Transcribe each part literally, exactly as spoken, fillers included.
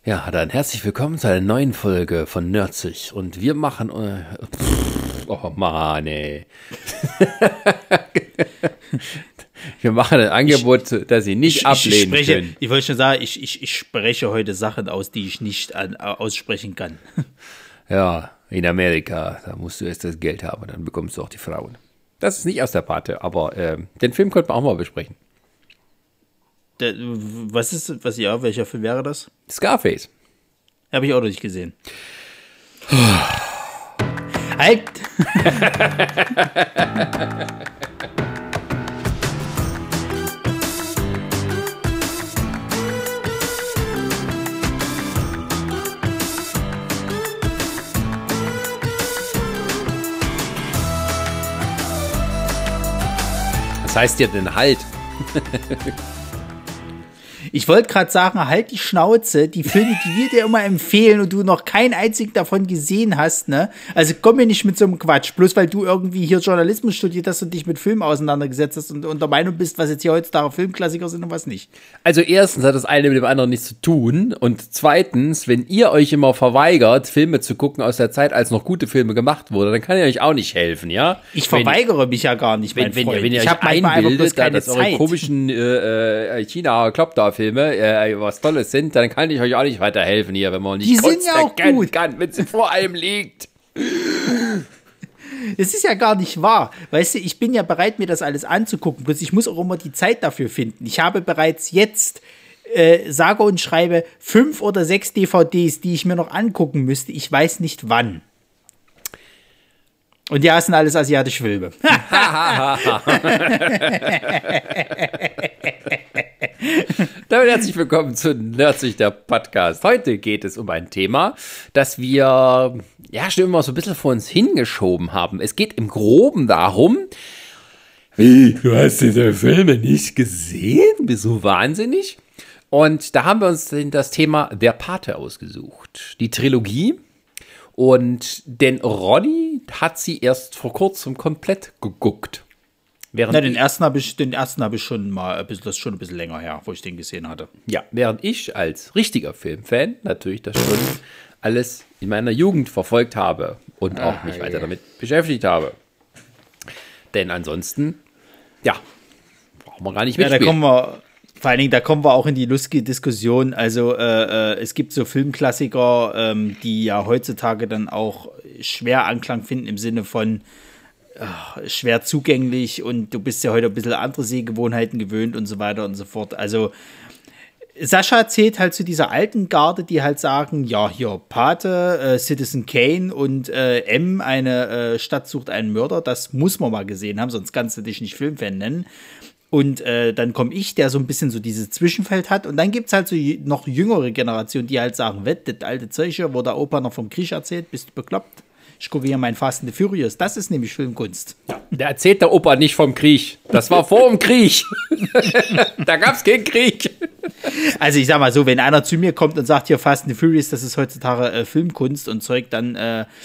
Ja, dann herzlich willkommen zu einer neuen Folge von Nerdsig. Und wir machen... Äh, pff, oh Mann, ey. Wir machen ein Angebot, ich, das Sie nicht ich, ablehnen ich spreche, können. Ich wollte schon sagen, ich, ich, ich spreche heute Sachen aus, die ich nicht an, aussprechen kann. Ja, in Amerika, da musst du erst das Geld haben, dann bekommst du auch die Frauen. Das ist nicht aus der Pate, aber äh, den Film könnten wir auch mal besprechen. Der, was ist, was ja, welcher Film wäre das? Scarface. Habe ich auch noch nicht gesehen. Halt! Was heißt dir denn halt? Ich wollte gerade sagen, halt die Schnauze, die Filme, die wir dir immer empfehlen und du noch keinen einzigen davon gesehen hast, ne? Also komm mir nicht mit so einem Quatsch, bloß weil du irgendwie hier Journalismus studiert hast und dich mit Filmen auseinandergesetzt hast und, und der Meinung bist, was jetzt hier heutzutage Filmklassiker sind und was nicht. Also erstens hat das eine mit dem anderen nichts zu tun und zweitens, wenn ihr euch immer verweigert, Filme zu gucken aus der Zeit, als noch gute Filme gemacht wurden, dann kann ich euch auch nicht helfen, ja? Ich verweigere wenn, mich ja gar nicht, mein wenn, Freund. Wenn, wenn ihr ich euch einbildet, da, dass Zeit. eure komischen äh, China-Klopp-Da-Filme äh, was Tolles sind, dann kann ich euch auch nicht weiterhelfen hier, wenn man nicht die sind ja auch gut. kann, wenn sie vor einem liegt. Das ist ja gar nicht wahr. Weißt du, ich bin ja bereit, mir das alles anzugucken, bloß ich muss auch immer die Zeit dafür finden. Ich habe bereits jetzt, äh, sage und schreibe, fünf oder sechs D V Ds, die ich mir noch angucken müsste. Ich weiß nicht wann. Und ja, es sind alles asiatische Filme. Damit herzlich willkommen zu Nerdsig, der Podcast. Heute geht es um ein Thema, das wir, ja, schon immer so ein bisschen vor uns hingeschoben haben. Es geht im Groben darum, wie, du hast diese Filme nicht gesehen? Bist du wahnsinnig? Und da haben wir uns das Thema Der Pate ausgesucht. Die Trilogie. Und den Ronny hat sie erst vor kurzem komplett geguckt. Während Na, den ersten habe ich, den ersten habe ich schon mal, das ist schon ein bisschen länger her, wo ich den gesehen hatte. Ja, während ich als richtiger Filmfan natürlich das schon alles in meiner Jugend verfolgt habe und auch ah, mich weiter yeah. damit beschäftigt habe. Denn ansonsten, ja, brauchen wir gar nicht mitspielen. Ja, da kommen wir, vor allen Dingen, da kommen wir auch in die lustige Diskussion. Also äh, äh, es gibt so Filmklassiker, ähm, die ja heutzutage dann auch schwer Anklang finden im Sinne von Ach, schwer zugänglich und du bist ja heute ein bisschen andere Sehgewohnheiten gewöhnt und so weiter und so fort. Also Sascha zählt halt zu dieser alten Garde, die halt sagen, ja, hier Pate, äh, Citizen Kane und äh, M, eine äh, Stadt sucht einen Mörder, das muss man mal gesehen haben, sonst kannst du dich nicht Filmfan nennen. Und äh, dann komme ich, der so ein bisschen so dieses Zwischenfeld hat. Und dann gibt es halt so noch jüngere Generationen, die halt sagen, wett, das alte Zeug hier, wo der Opa noch vom Krieg erzählt, bist du bekloppt? Ich gucke hier mein Fast and the Furious. Das ist nämlich Filmkunst. Der erzählt der Opa nicht vom Krieg. Das war vor dem Krieg. Da gab es keinen Krieg. Also ich sag mal so, wenn einer zu mir kommt und sagt, hier Fast and the Furious, das ist heutzutage äh, Filmkunst und Zeug, dann äh, äh,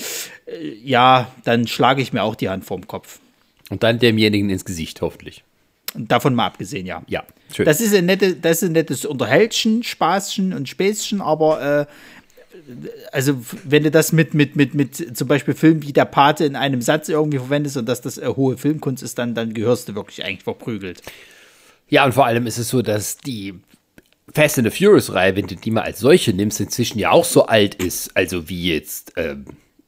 ja, dann schlage ich mir auch die Hand vorm Kopf. Und dann demjenigen ins Gesicht, hoffentlich. Davon mal abgesehen, ja. Ja, schön. Das ist ein, nette, das ist ein nettes Unterhältchen, Spaßchen und Späßchen, aber äh, also wenn du das mit, mit, mit, mit zum Beispiel Filmen wie Der Pate in einem Satz irgendwie verwendest und dass das äh, hohe Filmkunst ist, dann, dann gehörst du wirklich eigentlich verprügelt. Ja, und vor allem ist es so, dass die Fast and the Furious-Reihe, wenn du die mal als solche nimmst, inzwischen ja auch so alt ist, also wie jetzt, ähm,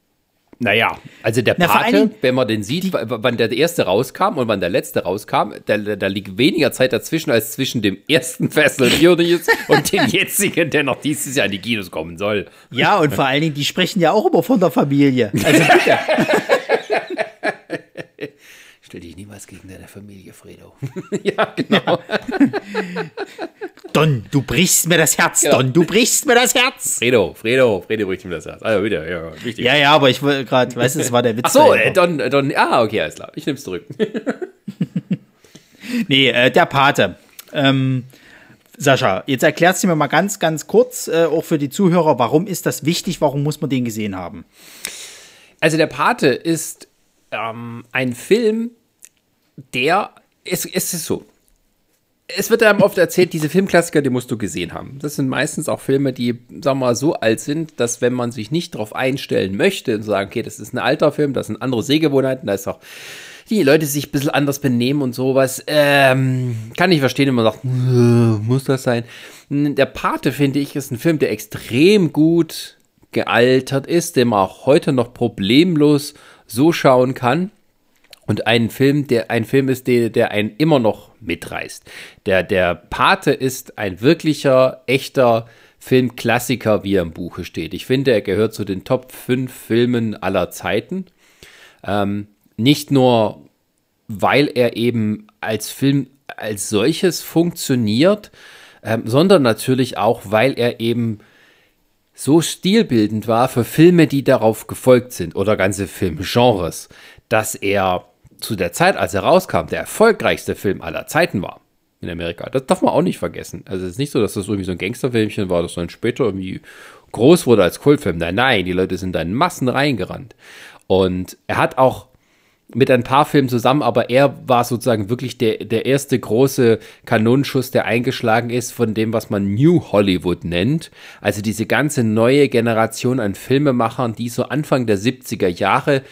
naja, also der Na, Pate, wenn man den sieht, wann der erste rauskam und wann der letzte rauskam, da, da liegt weniger Zeit dazwischen als zwischen dem ersten Fast and the Furious und dem jetzigen, der noch dieses Jahr in die Kinos kommen soll. Ja, und vor allen Dingen, die sprechen ja auch immer von der Familie. Also bitte. Stell dich niemals gegen deine Familie, Fredo. Ja, genau. Don, du brichst mir das Herz, ja. Don, du brichst mir das Herz. Fredo, Fredo, Fredo bricht mir das Herz. Also wieder, ja, wichtig. Ja, ja, aber ich wollte gerade, weißt du, das war der Witz. Ach so, äh, Don, Don, ah, okay, alles klar, ich nehm's zurück. Nee, äh, Der Pate. Ähm, Sascha, jetzt erklärst du mir mal ganz, ganz kurz, äh, auch für die Zuhörer, warum ist das wichtig, warum muss man den gesehen haben? Also Der Pate ist ähm, ein Film, der, es, es ist so, es wird einem oft erzählt, diese Filmklassiker, die musst du gesehen haben. Das sind meistens auch Filme, die, sagen wir mal, so alt sind, dass wenn man sich nicht darauf einstellen möchte und sagen, okay, das ist ein alter Film, das sind andere Sehgewohnheiten, da ist auch die Leute sich ein bisschen anders benehmen und sowas, ähm, kann ich verstehen, wenn man sagt, muss das sein? Der Pate, finde ich, ist ein Film, der extrem gut gealtert ist, den man auch heute noch problemlos so schauen kann. Und ein Film, der ein Film ist, der, der einen immer noch mitreißt. Der, der Pate ist ein wirklicher, echter Filmklassiker, wie er im Buche steht. Ich finde, er gehört zu den Top fünf Filmen aller Zeiten. Ähm, nicht nur, weil er eben als Film als solches funktioniert, ähm, sondern natürlich auch, weil er eben so stilbildend war für Filme, die darauf gefolgt sind oder ganze Filmgenres, dass er zu der Zeit, als er rauskam, der erfolgreichste Film aller Zeiten war in Amerika. Das darf man auch nicht vergessen. Also es ist nicht so, dass das irgendwie so ein Gangsterfilmchen war, das dann später irgendwie groß wurde als Kultfilm. Nein, nein, die Leute sind da in Massen reingerannt. Und er hat auch mit ein paar Filmen zusammen, aber er war sozusagen wirklich der, der erste große Kanonenschuss, der eingeschlagen ist von dem, was man New Hollywood nennt. Also diese ganze neue Generation an Filmemachern, die so Anfang der siebziger Jahre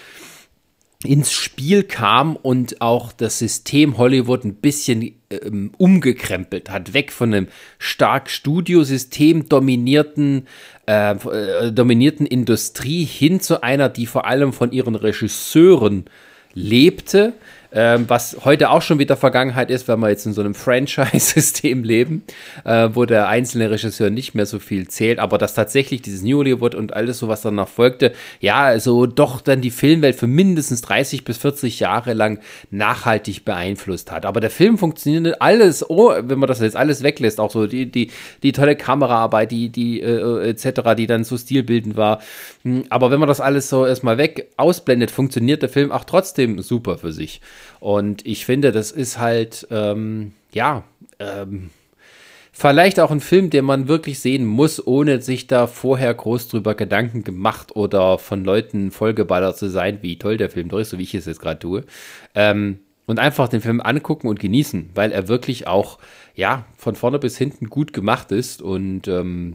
ins Spiel kam und auch das System Hollywood ein bisschen ähm, umgekrempelt hat, weg von einem stark Studiosystem dominierten, äh, äh, dominierten Industrie hin zu einer, die vor allem von ihren Regisseuren lebte, ähm, was heute auch schon wieder Vergangenheit ist, weil wir jetzt in so einem Franchise-System leben, äh, wo der einzelne Regisseur nicht mehr so viel zählt, aber dass tatsächlich dieses New Hollywood und alles so, was danach folgte, ja, also doch dann die Filmwelt für mindestens dreißig bis vierzig Jahre lang nachhaltig beeinflusst hat. Aber der Film funktioniert alles, oh, wenn man das jetzt alles weglässt, auch so die, die, die tolle Kameraarbeit, die, die äh, et cetera, die dann so stilbildend war. Aber wenn man das alles so erstmal weg ausblendet, funktioniert der Film auch trotzdem super für sich. Und ich finde, das ist halt, ähm, ja, ähm, vielleicht auch ein Film, den man wirklich sehen muss, ohne sich da vorher groß drüber Gedanken gemacht oder von Leuten vollgeballert zu sein, wie toll der Film doch ist, so wie ich es jetzt gerade tue. Ähm, und einfach den Film angucken und genießen, weil er wirklich auch, ja, von vorne bis hinten gut gemacht ist und ähm,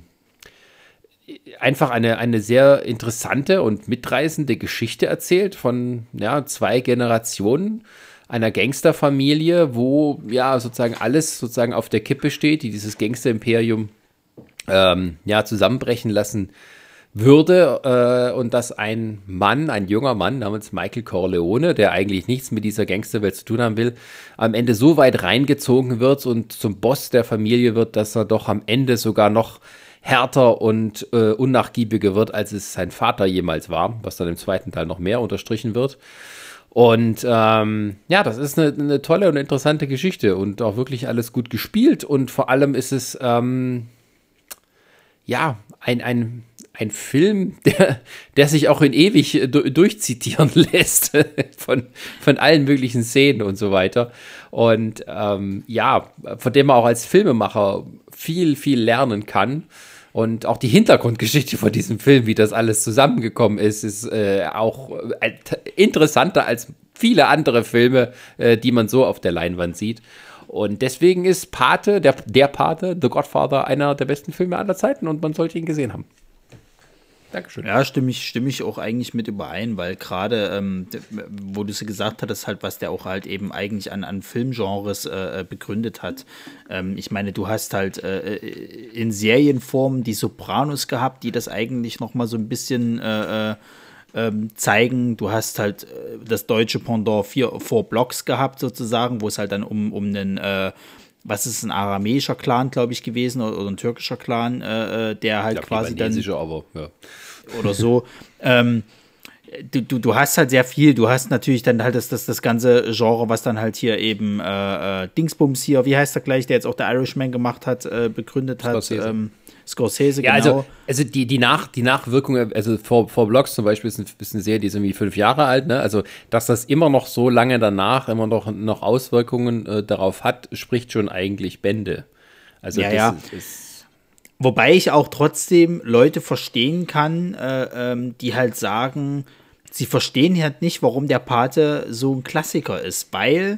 einfach eine, eine sehr interessante und mitreißende Geschichte erzählt von ja, zwei Generationen einer Gangsterfamilie, wo ja sozusagen alles sozusagen auf der Kippe steht, die dieses Gangster-Imperium ähm, ja, zusammenbrechen lassen würde äh, und dass ein Mann, ein junger Mann namens Michael Corleone, der eigentlich nichts mit dieser Gangsterwelt zu tun haben will, am Ende so weit reingezogen wird und zum Boss der Familie wird, dass er doch am Ende sogar noch härter und äh, unnachgiebiger wird, als es sein Vater jemals war, was dann im zweiten Teil noch mehr unterstrichen wird. Und ähm, ja, das ist eine, eine tolle und interessante Geschichte und auch wirklich alles gut gespielt und vor allem ist es ähm, ja ein, ein, ein Film, der, der sich auch in ewig du, durchzitieren lässt von, von allen möglichen Szenen und so weiter. Und ähm, ja, von dem man auch als Filmemacher viel, viel lernen kann. Und auch die Hintergrundgeschichte von diesem Film, wie das alles zusammengekommen ist, ist äh, auch äh, interessanter als viele andere Filme, äh, die man so auf der Leinwand sieht. Und deswegen ist Pate, der, der Pate, The Godfather, einer der besten Filme aller Zeiten und man sollte ihn gesehen haben. Dankeschön. Ja, stimme ich, stimme ich auch eigentlich mit überein, weil gerade, ähm, wo du es gesagt hattest, halt, was der auch halt eben eigentlich an, an Filmgenres äh, begründet hat. Ähm, ich meine, du hast halt äh, in Serienform die Sopranos gehabt, die das eigentlich noch mal so ein bisschen äh, äh, zeigen. Du hast halt äh, das deutsche Pendant vier, Four Blocks gehabt sozusagen, wo es halt dann um, um einen äh, was ist ein aramäischer Clan, glaube ich, gewesen, oder, oder ein türkischer Clan, äh, der halt ich quasi dann aber, ja. oder so. ähm, du, du, du hast halt sehr viel. Du hast natürlich dann halt das, das, das ganze Genre, was dann halt hier eben äh, Dingsbums hier, wie heißt der gleich, der jetzt auch der Irishman gemacht hat, äh, begründet hat. Scorsese. Ähm, Scorsese, ja, genau. Also, also die, die, Nach, die Nachwirkung, also Four, Four Blocks zum Beispiel ist, ein, ist eine Serie, die ist irgendwie fünf Jahre alt, ne? Also, dass das immer noch so lange danach immer noch, noch Auswirkungen äh, darauf hat, spricht schon eigentlich Bände. Also, ja, das ja. Ist, ist Wobei ich auch trotzdem Leute verstehen kann, äh, ähm, die halt sagen, sie verstehen halt nicht, warum der Pate so ein Klassiker ist, weil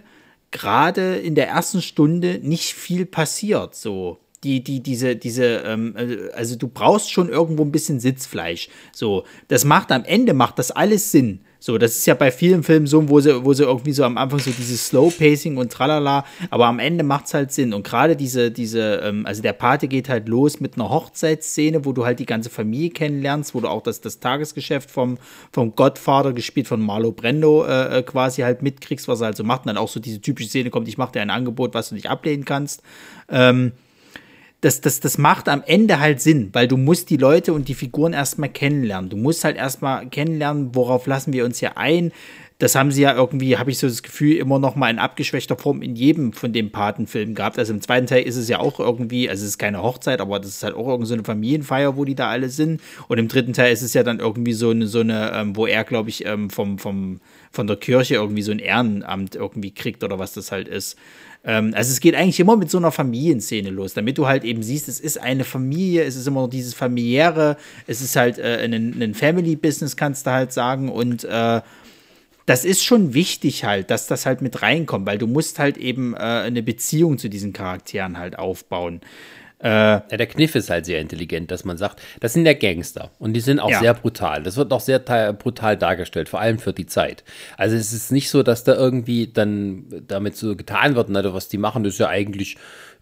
gerade in der ersten Stunde nicht viel passiert, so. Die, die, diese, diese, ähm, also du brauchst schon irgendwo ein bisschen Sitzfleisch. So, das macht am Ende macht das alles Sinn. So, das ist ja bei vielen Filmen so, wo sie, wo sie irgendwie so am Anfang so dieses Slow-Pacing und tralala, aber am Ende macht es halt Sinn. Und gerade diese, diese, ähm, also der Pate geht halt los mit einer Hochzeitsszene, wo du halt die ganze Familie kennenlernst, wo du auch das, das Tagesgeschäft vom, vom Godfather, gespielt von Marlon Brando, äh, quasi halt mitkriegst, was er halt so macht. Und dann auch so diese typische Szene kommt, ich mache dir ein Angebot, was du nicht ablehnen kannst. Ähm, Das, das, das macht am Ende halt Sinn, weil du musst die Leute und die Figuren erstmal kennenlernen. Du musst halt erstmal kennenlernen, worauf lassen wir uns hier ein. Das haben sie ja irgendwie, habe ich so das Gefühl, immer noch mal in abgeschwächter Form in jedem von den Patenfilmen gehabt. Also im zweiten Teil ist es ja auch irgendwie, also es ist keine Hochzeit, aber das ist halt auch irgendwie so eine Familienfeier, wo die da alle sind. Und im dritten Teil ist es ja dann irgendwie so eine, so eine ähm, wo er, glaube ich, ähm, vom, vom, von der Kirche irgendwie so ein Ehrenamt irgendwie kriegt oder was das halt ist. Also es geht eigentlich immer mit so einer Familienszene los, damit du halt eben siehst, es ist eine Familie, es ist immer noch dieses familiäre, es ist halt äh, ein, ein Family-Business, kannst du halt sagen, und äh, das ist schon wichtig halt, dass das halt mit reinkommt, weil du musst halt eben äh, eine Beziehung zu diesen Charakteren halt aufbauen. Äh, ja, der Kniff ist halt sehr intelligent, dass man sagt, das sind ja Gangster und die sind auch ja. sehr brutal. Das wird auch sehr brutal dargestellt, vor allem für die Zeit. Also es ist nicht so, dass da irgendwie dann damit so getan wird, ne, was die machen, das ist ja eigentlich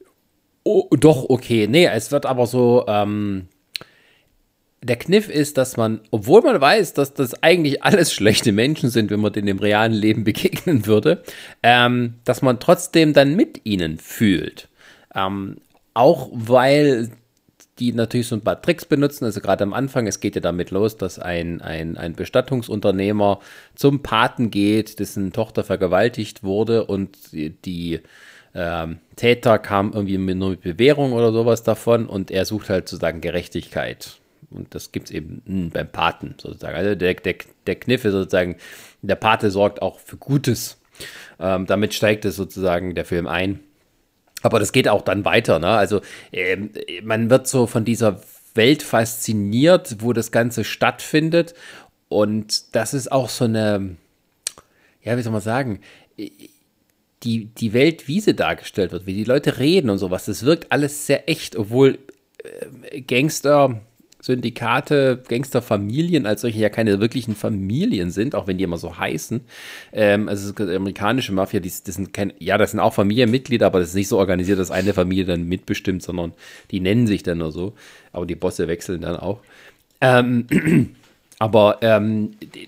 oh, doch okay. Nee, es wird aber so, ähm, der Kniff ist, dass man, obwohl man weiß, dass das eigentlich alles schlechte Menschen sind, wenn man denen im realen Leben begegnen würde, ähm, dass man trotzdem dann mit ihnen fühlt. Ähm, Auch weil die natürlich so ein paar Tricks benutzen, also gerade am Anfang, es geht ja damit los, dass ein, ein, ein Bestattungsunternehmer zum Paten geht, dessen Tochter vergewaltigt wurde und die, die ähm, Täter kamen irgendwie nur mit Bewährung oder sowas davon und er sucht halt sozusagen Gerechtigkeit. Und das gibt es eben mh, beim Paten sozusagen. Also der, der, der Kniff ist sozusagen, der Pate sorgt auch für Gutes. Ähm, damit steigt es sozusagen der Film ein. Aber das geht auch dann weiter, ne? Also ähm, man wird so von dieser Welt fasziniert, wo das Ganze stattfindet. Und das ist auch so eine, ja, wie soll man sagen, die, die Welt, wie sie dargestellt wird, wie die Leute reden und sowas, das wirkt alles sehr echt, obwohl äh, Gangster, Syndikate, Gangsterfamilien als solche ja keine wirklichen Familien sind, auch wenn die immer so heißen. Ähm, also die amerikanische Mafia, die, das sind kein, ja, das sind auch Familienmitglieder, aber das ist nicht so organisiert, dass eine Familie dann mitbestimmt, sondern die nennen sich dann nur so. Aber die Bosse wechseln dann auch. Ähm, aber ähm,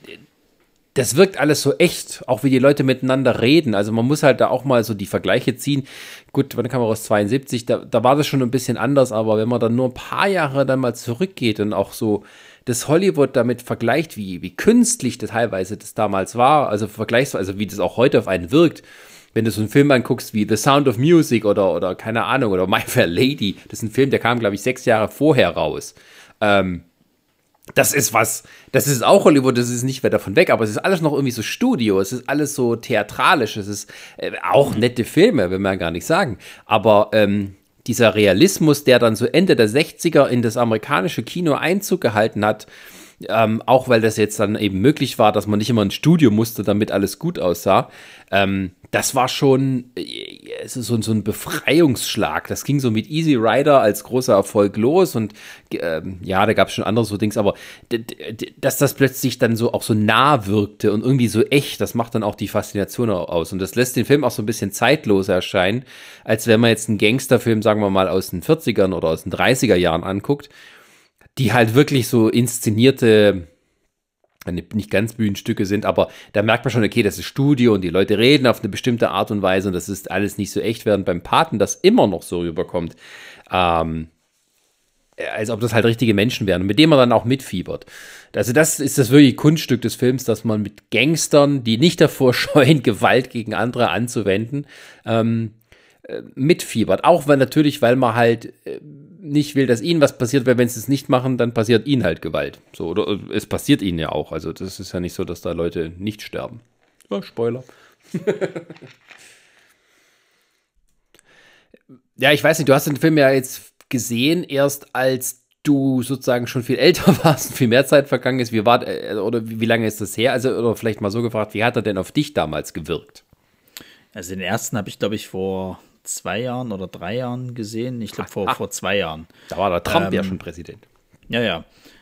das wirkt alles so echt, auch wie die Leute miteinander reden. Also man muss halt da auch mal so die Vergleiche ziehen. Gut, wann kam man aus zweiundsiebzig? Da, da war das schon ein bisschen anders, aber wenn man dann nur ein paar Jahre dann mal zurückgeht und auch so das Hollywood damit vergleicht, wie, wie künstlich das teilweise das damals war, also vergleichsweise, also wie das auch heute auf einen wirkt. Wenn du so einen Film anguckst wie The Sound of Music oder, oder keine Ahnung, oder My Fair Lady, das ist ein Film, der kam, glaube ich, sechs Jahre vorher raus. Ähm, Das ist was, das ist auch Hollywood, das ist nicht weit davon weg, aber es ist alles noch irgendwie so Studio, es ist alles so theatralisch, es ist äh, auch nette Filme, will man gar nicht sagen, aber ähm, dieser Realismus, der dann so Ende der sechziger in das amerikanische Kino Einzug gehalten hat, ähm, auch weil das jetzt dann eben möglich war, dass man nicht immer ins Studio musste, damit alles gut aussah, ähm, das war schon äh, so, so ein Befreiungsschlag. Das ging so mit Easy Rider als großer Erfolg los und äh, ja, da gab es schon andere so Dings, aber d- d- dass das plötzlich dann so auch so nah wirkte und irgendwie so echt, das macht dann auch die Faszination aus und das lässt den Film auch so ein bisschen zeitloser erscheinen, als wenn man jetzt einen Gangsterfilm, sagen wir mal, aus den vierzigern oder aus den dreißiger Jahren anguckt, die halt wirklich so inszenierte, nicht ganz Bühnenstücke sind, aber da merkt man schon, okay, das ist Studio und die Leute reden auf eine bestimmte Art und Weise und das ist alles nicht so echt, während beim Paten das immer noch so rüberkommt, ähm, als ob das halt richtige Menschen wären und mit denen man dann auch mitfiebert. Also das ist das wirklich Kunststück des Films, dass man mit Gangstern, die nicht davor scheuen, Gewalt gegen andere anzuwenden, ähm, mitfiebert. Auch weil natürlich, weil man halt äh, nicht will, dass ihnen was passiert, weil wenn sie es nicht machen, dann passiert ihnen halt Gewalt. So, oder es passiert ihnen ja auch. Also das ist ja nicht so, dass da Leute nicht sterben. Ja, Spoiler. Ja, ich weiß nicht, du hast den Film ja jetzt gesehen, erst als du sozusagen schon viel älter warst und viel mehr Zeit vergangen ist. Wie war, oder wie lange ist das her? Also, oder vielleicht mal so gefragt, wie hat er denn auf dich damals gewirkt? Also den ersten habe ich, glaube ich, vor zwei Jahren oder drei Jahren gesehen. Ich glaube, vor, vor zwei Jahren. Da war der Trump ähm, ja schon Präsident. Ja, ja.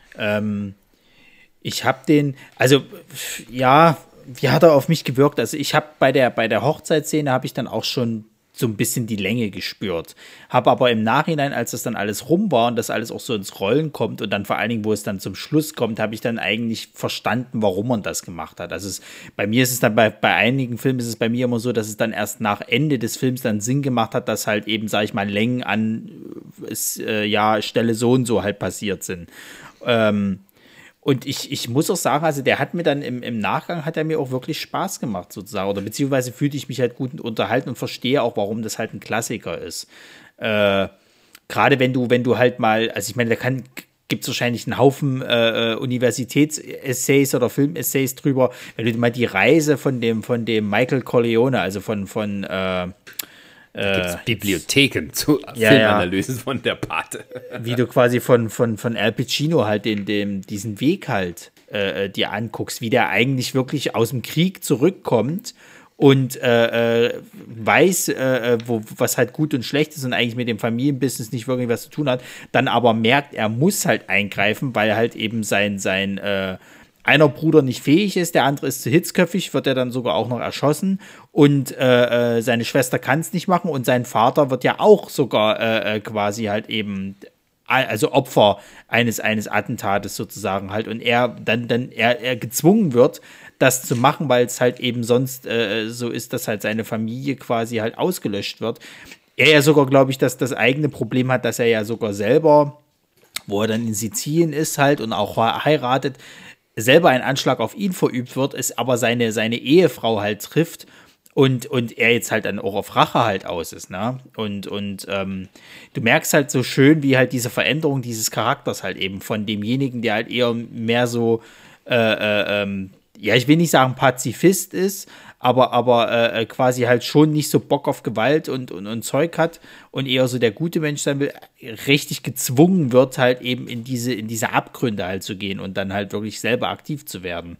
Ähm, ich habe den, also ja, wie hat er auf mich gewirkt? Also ich habe bei der, bei der Hochzeitsszene habe ich dann auch schon so ein bisschen die Länge gespürt. Habe aber im Nachhinein, als das dann alles rum war und das alles auch so ins Rollen kommt und dann vor allen Dingen, wo es dann zum Schluss kommt, habe ich dann eigentlich verstanden, warum man das gemacht hat. Also es, bei mir ist es dann, bei, bei einigen Filmen ist es bei mir immer so, dass es dann erst nach Ende des Films dann Sinn gemacht hat, dass halt eben, sage ich mal, Längen an äh, ja, Stelle so und so halt passiert sind. Ähm, Und ich, ich muss auch sagen, also der hat mir dann im, im Nachgang hat er mir auch wirklich Spaß gemacht sozusagen. Oder beziehungsweise fühlte ich mich halt gut unterhalten und verstehe auch, warum das halt ein Klassiker ist. Äh, Gerade wenn du, wenn du halt mal, also ich meine, da kann, gibt es wahrscheinlich einen Haufen äh, Universitäts-Essays oder Film-Essays drüber. Wenn du dir mal die Reise von dem, von dem Michael Corleone, also von, von äh, Da gibt es Bibliotheken zu ja, Filmanalysen ja. von der Pate. Wie du quasi von, von, von Al Pacino halt den, dem, diesen Weg halt äh, dir anguckst, wie der eigentlich wirklich aus dem Krieg zurückkommt und äh, äh, weiß, äh, wo, was halt gut und schlecht ist und eigentlich mit dem Familienbusiness nicht wirklich was zu tun hat, dann aber merkt, er muss halt eingreifen, weil halt eben sein, sein äh, einer Bruder nicht fähig ist, der andere ist zu hitzköpfig, wird er dann sogar auch noch erschossen und äh, äh, seine Schwester kann es nicht machen und sein Vater wird ja auch sogar äh, äh, quasi halt eben, also Opfer eines, eines Attentates sozusagen halt und er dann, dann er, er gezwungen wird, das zu machen, weil es halt eben sonst äh, so ist, dass halt seine Familie quasi halt ausgelöscht wird. Er ja sogar, glaube ich, dass das eigene Problem hat, dass er ja sogar selber, wo er dann in Sizilien ist halt und auch heiratet, selber ein Anschlag auf ihn verübt wird, es aber seine, seine Ehefrau halt trifft und, und er jetzt halt dann auch auf Rache halt aus ist, ne? Und, und ähm, du merkst halt so schön, wie halt diese Veränderung dieses Charakters halt eben von demjenigen, der halt eher mehr so, äh, äh, ähm, ja, ich will nicht sagen Pazifist ist, aber, aber äh, quasi halt schon nicht so Bock auf Gewalt und, und, und Zeug hat und eher so der gute Mensch sein will, richtig gezwungen wird, halt eben in diese, in diese Abgründe halt zu gehen und dann halt wirklich selber aktiv zu werden.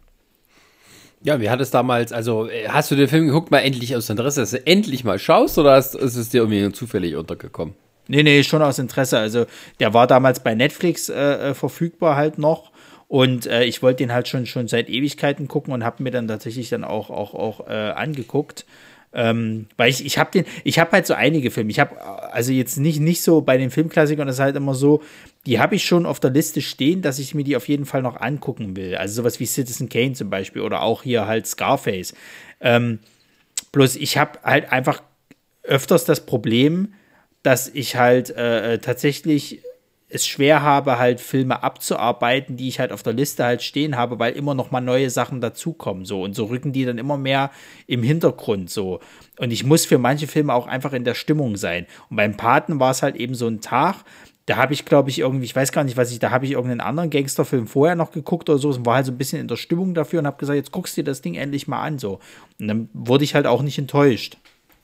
Ja, wie hat es damals, also hast du den Film geguckt, mal endlich aus Interesse, dass du endlich mal schaust oder hast, ist es dir irgendwie zufällig untergekommen? Nee, nee, schon aus Interesse. Also der war damals bei Netflix äh, verfügbar halt noch. Und äh, ich wollte den halt schon, schon seit Ewigkeiten gucken und habe mir dann tatsächlich dann auch, auch, auch äh, angeguckt. Ähm, weil ich, ich habe den, ich habe halt so einige Filme. Ich habe also jetzt nicht, nicht so bei den Filmklassikern, das ist halt immer so, die habe ich schon auf der Liste stehen, dass ich mir die auf jeden Fall noch angucken will. Also sowas wie Citizen Kane zum Beispiel oder auch hier halt Scarface. Ähm, bloß ich habe halt einfach öfters das Problem, dass ich halt äh, tatsächlich es schwer habe, halt Filme abzuarbeiten, die ich halt auf der Liste halt stehen habe, weil immer noch mal neue Sachen dazukommen, so. Und so rücken die dann immer mehr im Hintergrund, so. Und ich muss für manche Filme auch einfach in der Stimmung sein. Und beim Paten war es halt eben so ein Tag, da habe ich, glaube ich, irgendwie, ich weiß gar nicht, was ich, da habe ich irgendeinen anderen Gangsterfilm vorher noch geguckt oder so und war halt so ein bisschen in der Stimmung dafür und habe gesagt, jetzt guckst du dir das Ding endlich mal an, so. Und dann wurde ich halt auch nicht enttäuscht.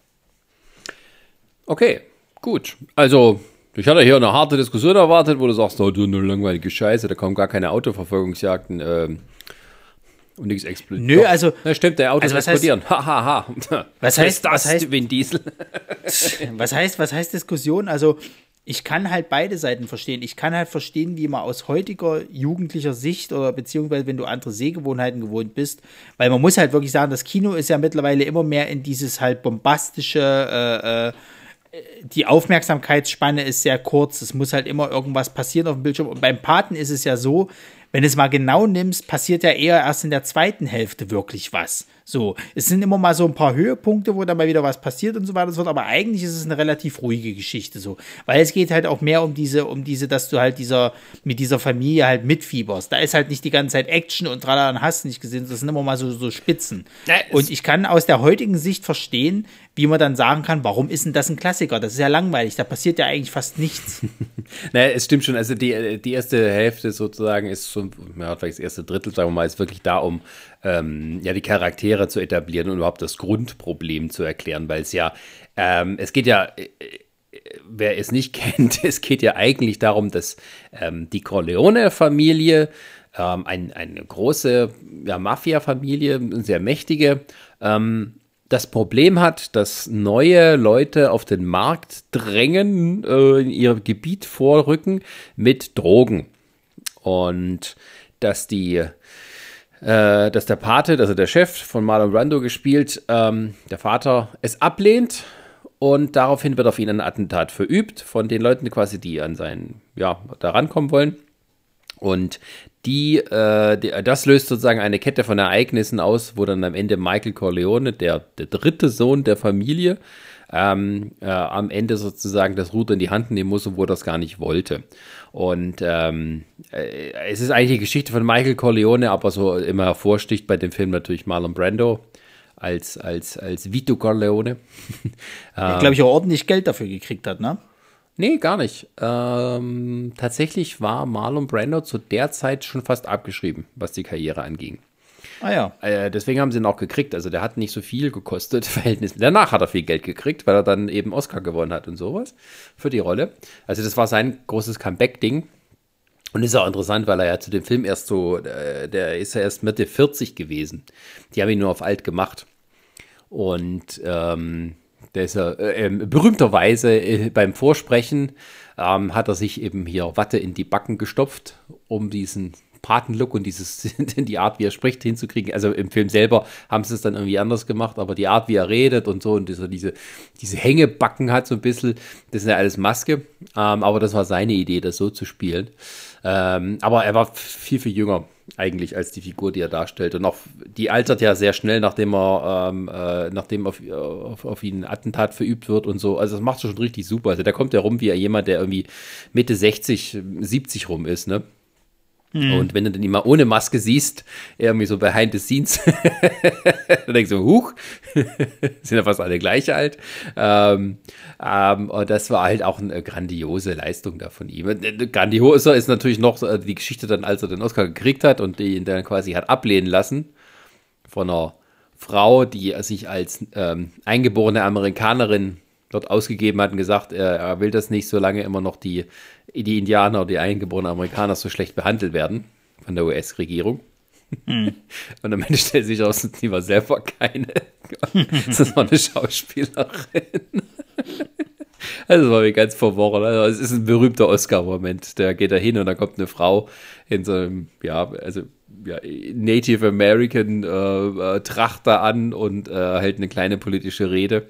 Okay, gut. Also ich hatte hier eine harte Diskussion erwartet, wo du sagst, oh, du eine langweilige Scheiße, da kommen gar keine Autoverfolgungsjagden ähm, und nichts explodiert. Nö, also. Na, stimmt, der Autos also was explodieren. Hahaha. Heißt, ha, ha. Was heißt das, was heißt, Vin Diesel? was heißt, was heißt Diskussion? Also, ich kann halt beide Seiten verstehen. Ich kann halt verstehen, wie man aus heutiger jugendlicher Sicht oder beziehungsweise wenn du andere Sehgewohnheiten gewohnt bist, weil man muss halt wirklich sagen, das Kino ist ja mittlerweile immer mehr in dieses halt bombastische, äh, äh, die Aufmerksamkeitsspanne ist sehr kurz, es muss halt immer irgendwas passieren auf dem Bildschirm und beim Paten ist es ja so, wenn du es mal genau nimmst, passiert ja eher erst in der zweiten Hälfte wirklich was. So, es sind immer mal so ein paar Höhepunkte, wo dann mal wieder was passiert und so weiter und so fort, aber eigentlich ist es eine relativ ruhige Geschichte so, weil es geht halt auch mehr um diese, um diese, dass du halt dieser, mit dieser Familie halt mitfieberst. Da ist halt nicht die ganze Zeit Action und tralala und hast nicht gesehen, das sind immer mal so, so Spitzen. Ja, und ich kann aus der heutigen Sicht verstehen, wie man dann sagen kann, warum ist denn das ein Klassiker? Das ist ja langweilig, da passiert ja eigentlich fast nichts. Naja, es stimmt schon, also die, die erste Hälfte sozusagen ist so, ja, vielleicht das erste Drittel, sagen wir mal, ist wirklich da, um ähm, ja, die Charaktere zu etablieren und überhaupt das Grundproblem zu erklären, weil es ja, ähm, es geht ja, äh, wer es nicht kennt, es geht ja eigentlich darum, dass ähm, die Corleone-Familie, ähm, ein, eine große ja, Mafia-Familie, eine sehr mächtige, ähm, das Problem hat, dass neue Leute auf den Markt drängen, äh, in ihr Gebiet vorrücken mit Drogen. Und dass die, äh, dass der Pate, also der Chef von Marlon Brando gespielt, ähm, der Vater, es ablehnt und daraufhin wird auf ihn ein Attentat verübt von den Leuten quasi, die an seinen, ja, da rankommen wollen. Und die, äh, die, das löst sozusagen eine Kette von Ereignissen aus, wo dann am Ende Michael Corleone, der, der dritte Sohn der Familie, ähm, äh, am Ende sozusagen das Ruder in die Hand nehmen muss, obwohl er das gar nicht wollte. Und ähm, äh, es ist eigentlich die Geschichte von Michael Corleone, aber so immer hervorsticht bei dem Film natürlich Marlon Brando als, als, als Vito Corleone. Der, glaube ich, auch ordentlich Geld dafür gekriegt hat, ne? Nee, gar nicht. Ähm, tatsächlich war Marlon Brando zu der Zeit schon fast abgeschrieben, was die Karriere anging. Ah ja. Äh, deswegen haben sie ihn auch gekriegt. Also der hat nicht so viel gekostet, Verhältnis. Danach hat er viel Geld gekriegt, weil er dann eben Oscar gewonnen hat und sowas für die Rolle. Also das war sein großes Comeback-Ding. Und ist auch interessant, weil er ja zu dem Film erst so, äh, der ist ja erst Mitte vierzig gewesen. Die haben ihn nur auf alt gemacht. Und ähm, der ist ja äh, berühmterweise äh, beim Vorsprechen ähm, hat er sich eben hier Watte in die Backen gestopft, um diesen Patenlook und dieses, die Art, wie er spricht, hinzukriegen. Also im Film selber haben sie es dann irgendwie anders gemacht, aber die Art, wie er redet und so und so diese, diese Hängebacken hat so ein bisschen, das ist ja alles Maske, ähm, aber das war seine Idee, das so zu spielen. Ähm, aber er war viel, viel jünger eigentlich als die Figur, die er darstellt. Und auch die altert ja sehr schnell, nachdem er, ähm, äh, nachdem auf, auf, auf ihn ein Attentat verübt wird und so. Also das macht er schon richtig super. Also der kommt ja rum wie jemand, der irgendwie Mitte sechzig, siebzig rum ist, ne? Mhm. Und wenn du den immer ohne Maske siehst, irgendwie so behind the scenes, dann denkst du, huch, sind ja fast alle gleich alt. Ähm, ähm, und das war halt auch eine grandiose Leistung da von ihm. Grandioser ist natürlich noch die Geschichte dann, als er den Oscar gekriegt hat und ihn dann quasi hat ablehnen lassen von einer Frau, die sich als ähm, eingeborene Amerikanerin dort ausgegeben hat und gesagt, er, er will das nicht, solange immer noch die, die Indianer, die eingeborenen Amerikaner so schlecht behandelt werden von der U S-Regierung. Mhm. Und am Ende stellt sich raus, die war selber keine. Das war eine Schauspielerin. Also das war mir ganz verworren. Also es ist ein berühmter Oscar-Moment. Da geht er hin und da kommt eine Frau in so einem, ja, also ja, Native American äh, äh, Tracht da an und äh, hält eine kleine politische Rede.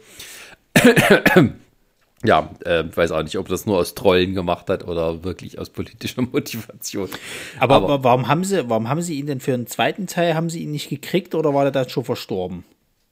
Ja, äh, weiß auch nicht, ob das nur aus Trollen gemacht hat oder wirklich aus politischer Motivation. Aber, aber warum haben sie, warum haben sie ihn denn für einen zweiten Teil, haben sie ihn nicht gekriegt oder war der dann schon verstorben?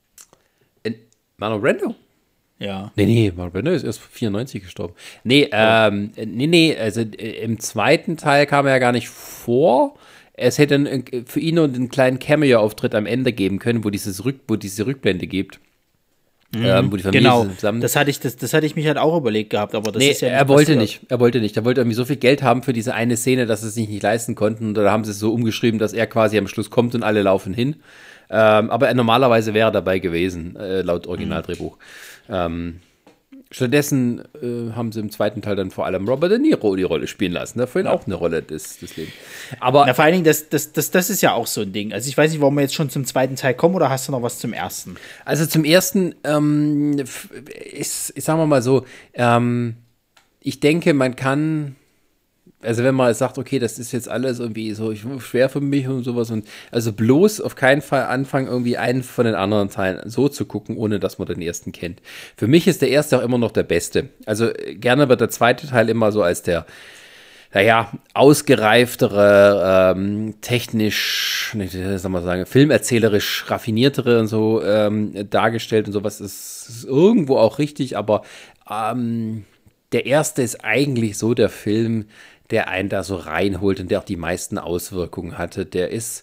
In Marlon Brando? Ja. Nee, nee, Marlon Brando ist erst vierundneunzig gestorben. Nee, ähm, oh. nee, nee, also äh, im zweiten Teil kam er ja gar nicht vor. Es hätte einen, für ihn nur einen kleinen Cameo-Auftritt am Ende geben können, wo, dieses Rück, wo diese Rückblende gibt. Mhm. Ähm, wo die Familie genau, zusammen das hatte ich, das, das hatte ich mich halt auch überlegt gehabt, aber das nee, ist ja nicht er wollte passiert. nicht, er wollte nicht, er wollte irgendwie so viel Geld haben für diese eine Szene, dass sie es sich nicht leisten konnten und da haben sie es so umgeschrieben, dass er quasi am Schluss kommt und alle laufen hin, ähm, aber er normalerweise wäre dabei gewesen, äh, laut Originaldrehbuch. Mhm. Ähm, stattdessen äh, haben sie im zweiten Teil dann vor allem Robert De Niro die Rolle spielen lassen, da für ihn ja. auch eine Rolle des, des Lebens. Aber Na, vor allen Dingen, das, das, das, das ist ja auch so ein Ding. Also ich weiß nicht, warum wir jetzt schon zum zweiten Teil kommen oder hast du noch was zum ersten? Also zum ersten, ähm, ist, ich sag mal so, ähm, ich denke, man kann, also wenn man sagt, okay, das ist jetzt alles irgendwie so schwer für mich und sowas und also bloß auf keinen Fall anfangen, irgendwie einen von den anderen Teilen so zu gucken, ohne dass man den ersten kennt. Für mich ist der erste auch immer noch der beste. Also gerne wird der zweite Teil immer so als der, naja, ausgereiftere, ähm, technisch, wie soll man sagen, filmerzählerisch raffiniertere und so ähm, dargestellt und sowas ist, ist irgendwo auch richtig, aber ähm, der erste ist eigentlich so der Film, der einen da so reinholt und der auch die meisten Auswirkungen hatte. Der ist,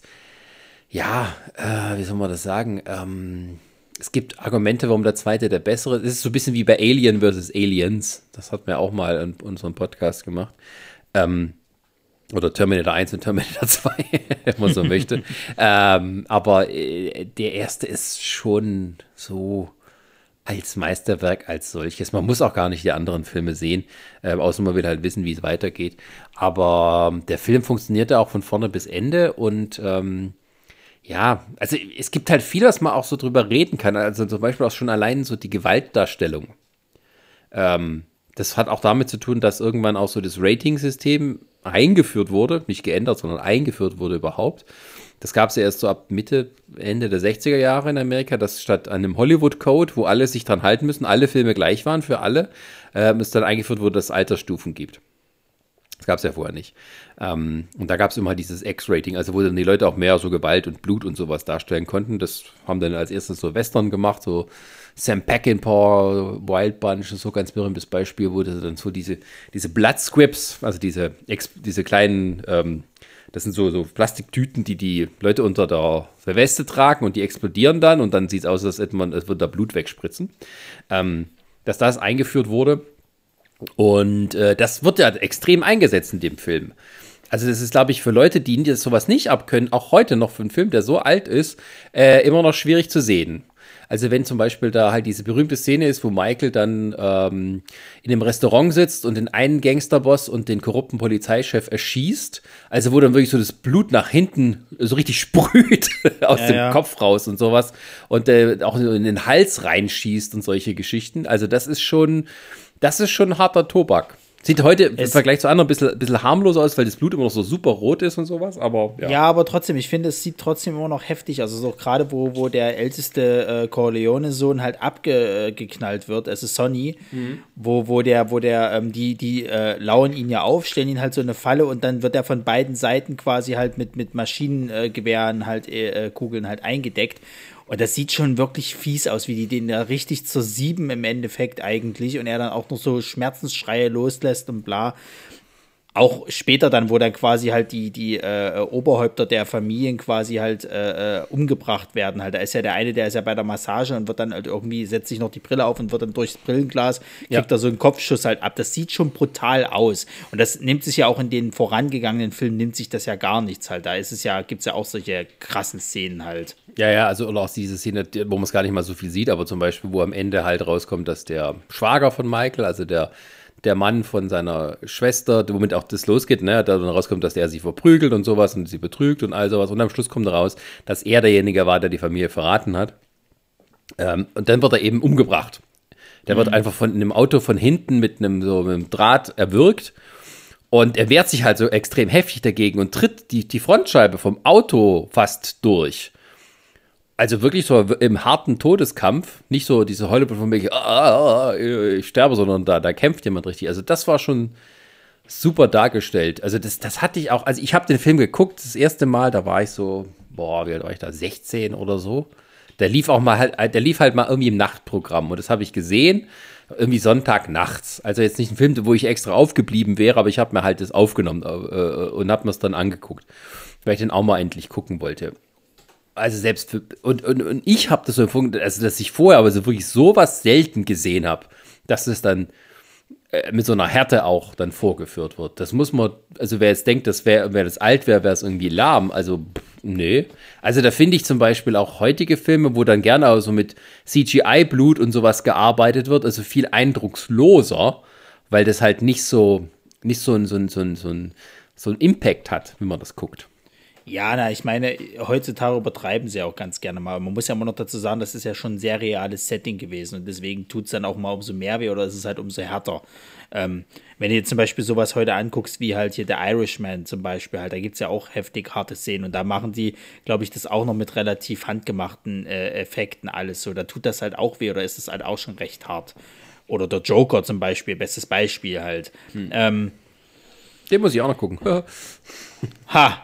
ja, äh, wie soll man das sagen, ähm, es gibt Argumente, warum der zweite der bessere ist. Es ist so ein bisschen wie bei Alien versus Aliens. Das hat man ja auch mal in unserem Podcast gemacht. Ähm, oder Terminator eins und Terminator zwei, wenn man so möchte. ähm, aber äh, der erste ist schon so als Meisterwerk als solches. Man muss auch gar nicht die anderen Filme sehen, äh, außer man will halt wissen, wie es weitergeht. Aber ähm, der Film funktionierte auch von vorne bis Ende und ähm, Ja, also es gibt halt viel, was man auch so drüber reden kann. Also zum Beispiel auch schon allein so die Gewaltdarstellung. Ähm, das hat auch damit zu tun, dass irgendwann auch so das Rating-System eingeführt wurde, nicht geändert, sondern eingeführt wurde überhaupt. Das gab es ja erst so ab Mitte, Ende der sechziger Jahre in Amerika, dass statt einem Hollywood-Code, wo alle sich dran halten müssen, alle Filme gleich waren für alle, ähm, es dann eingeführt wurde, dass es Altersstufen gibt. Das gab es ja vorher nicht. Ähm, und da gab es immer dieses X-Rating, also wo dann die Leute auch mehr so Gewalt und Blut und sowas darstellen konnten. Das haben dann als erstes so Western gemacht, so Sam Peckinpah, Wild Bunch, ist so ein ganz berühmtes Beispiel, wo das dann so diese, diese Blood Squibs, also diese, diese kleinen, ähm, das sind so, so Plastiktüten, die die Leute unter der, der Weste tragen und die explodieren dann und dann sieht es aus, als hätte man, als würde da Blut wegspritzen. Ähm, dass das eingeführt wurde. Und äh, das wird ja extrem eingesetzt in dem Film. Also das ist, glaube ich, für Leute, die das sowas nicht abkönnen, auch heute noch für einen Film, der so alt ist, äh, immer noch schwierig zu sehen. Also wenn zum Beispiel da halt diese berühmte Szene ist, wo Michael dann ähm, in einem Restaurant sitzt und den einen Gangsterboss und den korrupten Polizeichef erschießt, also wo dann wirklich so das Blut nach hinten so richtig sprüht aus ja, dem ja. Kopf raus und sowas und äh, auch in den Hals reinschießt und solche Geschichten. Also das ist schon, das ist schon harter Tobak. Sieht heute im Es- Vergleich zu anderen ein bisschen, bisschen harmlos aus, weil das Blut immer noch so super rot ist und sowas, aber ja. Ja, aber trotzdem, ich finde, es sieht trotzdem immer noch heftig. Also so gerade, wo, wo der älteste äh, Corleone-Sohn halt abgeknallt wird, also Sonny, wo, wo der, wo der, ähm, die, die äh, lauern ihn ja auf, stellen ihn halt so eine Falle und dann wird er von beiden Seiten quasi halt mit, mit Maschinengewehren halt, äh, Kugeln halt eingedeckt. Und das sieht schon wirklich fies aus, wie die den da richtig zersieben im Endeffekt eigentlich und er dann auch noch so Schmerzensschreie loslässt und bla. Auch später dann, wo dann quasi halt die, die äh, Oberhäupter der Familien quasi halt äh, umgebracht werden. Halt, da ist ja der eine, der ist ja bei der Massage und wird dann halt irgendwie, setzt sich noch die Brille auf und wird dann durchs Brillenglas, kriegt Ja. da so einen Kopfschuss halt ab. Das sieht schon brutal aus. Und das nimmt sich ja auch in den vorangegangenen Filmen, nimmt sich das ja gar nichts halt. Da ist es ja, gibt es ja auch solche krassen Szenen halt. Ja, ja, also oder auch diese Szene, wo man es gar nicht mal so viel sieht, aber zum Beispiel, wo am Ende halt rauskommt, dass der Schwager von Michael, also der, der Mann von seiner Schwester, womit auch das losgeht, ne, da dann rauskommt, dass der sie verprügelt und sowas und sie betrügt und all sowas. Und am Schluss kommt raus, dass er derjenige war, der die Familie verraten hat. Ähm, und dann wird er eben umgebracht. Der wird einfach von einem Auto von hinten mit einem so mit einem Draht erwürgt. Und er wehrt sich halt so extrem heftig dagegen und tritt die, die Frontscheibe vom Auto fast durch. Also wirklich so im harten Todeskampf, nicht so diese Heule von mir, ah, ich sterbe, sondern da, da kämpft jemand richtig. Also das war schon super dargestellt. Also das, das hatte ich auch, also ich habe den Film geguckt, das erste Mal, da war ich so, boah, wie alt war ich da, sechzehn oder so. Der lief auch mal halt, der lief halt mal irgendwie im Nachtprogramm und das habe ich gesehen, irgendwie Sonntag nachts. Also jetzt nicht ein Film, wo ich extra aufgeblieben wäre, aber ich habe mir halt das aufgenommen äh, und habe mir es dann angeguckt, weil ich den auch mal endlich gucken wollte. Also selbst für, und, und, und ich habe das so empfunden, also dass ich vorher aber so wirklich sowas selten gesehen habe, dass es dann äh, mit so einer Härte auch dann vorgeführt wird. Das muss man, also wer jetzt denkt, das wäre, wer das alt wäre, wäre es irgendwie lahm. Also pff, nee. Also da finde ich zum Beispiel auch heutige Filme, wo dann gerne auch so mit C G I-Blut und sowas gearbeitet wird, also viel eindrucksloser, weil das halt nicht so, nicht so ein, so ein, so ein, so ein, so ein Impact hat, wenn man das guckt. Ja, na, ich meine, heutzutage übertreiben sie auch ganz gerne mal. Man muss ja immer noch dazu sagen, das ist ja schon ein sehr reales Setting gewesen und deswegen tut es dann auch mal umso mehr weh oder es ist halt umso härter. Ähm, wenn du jetzt zum Beispiel sowas heute anguckst, wie halt hier der Irishman zum Beispiel, halt, da gibt es ja auch heftig harte Szenen und da machen die, glaube ich, das auch noch mit relativ handgemachten äh, Effekten alles so. Da tut das halt auch weh oder ist das halt auch schon recht hart. Oder der Joker zum Beispiel, bestes Beispiel halt. Hm. Ähm, Den muss ich auch noch gucken. ha!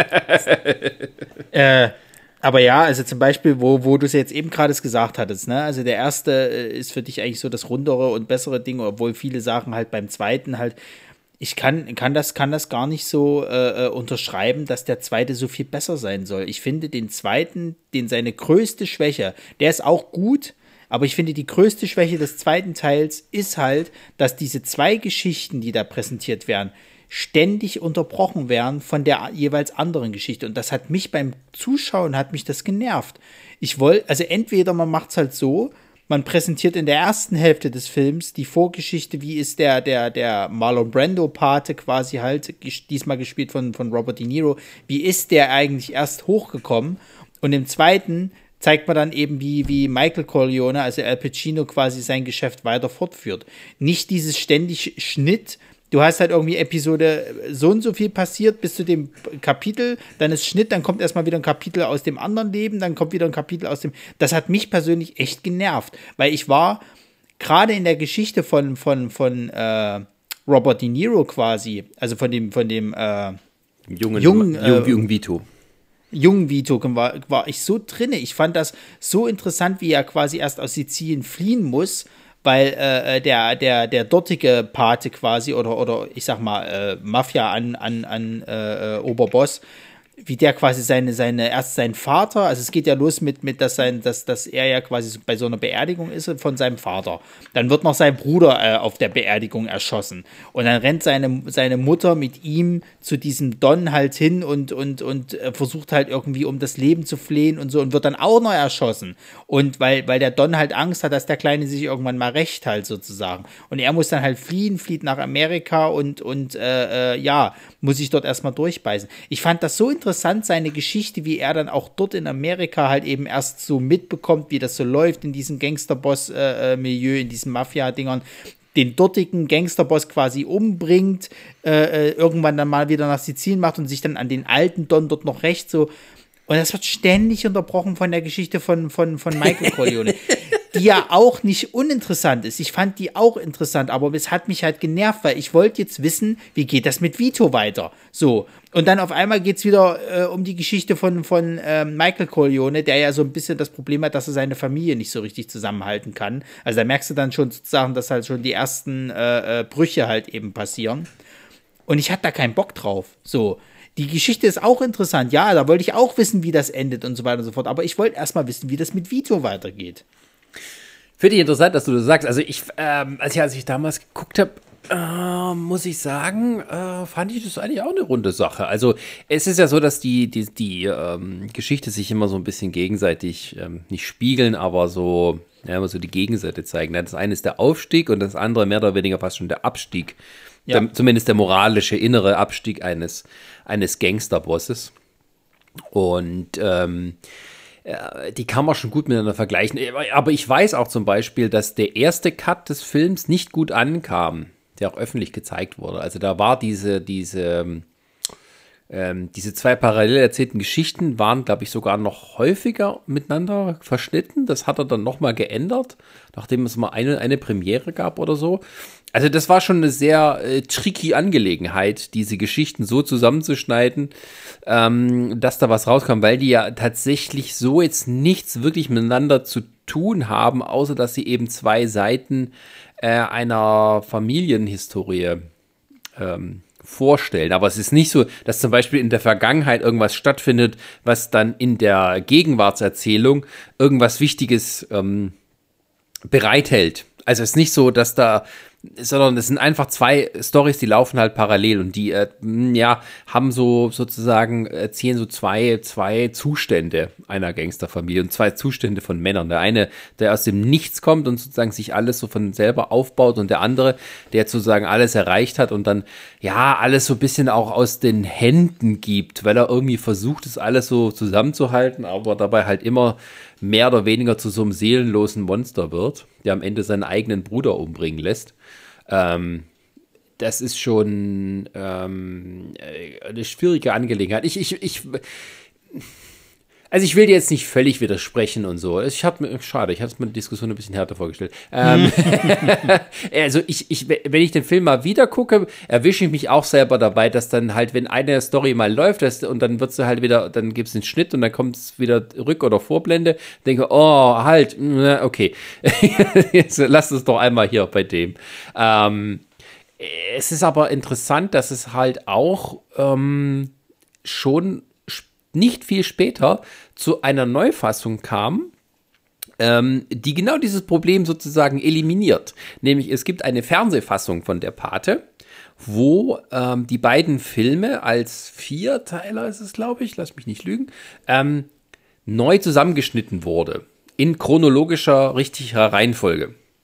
äh, aber ja, also zum Beispiel, wo, wo du es jetzt eben gerade gesagt hattest, ne? Also der erste äh, ist für dich eigentlich so das rundere und bessere Ding, obwohl viele Sachen halt beim zweiten halt, ich kann, kann, das, kann das gar nicht so äh, unterschreiben, dass der zweite so viel besser sein soll. Ich finde den zweiten, den seine größte Schwäche, der ist auch gut, aber ich finde, die größte Schwäche des zweiten Teils ist halt, dass diese zwei Geschichten, die da präsentiert werden, ständig unterbrochen werden von der jeweils anderen Geschichte. Und das hat mich beim Zuschauen, hat mich das genervt. Ich wollte, also entweder man macht es halt so, man präsentiert in der ersten Hälfte des Films die Vorgeschichte, wie ist der, der, der Marlon Brando-Pate quasi halt, diesmal gespielt von, von Robert De Niro, wie ist der eigentlich erst hochgekommen? Und im zweiten zeigt man dann eben, wie, wie Michael Corleone, also Al Pacino, quasi sein Geschäft weiter fortführt. Nicht dieses ständig Schnitt. Du hast halt irgendwie Episode so und so viel passiert bis zu dem Kapitel, dann ist Schnitt, dann kommt erstmal wieder ein Kapitel aus dem anderen Leben, dann kommt wieder ein Kapitel aus dem. Das hat mich persönlich echt genervt, weil ich war gerade in der Geschichte von, von, von äh, Robert De Niro quasi, also von dem, von dem äh, jungen, jungen, äh, jungen, jungen Vito. Jungen Vito war, war ich so drinne. Ich fand das so interessant, wie er quasi erst aus Sizilien fliehen muss, weil äh, der, der, der dortige Pate quasi oder, oder ich sag mal äh, Mafia an, an, an äh, Oberboss, wie der quasi seine, seine, erst sein Vater, also es geht ja los mit, mit dass, sein, dass, dass er ja quasi bei so einer Beerdigung ist von seinem Vater. Dann wird noch sein Bruder äh, auf der Beerdigung erschossen. Und dann rennt seine, seine Mutter mit ihm zu diesem Don halt hin und, und, und äh, versucht halt irgendwie um das Leben zu flehen und so und wird dann auch noch erschossen. Und weil, weil der Don halt Angst hat, dass der Kleine sich irgendwann mal rächt halt sozusagen. Und er muss dann halt fliehen, flieht nach Amerika und, und äh, äh, ja, muss sich dort erstmal durchbeißen. Ich fand das so interessant, Interessant, seine Geschichte, wie er dann auch dort in Amerika halt eben erst so mitbekommt, wie das so läuft in diesem Gangsterboss-Milieu, äh, in diesen Mafia-Dingern, den dortigen Gangsterboss quasi umbringt, äh, irgendwann dann mal wieder nach Sizilien macht und sich dann an den alten Don dort noch rächt, so. Und das wird ständig unterbrochen von der Geschichte von, von, von Michael Corleone, die ja auch nicht uninteressant ist. Ich fand die auch interessant, aber es hat mich halt genervt, weil ich wollte jetzt wissen, wie geht das mit Vito weiter? So. Und dann auf einmal geht's wieder äh, um die Geschichte von, von äh, Michael Corleone, der ja so ein bisschen das Problem hat, dass er seine Familie nicht so richtig zusammenhalten kann. Also da merkst du dann schon sozusagen, dass halt schon die ersten äh, äh, Brüche halt eben passieren. Und ich hatte da keinen Bock drauf. So. Die Geschichte ist auch interessant. Ja, da wollte ich auch wissen, wie das endet und so weiter und so fort. Aber ich wollte erstmal wissen, wie das mit Vito weitergeht. Finde ich interessant, dass du das sagst. Also ich, ähm, als ich, als ich damals geguckt habe, äh, muss ich sagen, äh, fand ich das eigentlich auch eine runde Sache. Also es ist ja so, dass die, die, die ähm, Geschichte sich immer so ein bisschen gegenseitig ähm, nicht spiegeln, aber so, ja, immer so die Gegenseite zeigen. Das eine ist der Aufstieg und das andere mehr oder weniger fast schon der Abstieg. Ja. Der, zumindest der moralische, innere Abstieg eines, eines Gangsterbosses. Und ähm, die kann man schon gut miteinander vergleichen. Aber ich weiß auch zum Beispiel, dass der erste Cut des Films nicht gut ankam, der auch öffentlich gezeigt wurde. Also da war diese, diese, ähm, diese zwei parallel erzählten Geschichten waren, glaube ich, sogar noch häufiger miteinander verschnitten. Das hat er dann nochmal geändert, nachdem es mal eine, eine Premiere gab oder so. Also das war schon eine sehr äh, tricky Angelegenheit, diese Geschichten so zusammenzuschneiden, ähm, dass da was rauskam, weil die ja tatsächlich so jetzt nichts wirklich miteinander zu tun haben, außer dass sie eben zwei Seiten äh, einer Familienhistorie ähm, vorstellen. Aber es ist nicht so, dass zum Beispiel in der Vergangenheit irgendwas stattfindet, was dann in der Gegenwartserzählung irgendwas Wichtiges ähm, bereithält. Also es ist nicht so, dass da, sondern es sind einfach zwei Storys, die laufen halt parallel und die, äh, ja, haben so sozusagen, erzählen so zwei, zwei Zustände einer Gangsterfamilie und zwei Zustände von Männern. Der eine, der aus dem Nichts kommt und sozusagen sich alles so von selber aufbaut und der andere, der sozusagen alles erreicht hat und dann, ja, alles so ein bisschen auch aus den Händen gibt, weil er irgendwie versucht, es alles so zusammenzuhalten, aber dabei halt immer mehr oder weniger zu so einem seelenlosen Monster wird, der am Ende seinen eigenen Bruder umbringen lässt. Ähm, das ist schon ähm, eine schwierige Angelegenheit. Ich, ich, ich, also ich will dir jetzt nicht völlig widersprechen und so. Ich habe mir, schade, ich hatte mir die Diskussion ein bisschen härter vorgestellt. Ähm, also ich, ich, wenn ich den Film mal wieder gucke, erwische ich mich auch selber dabei, dass dann halt, wenn eine Story mal läuft das, und dann wird sie halt wieder, dann gibt es einen Schnitt und dann kommt es wieder Rück- oder Vorblende, denke, oh, halt, okay, jetzt lass es doch einmal hier bei dem. Ähm, es ist aber interessant, dass es halt auch ähm, schon nicht viel später zu einer Neufassung kam, ähm, die genau dieses Problem sozusagen eliminiert. Nämlich es gibt eine Fernsehfassung von der Pate, wo ähm, die beiden Filme als Vierteiler, ist es glaube ich, lass mich nicht lügen, ähm, neu zusammengeschnitten wurde. In chronologischer, richtiger Reihenfolge.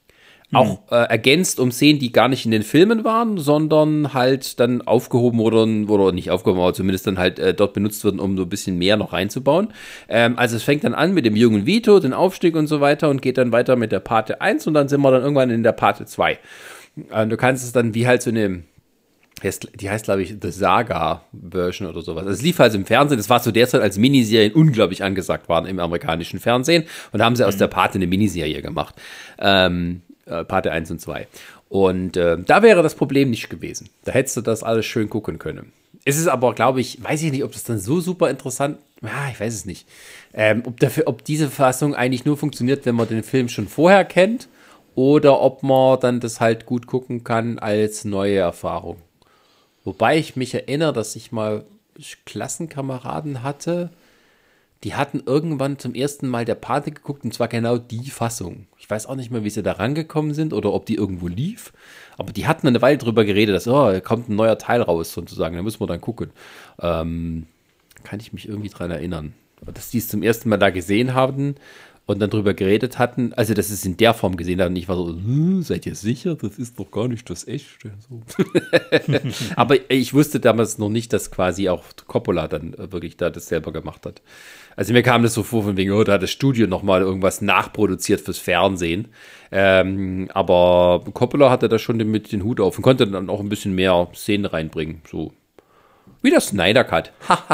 Auch äh, ergänzt um Szenen, die gar nicht in den Filmen waren, sondern halt dann aufgehoben wurden, oder nicht aufgehoben, aber zumindest dann halt äh, dort benutzt wurden, um so ein bisschen mehr noch reinzubauen. Ähm, also es fängt dann an mit dem jungen Vito, den Aufstieg und so weiter und geht dann weiter mit der Pate eins und dann sind wir dann irgendwann in der Pate zwei. Ähm, du kannst es dann wie halt so eine, die heißt glaube ich The Saga-Version oder sowas. Also es lief halt im Fernsehen, das war zu der Zeit, als Miniserien unglaublich angesagt waren im amerikanischen Fernsehen und da haben sie aus der Pate eine Miniserie gemacht. Ähm, Pate eins und zwei. Und äh, da wäre das Problem nicht gewesen. Da hättest du das alles schön gucken können. Es ist aber, glaube ich, weiß ich nicht, ob das dann so super interessant, ja, ich weiß es nicht, ähm, ob, dafür, ob diese Fassung eigentlich nur funktioniert, wenn man den Film schon vorher kennt oder ob man dann das halt gut gucken kann als neue Erfahrung. Wobei ich mich erinnere, dass ich mal Klassenkameraden hatte, die hatten irgendwann zum ersten Mal der Pate geguckt und zwar genau die Fassung. Ich weiß auch nicht mehr, wie sie da rangekommen sind oder ob die irgendwo lief. Aber die hatten eine Weile drüber geredet, dass, oh, da kommt ein neuer Teil raus sozusagen, da müssen wir dann gucken. Ähm, kann ich mich irgendwie dran erinnern. Dass die es zum ersten Mal da gesehen haben und dann drüber geredet hatten, also dass sie es in der Form gesehen haben. Und ich war so, hm, seid ihr sicher? Das ist doch gar nicht das Echte. So. Aber ich wusste damals noch nicht, dass quasi auch Coppola dann wirklich da das selber gemacht hat. Also mir kam das so vor, von wegen, oh, da hat das Studio nochmal irgendwas nachproduziert fürs Fernsehen. Ähm, aber Coppola hatte da schon mit den Hut auf und konnte dann auch ein bisschen mehr Szenen reinbringen. So wie der Snyder Cut.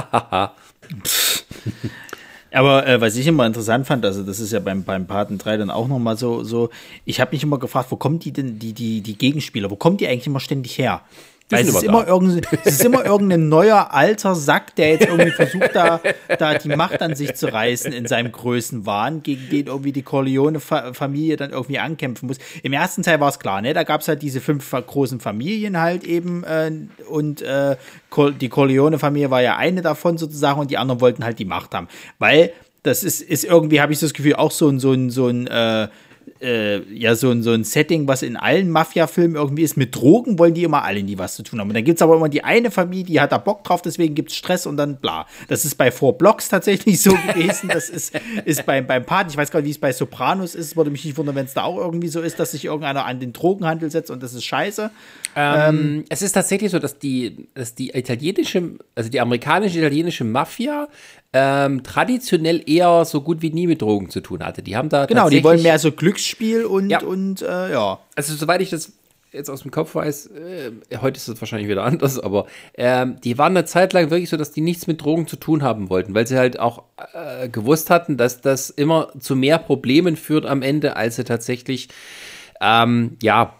Aber äh, was ich immer interessant fand, also das ist ja beim, beim Paten drei dann auch nochmal so, so, ich habe mich immer gefragt, wo kommen die denn, die, die, die Gegenspieler, wo kommen die eigentlich immer ständig her? Weil es ist, immer irgendein, es ist immer irgendein neuer, alter Sack, der jetzt irgendwie versucht, da, da die Macht an sich zu reißen in seinem Größenwahn, gegen den irgendwie die Corleone-Familie dann irgendwie ankämpfen muss. Im ersten Teil war es klar, ne? Da gab es halt diese fünf großen Familien halt eben äh, und äh, die Corleone-Familie war ja eine davon sozusagen und die anderen wollten halt die Macht haben. Weil das ist, ist irgendwie, habe ich das Gefühl, auch so ein, so ein, so ein äh, Äh, ja, so ein, so ein Setting, was in allen Mafia-Filmen irgendwie ist. Mit Drogen wollen die immer alle nie was zu tun haben. Und dann gibt es aber immer die eine Familie, die hat da Bock drauf, deswegen gibt es Stress und dann bla. Das ist bei Four Blocks tatsächlich so gewesen. Das ist, ist beim, beim Paten, ich weiß gar nicht, wie es bei Sopranos ist. Würde mich nicht wundern, wenn es da auch irgendwie so ist, dass sich irgendeiner an den Drogenhandel setzt und das ist scheiße. Ähm, ähm, es ist tatsächlich so, dass die, dass die italienische, also die amerikanisch-italienische Mafia Ähm, traditionell eher so gut wie nie mit Drogen zu tun hatte. Die haben da genau, die wollen mehr so Glücksspiel und ja. und äh, ja. Also soweit ich das jetzt aus dem Kopf weiß, äh, heute ist es wahrscheinlich wieder anders, aber ähm, die waren eine Zeit lang wirklich so, dass die nichts mit Drogen zu tun haben wollten, weil sie halt auch äh, gewusst hatten, dass das immer zu mehr Problemen führt am Ende, als sie tatsächlich ähm, ja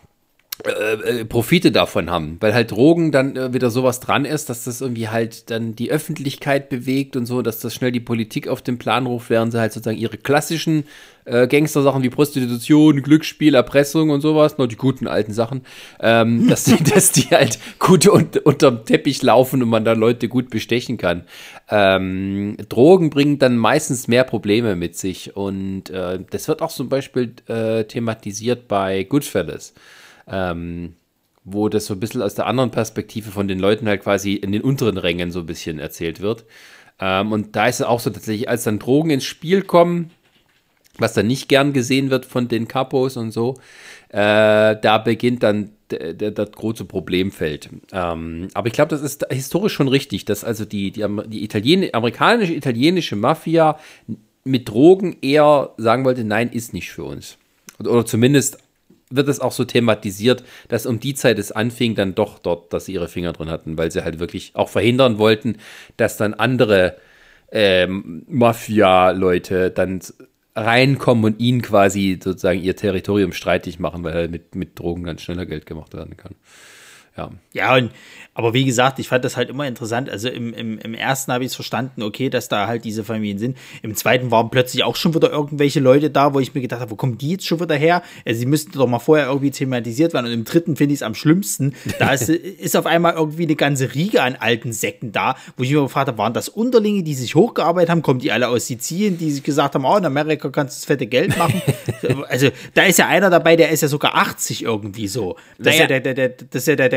Äh, Profite davon haben, weil halt Drogen dann äh, wieder sowas dran ist, dass das irgendwie halt dann die Öffentlichkeit bewegt und so, dass das schnell die Politik auf den Plan ruft, während sie halt sozusagen ihre klassischen äh, Gangster-Sachen wie Prostitution, Glücksspiel, Erpressung und sowas, noch die guten alten Sachen, ähm, dass, die, dass die halt gut un- unterm Teppich laufen und man da Leute gut bestechen kann. Ähm, Drogen bringen dann meistens mehr Probleme mit sich und äh, das wird auch zum Beispiel äh, thematisiert bei Goodfellas. Ähm, wo das so ein bisschen aus der anderen Perspektive von den Leuten halt quasi in den unteren Rängen so ein bisschen erzählt wird. Ähm, und da ist es auch so tatsächlich, als dann Drogen ins Spiel kommen, was dann nicht gern gesehen wird von den Capos und so, äh, da beginnt dann d- d- das große Problemfeld. Ähm, aber ich glaube, das ist historisch schon richtig, dass also die, die, die Italien- amerikanische, italienische Mafia mit Drogen eher sagen wollte, nein, ist nicht für uns. Oder zumindest wird es auch so thematisiert, dass um die Zeit es anfing, dann doch dort, dass sie ihre Finger drin hatten, weil sie halt wirklich auch verhindern wollten, dass dann andere ähm, Mafia-Leute dann reinkommen und ihnen quasi sozusagen ihr Territorium streitig machen, weil halt mit, mit Drogen dann schneller Geld gemacht werden kann. Ja, ja und, aber wie gesagt, ich fand das halt immer interessant. Also im, im, im ersten habe ich es verstanden, okay, dass da halt diese Familien sind. Im zweiten waren plötzlich auch schon wieder irgendwelche Leute da, wo ich mir gedacht habe, wo kommen die jetzt schon wieder her? Also sie müssten doch mal vorher irgendwie thematisiert werden. Und im dritten finde ich es am schlimmsten. Da ist, ist auf einmal irgendwie eine ganze Riege an alten Säcken da, wo ich mir gefragt habe, waren das Unterlinge, die sich hochgearbeitet haben? Kommen die alle aus Sizilien, die sich gesagt haben, oh, in Amerika kannst du das fette Geld machen? Also da ist ja einer dabei, der ist ja sogar achtzig irgendwie so. Das, naja. ist, ja der, der, der, das ist ja der, der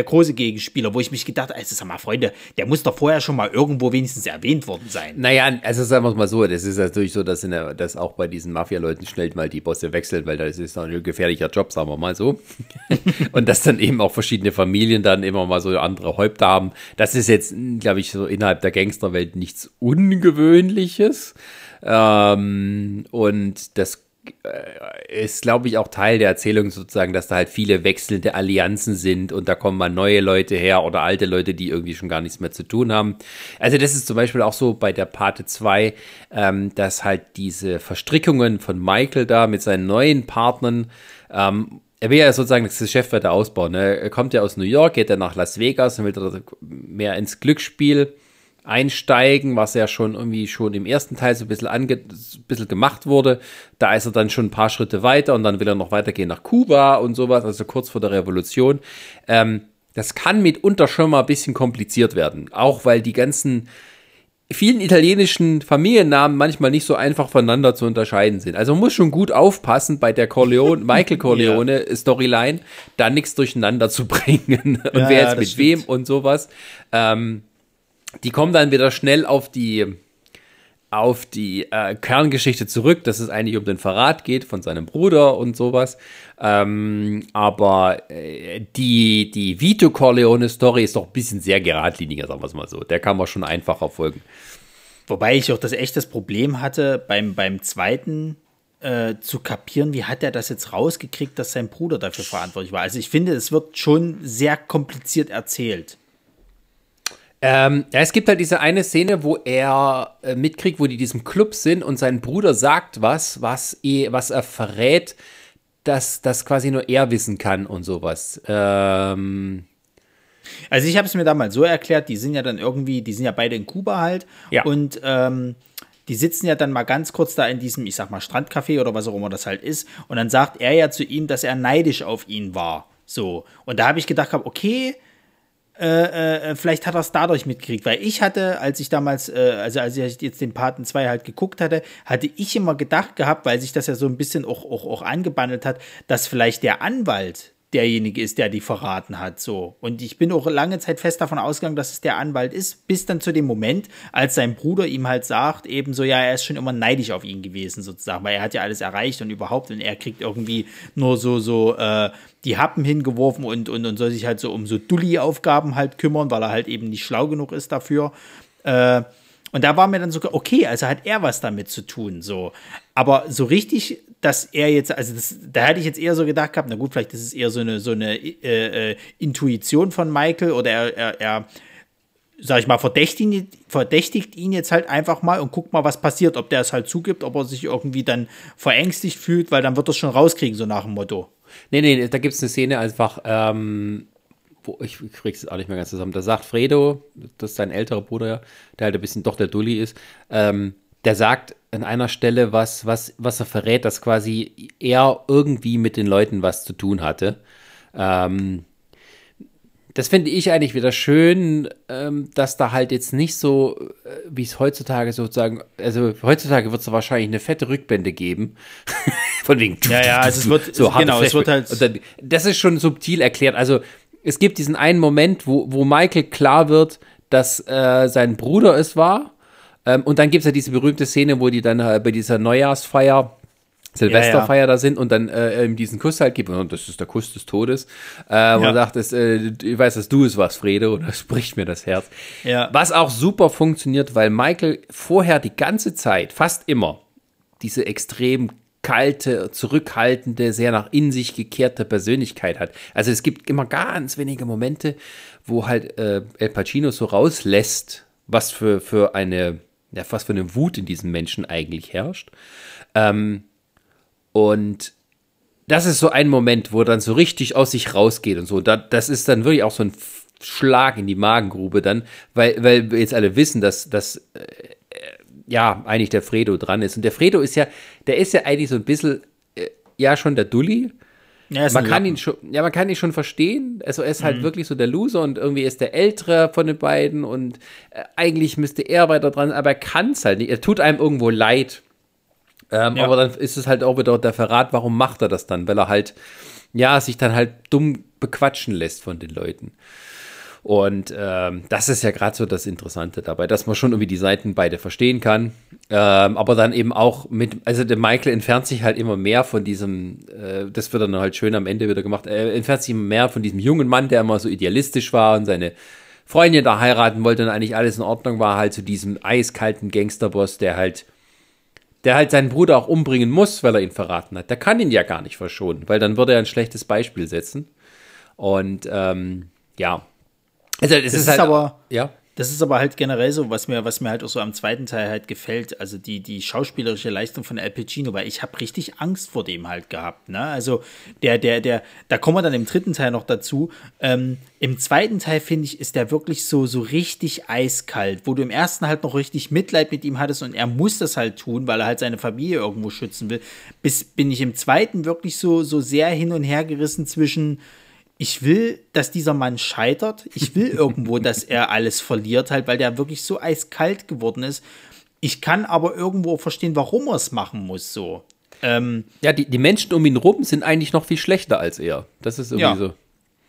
große Gegenspieler, wo ich mich gedacht habe, also sag mal, Freunde, der muss doch vorher schon mal irgendwo wenigstens erwähnt worden sein. Naja, also sagen wir es mal so, das ist natürlich so, dass, in der, dass auch bei diesen Mafia-Leuten schnell mal die Bosse wechseln, weil das ist ein gefährlicher Job, sagen wir mal so. Und dass dann eben auch verschiedene Familien dann immer mal so andere Häupter haben. Das ist jetzt, glaube ich, so innerhalb der Gangsterwelt nichts Ungewöhnliches. Ähm, und das ist, glaube ich, auch Teil der Erzählung sozusagen, dass da halt viele wechselnde Allianzen sind und da kommen mal neue Leute her oder alte Leute, die irgendwie schon gar nichts mehr zu tun haben. Also das ist zum Beispiel auch so bei der Pate zwei, ähm, dass halt diese Verstrickungen von Michael da mit seinen neuen Partnern, ähm, er will ja sozusagen das Geschäft weiter ausbauen. Ne? Er kommt ja aus New York, geht dann nach Las Vegas und will da mehr ins Glücksspiel einsteigen, was ja schon irgendwie schon im ersten Teil so ein bisschen, ange- ein bisschen gemacht wurde. Da ist er dann schon ein paar Schritte weiter und dann will er noch weitergehen nach Kuba und sowas, also kurz vor der Revolution. Ähm, das kann mitunter schon mal ein bisschen kompliziert werden, auch weil die ganzen vielen italienischen Familiennamen manchmal nicht so einfach voneinander zu unterscheiden sind. Also man muss schon gut aufpassen bei der Corleone, Michael Corleone ja. Storyline, da nichts durcheinander zu bringen und ja, wer jetzt mit stimmt. wem und sowas. Ähm, Die kommen dann wieder schnell auf die, auf die äh, Kerngeschichte zurück, dass es eigentlich um den Verrat geht von seinem Bruder und sowas. Ähm, aber äh, die, die Vito Corleone-Story ist doch ein bisschen sehr geradliniger, sagen wir es mal so. Der kann man schon einfacher folgen. Wobei ich auch das echt das Problem hatte, beim, beim zweiten äh, zu kapieren, wie hat er das jetzt rausgekriegt, dass sein Bruder dafür verantwortlich war. Also ich finde, es wird schon sehr kompliziert erzählt. Ähm, ja, es gibt halt diese eine Szene, wo er äh, mitkriegt, wo die in diesem Club sind und sein Bruder sagt was, was, eh, was er verrät, dass das quasi nur er wissen kann und sowas. Ähm also ich habe es mir damals so erklärt, die sind ja dann irgendwie, die sind ja beide in Kuba halt ja. und ähm, die sitzen ja dann mal ganz kurz da in diesem, ich sag mal, Strandcafé oder was auch immer das halt ist und dann sagt er ja zu ihm, dass er neidisch auf ihn war. So. Und da habe ich gedacht, okay, Äh, äh, vielleicht hat er es dadurch mitgekriegt, weil ich hatte, als ich damals, äh, also als ich jetzt den Paten zwei halt geguckt hatte, hatte ich immer gedacht gehabt, weil sich das ja so ein bisschen auch, auch, auch angebandelt hat, dass vielleicht der Anwalt derjenige ist, der die verraten hat, so. Und ich bin auch lange Zeit fest davon ausgegangen, dass es der Anwalt ist, bis dann zu dem Moment, als sein Bruder ihm halt sagt, eben so, ja, er ist schon immer neidisch auf ihn gewesen, sozusagen, weil er hat ja alles erreicht und überhaupt, und er kriegt irgendwie nur so, so, äh, die Happen hingeworfen und, und, und soll sich halt so um so Dulli-Aufgaben halt kümmern, weil er halt eben nicht schlau genug ist dafür. Äh, und da war mir dann sogar, okay, also hat er was damit zu tun, so. Aber so richtig, dass er jetzt, also das, da hätte ich jetzt eher so gedacht gehabt, na gut, vielleicht ist es eher so eine, so eine äh, äh, Intuition von Michael oder er, er, er sag ich mal, verdächtigt, verdächtigt ihn jetzt halt einfach mal und guckt mal, was passiert, ob der es halt zugibt, ob er sich irgendwie dann verängstigt fühlt, weil dann wird er es schon rauskriegen, so nach dem Motto. Nee, nee, da gibt es eine Szene einfach, ähm, wo ich, ich krieg's auch nicht mehr ganz zusammen. Da sagt Fredo, das ist sein älterer Bruder, der halt ein bisschen doch der Dulli ist, ähm, der sagt an einer Stelle was, was, was er verrät, dass quasi er irgendwie mit den Leuten was zu tun hatte. Ähm, das finde ich eigentlich wieder schön, ähm, dass da halt jetzt nicht so, äh, wie es heutzutage sozusagen, also heutzutage wird es wahrscheinlich eine fette Rückblende geben. Von wegen. Ja, ja, also es wird, so genau, es wird halt. Dann, das ist schon subtil erklärt. Also es gibt diesen einen Moment, wo, wo Michael klar wird, dass äh, sein Bruder es war. Ähm, und dann gibt es ja diese berühmte Szene, wo die dann äh, bei dieser Neujahrsfeier, Silvesterfeier ja, ja. da sind und dann äh, diesen Kuss halt gibt. Und das ist der Kuss des Todes. Äh, ja. Man sagt, es, äh, ich weiß, dass du es warst, Fredo. Und das spricht mir das Herz. Ja. Was auch super funktioniert, weil Michael vorher die ganze Zeit, fast immer, diese extrem kalte, zurückhaltende, sehr nach in sich gekehrte Persönlichkeit hat. Also es gibt immer ganz wenige Momente, wo halt äh, El Pacino so rauslässt, was für, für eine, ja, was für eine Wut in diesem Menschen eigentlich herrscht. Ähm, und das ist so ein Moment, wo er dann so richtig aus sich rausgeht und so. Da, das ist dann wirklich auch so ein Schlag in die Magengrube dann, weil, weil wir jetzt alle wissen, dass, dass äh, ja, eigentlich der Fredo dran ist. Und der Fredo ist ja, der ist ja eigentlich so ein bisschen, äh, ja, schon der Dulli. Ja, man kann ihn schon, ja, man kann ihn schon verstehen. Also er ist halt mhm. wirklich so der Loser und irgendwie ist der Ältere von den beiden und äh, eigentlich müsste er weiter dran, aber er kann es halt nicht. Er tut einem irgendwo leid. Ähm, ja. Aber dann ist es halt auch wieder der Verrat, warum macht er das dann? Weil er halt ja, sich dann halt dumm bequatschen lässt von den Leuten. Und ähm, das ist ja gerade so das Interessante dabei, dass man schon irgendwie die Seiten beide verstehen kann, ähm, aber dann eben auch mit, also der Michael entfernt sich halt immer mehr von diesem, äh, das wird dann halt schön am Ende wieder gemacht, er entfernt sich immer mehr von diesem jungen Mann, der immer so idealistisch war und seine Freundin da heiraten wollte und eigentlich alles in Ordnung war, halt zu diesem eiskalten Gangsterboss, der halt, der halt seinen Bruder auch umbringen muss, weil er ihn verraten hat. Der kann ihn ja gar nicht verschonen, weil dann würde er ein schlechtes Beispiel setzen. Und ähm, ja, also es das ist, ist halt, aber, ja. Das ist aber halt generell so, was mir, was mir halt auch so am zweiten Teil halt gefällt, also die, die schauspielerische Leistung von Al Pacino, weil ich habe richtig Angst vor dem halt gehabt, ne? Also der, der, der, da kommen wir dann im dritten Teil noch dazu. Ähm, im zweiten Teil, finde ich, ist der wirklich so, so richtig eiskalt, wo du im ersten halt noch richtig Mitleid mit ihm hattest und er muss das halt tun, weil er halt seine Familie irgendwo schützen will. Bis bin ich im zweiten wirklich so, so sehr hin und her gerissen zwischen ich will, dass dieser Mann scheitert. Ich will irgendwo, dass er alles verliert, halt, weil der wirklich so eiskalt geworden ist. Ich kann aber irgendwo verstehen, warum er es machen muss, so. Ähm, ja, die, die Menschen um ihn rum sind eigentlich noch viel schlechter als er. Das ist irgendwie ja. so.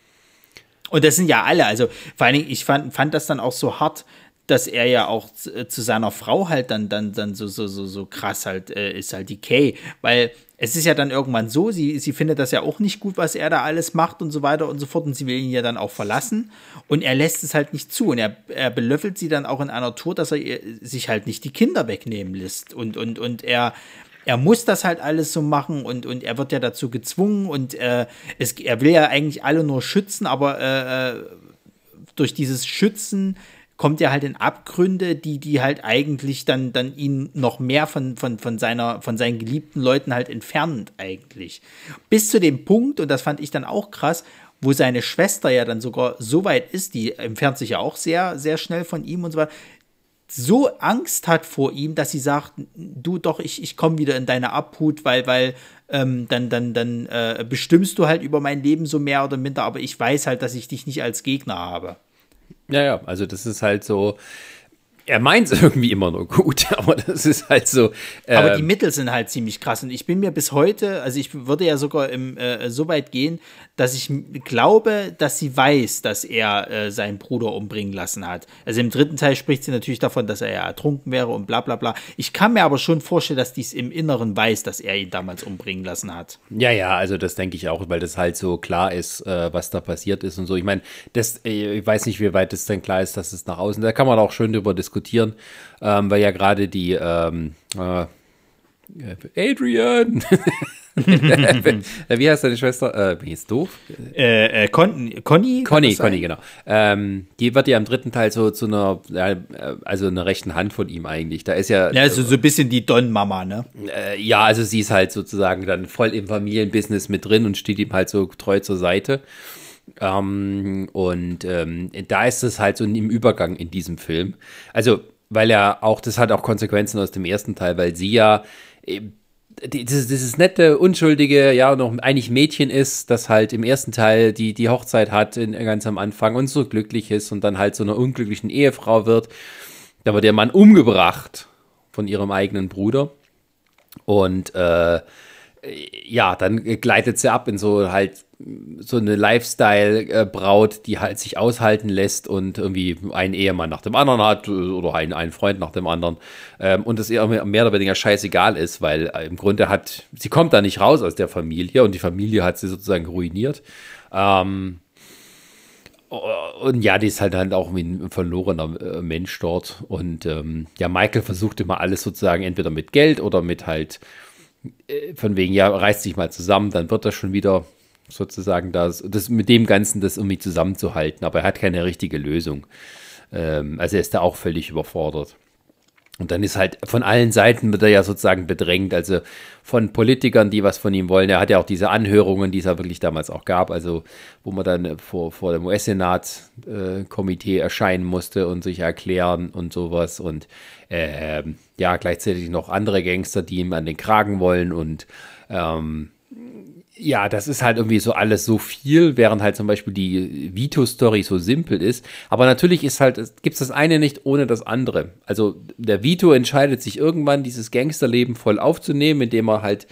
Und das sind ja alle. Also, vor allen Dingen, ich fand, fand das dann auch so hart, dass er ja auch zu, zu seiner Frau halt dann, dann, dann so, so, so, so krass halt äh, ist, halt die Kay. Weil es ist ja dann irgendwann so, sie, sie findet das ja auch nicht gut, was er da alles macht und so weiter und so fort. Und sie will ihn ja dann auch verlassen. Und er lässt es halt nicht zu. Und er, er belöffelt sie dann auch in einer Tour, dass er ihr, sich halt nicht die Kinder wegnehmen lässt. Und, und, und er, er muss das halt alles so machen. Und, und er wird ja dazu gezwungen. Und äh, es, er will ja eigentlich alle nur schützen, aber äh, durch dieses Schützen kommt er halt in Abgründe, die, die halt eigentlich dann, dann ihn noch mehr von, von, von, seiner, von seinen geliebten Leuten halt entfernen eigentlich. Bis zu dem Punkt, und das fand ich dann auch krass, wo seine Schwester ja dann sogar so weit ist, die entfernt sich ja auch sehr, sehr schnell von ihm und so weiter, so Angst hat vor ihm, dass sie sagt, du doch, ich, ich komme wieder in deine Obhut, weil, weil ähm, dann, dann, dann äh, bestimmst du halt über mein Leben so mehr oder minder, aber ich weiß halt, dass ich dich nicht als Gegner habe. Ja, ja, also das ist halt so, er meint es irgendwie immer nur gut, aber das ist halt so. Ähm, aber die Mittel sind halt ziemlich krass und ich bin mir bis heute, also ich würde ja sogar im, äh, so weit gehen, dass ich glaube, dass sie weiß, dass er äh, seinen Bruder umbringen lassen hat. Also im dritten Teil spricht sie natürlich davon, dass er ja ertrunken wäre und bla bla bla. Ich kann mir aber schon vorstellen, dass die es im Inneren weiß, dass er ihn damals umbringen lassen hat. Ja, ja, also das denke ich auch, weil das halt so klar ist, äh, was da passiert ist und so. Ich meine, das, ich weiß nicht, wie weit es denn klar ist, dass es nach außen, da kann man auch schön drüber diskutieren, ähm, weil ja gerade die ähm, äh, Adrian wie heißt deine Schwester? Äh, bin ich jetzt doof? Äh, äh, Con Conny? Conny, Conny, genau. Ähm, die wird ja im dritten Teil so zu einer, ja, also einer rechten Hand von ihm eigentlich. Da ist ja. Ja, also so ein bisschen die Don-Mama, ne? Äh, ja, also sie ist halt sozusagen dann voll im Familienbusiness mit drin und steht ihm halt so treu zur Seite. Ähm, und ähm, da ist es halt so im Übergang in diesem Film. Also, weil er auch, das hat auch Konsequenzen aus dem ersten Teil, weil sie ja Dieses, dieses nette, unschuldige, ja, noch eigentlich Mädchen ist, das halt im ersten Teil die, die Hochzeit hat, in, ganz am Anfang und so glücklich ist und dann halt so einer unglücklichen Ehefrau wird. Da wird der Mann umgebracht von ihrem eigenen Bruder. Und äh, ja, dann gleitet sie ab in so halt so eine Lifestyle-Braut, die halt sich aushalten lässt und irgendwie einen Ehemann nach dem anderen hat oder einen, einen Freund nach dem anderen ähm, und es ihr mehr oder weniger scheißegal ist, weil im Grunde hat, sie kommt da nicht raus aus der Familie und die Familie hat sie sozusagen ruiniert. Ähm, und ja, die ist halt halt auch wie ein verlorener Mensch dort und ähm, ja, Michael versucht immer alles sozusagen entweder mit Geld oder mit halt von wegen, ja, reißt sich mal zusammen, dann wird das schon wieder sozusagen das, das mit dem Ganzen das irgendwie zusammenzuhalten, aber er hat keine richtige Lösung. Ähm, also er ist da auch völlig überfordert. Und dann ist halt von allen Seiten wird er ja sozusagen bedrängt, also von Politikern, die was von ihm wollen. Er hat ja auch diese Anhörungen, die es ja wirklich damals auch gab, also wo man dann vor, vor dem U S-Senat-Komitee äh, erscheinen musste und sich erklären und sowas. Und äh, ja, gleichzeitig noch andere Gangster, die ihm an den Kragen wollen. Und ähm, ja, das ist halt irgendwie so alles so viel, während halt zum Beispiel die Vito-Story so simpel ist. Aber natürlich ist halt, gibt es das eine nicht ohne das andere. Also der Vito entscheidet sich irgendwann, dieses Gangsterleben voll aufzunehmen, indem er halt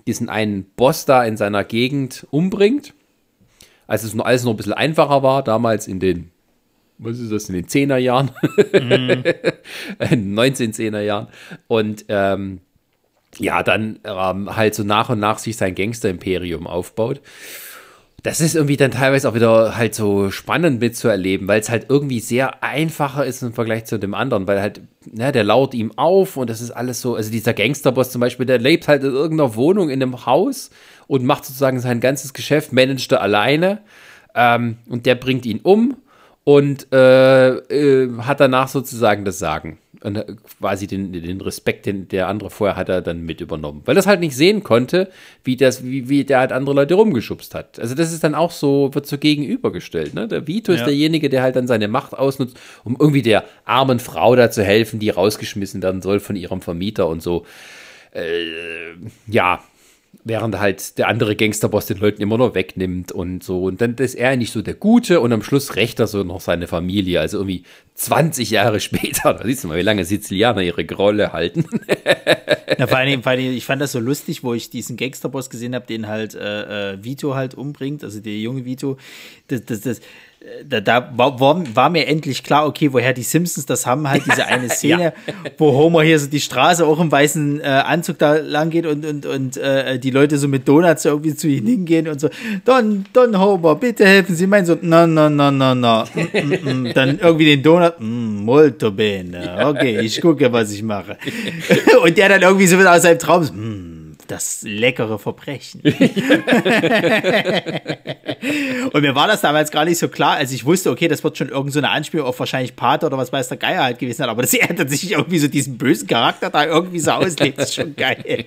diesen einen Boss da in seiner Gegend umbringt. Als es nur alles noch ein bisschen einfacher war, damals in den, was ist das, in den zehner Jahren, mhm. neunzehnhundertzehner Jahren. Und ähm, ja, dann ähm, halt so nach und nach sich sein Gangster-Imperium aufbaut. Das ist irgendwie dann teilweise auch wieder halt so spannend mitzuerleben, weil es halt irgendwie sehr einfacher ist im Vergleich zu dem anderen, weil halt, ne, der lauert ihm auf und das ist alles so, also dieser Gangsterboss zum Beispiel, der lebt halt in irgendeiner Wohnung in einem Haus und macht sozusagen sein ganzes Geschäft, managt er alleine ähm, und der bringt ihn um und äh, äh, hat danach sozusagen das Sagen. Und quasi den, den Respekt, den der andere vorher hat, er dann mit übernommen. Weil das halt nicht sehen konnte, wie, das, wie, wie der halt andere Leute rumgeschubst hat. Also das ist dann auch so, wird so gegenübergestellt. Ne? Der Vito ja. ist derjenige, der halt dann seine Macht ausnutzt, um irgendwie der armen Frau da zu helfen, die rausgeschmissen werden soll von ihrem Vermieter und so. Äh, ja, während halt der andere Gangsterboss den Leuten immer noch wegnimmt und so. Und dann ist er nicht so der Gute und am Schluss rächt er so noch seine Familie. Also irgendwie zwanzig Jahre später, da siehst du mal, wie lange Sizilianer ihre Rolle halten. Ja, vor allem, vor allem, ich fand das so lustig, wo ich diesen Gangsterboss gesehen habe, den halt äh, Vito halt umbringt, also der junge Vito. Das, das, das, da, da war, war mir endlich klar, okay, woher die Simpsons das haben, halt diese eine Szene, ja. wo Homer hier so die Straße auch im weißen äh, Anzug da lang geht und, und, und äh, die Leute so mit Donuts irgendwie zu ihnen hingehen und so, Don, Don Homer, bitte helfen Sie, mein Sohn, na, na, na, na, na, mm, mm, mm. Dann irgendwie den Donut, mm, molto bene, okay, ich gucke, was ich mache. Und der dann irgendwie so wieder aus seinem Traum, mm, das leckere Verbrechen. Und mir war das damals gar nicht so klar, als ich wusste, okay, das wird schon irgend so eine Anspielung auf wahrscheinlich Pater oder was weiß der Geier halt gewesen sein, aber dass er tatsächlich irgendwie so diesen bösen Charakter da irgendwie so auslebt, ist schon geil.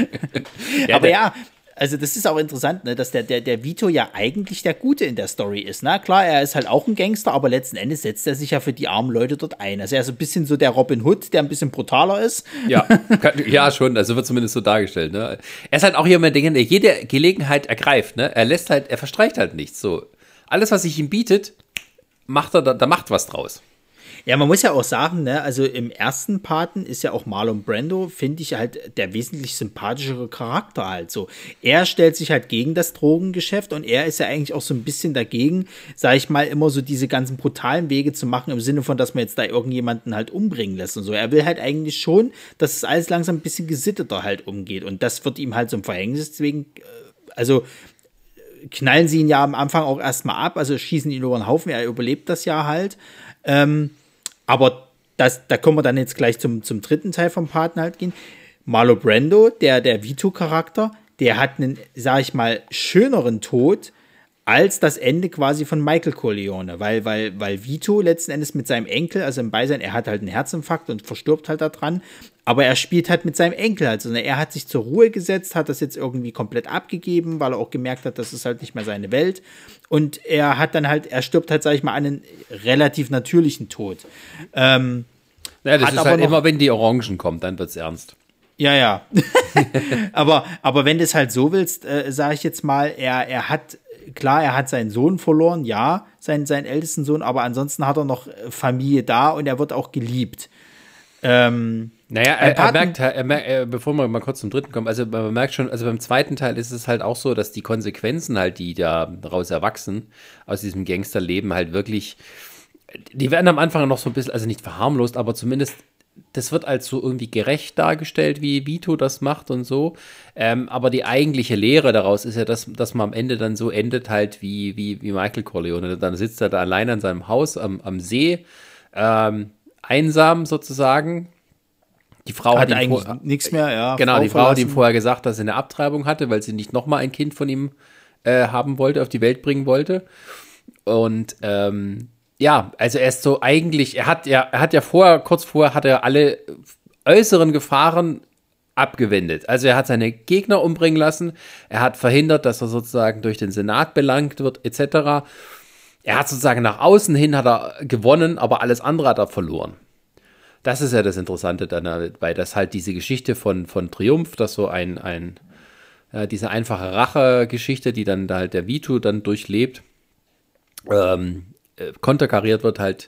Ja, aber ja, also das ist auch interessant, ne, dass der, der, der Vito ja eigentlich der Gute in der Story ist. Ne? Klar, er ist halt auch ein Gangster, aber letzten Endes setzt er sich ja für die armen Leute dort ein. Also er ist ein bisschen so der Robin Hood, der ein bisschen brutaler ist. Ja, kann, ja schon, also wird zumindest so dargestellt. Ne? Er ist halt auch jemand, der jede Gelegenheit ergreift. Ne? Er lässt halt, er verstreicht halt nichts. So. Alles, was sich ihm bietet, macht er, da, da macht was draus. Ja, man muss ja auch sagen, ne, also im ersten Paten ist ja auch Marlon Brando, finde ich, halt der wesentlich sympathischere Charakter halt so. Er stellt sich halt gegen das Drogengeschäft und er ist ja eigentlich auch so ein bisschen dagegen, sag ich mal, immer so diese ganzen brutalen Wege zu machen, im Sinne von, dass man jetzt da irgendjemanden halt umbringen lässt und so. Er will halt eigentlich schon, dass es alles langsam ein bisschen gesitteter halt umgeht und das wird ihm halt so ein Verhängnis, deswegen, also knallen sie ihn ja am Anfang auch erstmal ab, also schießen ihn über den Haufen, er überlebt das ja halt, ähm, aber das, da kommen wir dann jetzt gleich zum, zum dritten Teil vom Paten halt gehen. Marlon Brando, der, der Vito-Charakter, der hat einen, sag ich mal, schöneren Tod als das Ende quasi von Michael Corleone, weil, weil, weil Vito letzten Endes mit seinem Enkel, also im Beisein, er hat halt einen Herzinfarkt und verstirbt halt da dran, aber er spielt halt mit seinem Enkel halt, also er hat sich zur Ruhe gesetzt, hat das jetzt irgendwie komplett abgegeben, weil er auch gemerkt hat, das ist halt nicht mehr seine Welt und er hat dann halt, er stirbt halt, sag ich mal, einen relativ natürlichen Tod. Ähm, ja, das ist halt noch, immer, wenn die Orangen kommen, dann wird's ernst. Ja, ja. aber, aber wenn du es halt so willst, äh, sage ich jetzt mal, er, er hat klar, er hat seinen Sohn verloren, ja, seinen, seinen ältesten Sohn, aber ansonsten hat er noch Familie da und er wird auch geliebt. Ähm, naja, er, er merkt, er merkt er, bevor wir mal kurz zum dritten kommen, also man merkt schon, also beim zweiten Teil ist es halt auch so, dass die Konsequenzen halt, die da daraus erwachsen, aus diesem Gangsterleben halt wirklich, die werden am Anfang noch so ein bisschen, also nicht verharmlost, aber zumindest das wird als so irgendwie gerecht dargestellt, wie Vito das macht und so. Ähm, aber die eigentliche Lehre daraus ist ja, dass, dass man am Ende dann so endet halt wie, wie, wie Michael Corleone. Dann sitzt er da allein an seinem Haus am, am See, ähm, einsam sozusagen. Die Frau hat, hat eigentlich nichts mehr, ja. Genau, Frau die Frau verlassen. Hat ihm vorher gesagt, dass sie eine Abtreibung hatte, weil sie nicht nochmal ein Kind von ihm äh, haben wollte, auf die Welt bringen wollte. Und ähm, ja, also er ist so eigentlich, er hat ja, er hat ja vorher, kurz vorher hat er alle äußeren Gefahren abgewendet. Also er hat seine Gegner umbringen lassen, er hat verhindert, dass er sozusagen durch den Senat belangt wird, et cetera. Er hat sozusagen nach außen hin hat er gewonnen, aber alles andere hat er verloren. Das ist ja das Interessante dann, weil das halt diese Geschichte von, von Triumph, dass so ein, ein ja, diese einfache Rache-Geschichte, die dann da halt der Vito dann durchlebt, ähm, konterkariert wird halt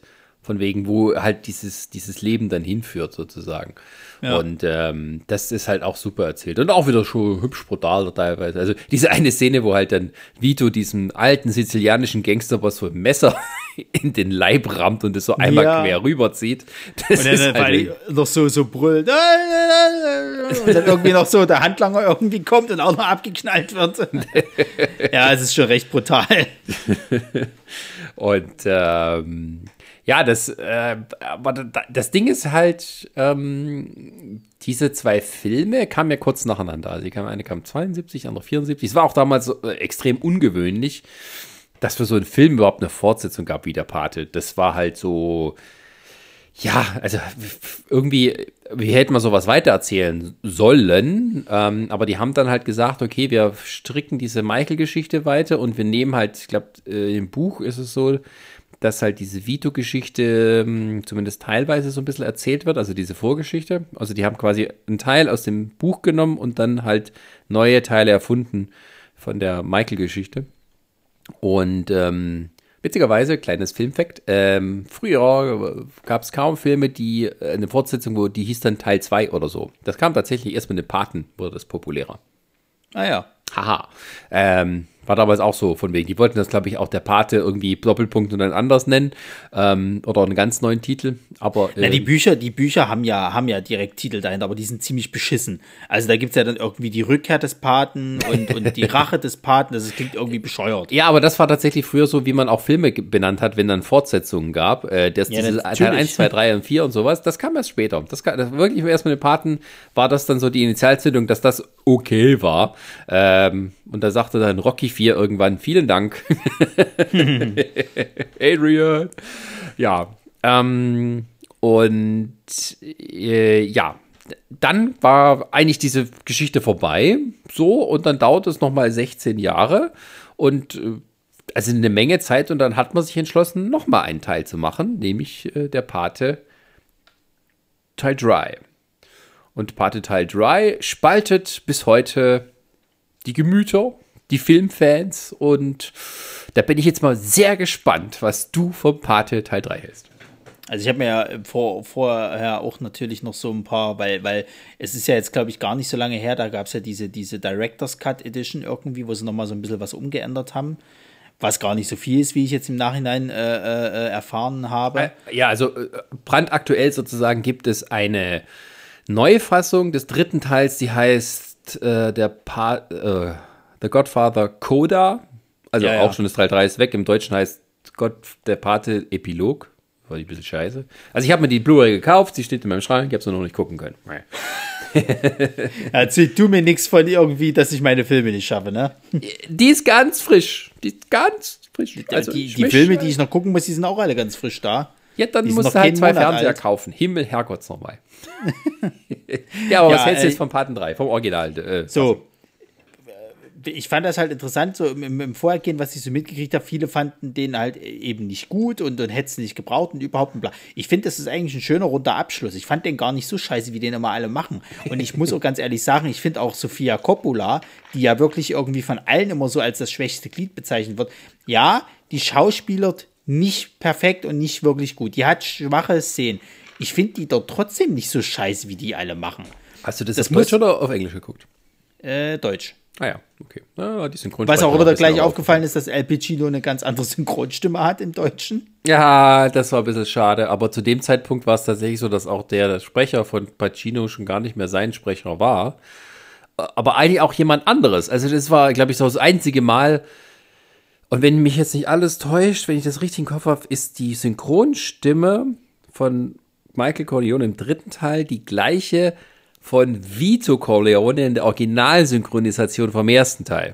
Von wegen, wo halt dieses, dieses Leben dann hinführt, sozusagen. Ja. Und ähm, das ist halt auch super erzählt. Und auch wieder schon hübsch brutal teilweise. Also diese eine Szene, wo halt dann Vito diesem alten sizilianischen Gangsterboss so ein Messer in den Leib rammt und es so einmal ja. quer rüberzieht. Das und dann, ist dann halt noch so, so brüllt. Und dann irgendwie noch so der Handlanger irgendwie kommt und auch noch abgeknallt wird. Ja, es ist schon recht brutal. Und ähm, ja, das, äh, aber das Ding ist halt, ähm, diese zwei Filme kamen ja kurz nacheinander. Also die kam, eine kam zweiundsiebzig, die andere vierundsiebzig. Es war auch damals äh, extrem ungewöhnlich, dass für so einen Film überhaupt eine Fortsetzung gab wie der Pate. Das war halt so, ja, also irgendwie, wie hätte man sowas weitererzählen sollen, ähm, aber die haben dann halt gesagt, okay, wir stricken diese Michael-Geschichte weiter und wir nehmen halt, ich glaube, äh, im Buch ist es so, dass halt diese Vito-Geschichte ähm, zumindest teilweise so ein bisschen erzählt wird, also diese Vorgeschichte. Also die haben quasi einen Teil aus dem Buch genommen und dann halt neue Teile erfunden von der Michael-Geschichte. Und ähm, witzigerweise, kleines Filmfact, ähm, früher gab es kaum Filme, die äh, eine Fortsetzung, wo die hieß dann Teil zwei oder so. Das kam tatsächlich erst mit den Paten, wurde das populärer. Ah ja. Haha. Ähm, war damals auch so von wegen. Die wollten das, glaube ich, auch der Pate irgendwie Doppelpunkt und dann anders nennen. Ähm, oder einen ganz neuen Titel. Aber Na, ähm, die Bücher, die Bücher haben ja, haben ja direkt Titel dahinter, aber die sind ziemlich beschissen. Also da gibt es ja dann irgendwie die Rückkehr des Paten und, und die Rache des Paten. Das klingt irgendwie bescheuert. Ja, aber das war tatsächlich früher so, wie man auch Filme ge- benannt hat, wenn dann Fortsetzungen gab. Äh, das, Ja, dieses natürlich. Teil eins, zwei, drei und vier und sowas, das kam erst später. Das, kam, das wirklich erst mit den Paten war das dann so die Initialzündung, dass das okay war. Ähm, und da sagte dann Rocky vier irgendwann, vielen Dank. Adrian. Ja, ähm, und äh, ja, dann war eigentlich diese Geschichte vorbei, so, und dann dauert es nochmal sechzehn Jahre und äh, also eine Menge Zeit und dann hat man sich entschlossen, nochmal einen Teil zu machen, nämlich äh, der Pate Teil drei. Und Pate Teil drei spaltet bis heute die Gemüter, die Filmfans, und da bin ich jetzt mal sehr gespannt, was du vom Pate Teil drei hältst. Also ich habe mir ja vor, vorher auch natürlich noch so ein paar, weil, weil es ist ja jetzt, glaube ich, gar nicht so lange her, da gab es ja diese, diese Director's Cut Edition irgendwie, wo sie nochmal so ein bisschen was umgeändert haben, was gar nicht so viel ist, wie ich jetzt im Nachhinein äh, äh, erfahren habe. Ja, also äh, brandaktuell sozusagen gibt es eine Neufassung des dritten Teils, die heißt äh, der pa äh, The Godfather Coda, also ja, ja. auch schon das Teil drei ist weg, im Deutschen heißt Gott der Pate Epilog. War die ein bisschen scheiße. Also ich habe mir die Blu-ray gekauft, sie steht in meinem Schrank, ich habe sie noch nicht gucken können. Erzähl du mir nichts von irgendwie, dass ich meine Filme nicht schaffe, ne? Die ist ganz frisch. Die ist ganz frisch. Also die, die Filme, die ich noch gucken muss, die sind auch alle ganz frisch da. Ja, dann die musst du halt zwei Monat Fernseher alt. kaufen. Himmel, Herrgotts nochmal. Ja, aber ja, was hältst du jetzt vom Paten drei, vom Original? Äh, so. Also. Ich fand das halt interessant, so im, im Vorhergehen, was ich so mitgekriegt habe, viele fanden den halt eben nicht gut und, und hätten es nicht gebraucht und überhaupt ein bla. Ich finde, das ist eigentlich ein schöner runder Abschluss. Ich fand den gar nicht so scheiße, wie den immer alle machen. Und ich muss auch ganz ehrlich sagen, ich finde auch Sofia Coppola, die ja wirklich irgendwie von allen immer so als das schwächste Glied bezeichnet wird, ja, die schauspielert nicht perfekt und nicht wirklich gut. Die hat schwache Szenen. Ich finde die dort trotzdem nicht so scheiße, wie die alle machen. Hast du das, das auf Deutsch oder auf Englisch geguckt? Äh, Deutsch. Ah ja, okay. Ah, die Was auch wieder gleich aufgefallen ist, dass Al Pacino eine ganz andere Synchronstimme hat im Deutschen. Ja, das war ein bisschen schade, aber zu dem Zeitpunkt war es tatsächlich so, dass auch der, der Sprecher von Pacino schon gar nicht mehr sein Sprecher war, aber eigentlich auch jemand anderes. Also das war, glaube ich, so das einzige Mal, und wenn mich jetzt nicht alles täuscht, wenn ich das richtig im Kopf habe, ist die Synchronstimme von Michael Corleone im dritten Teil die gleiche von Vito Corleone in der Originalsynchronisation vom ersten Teil.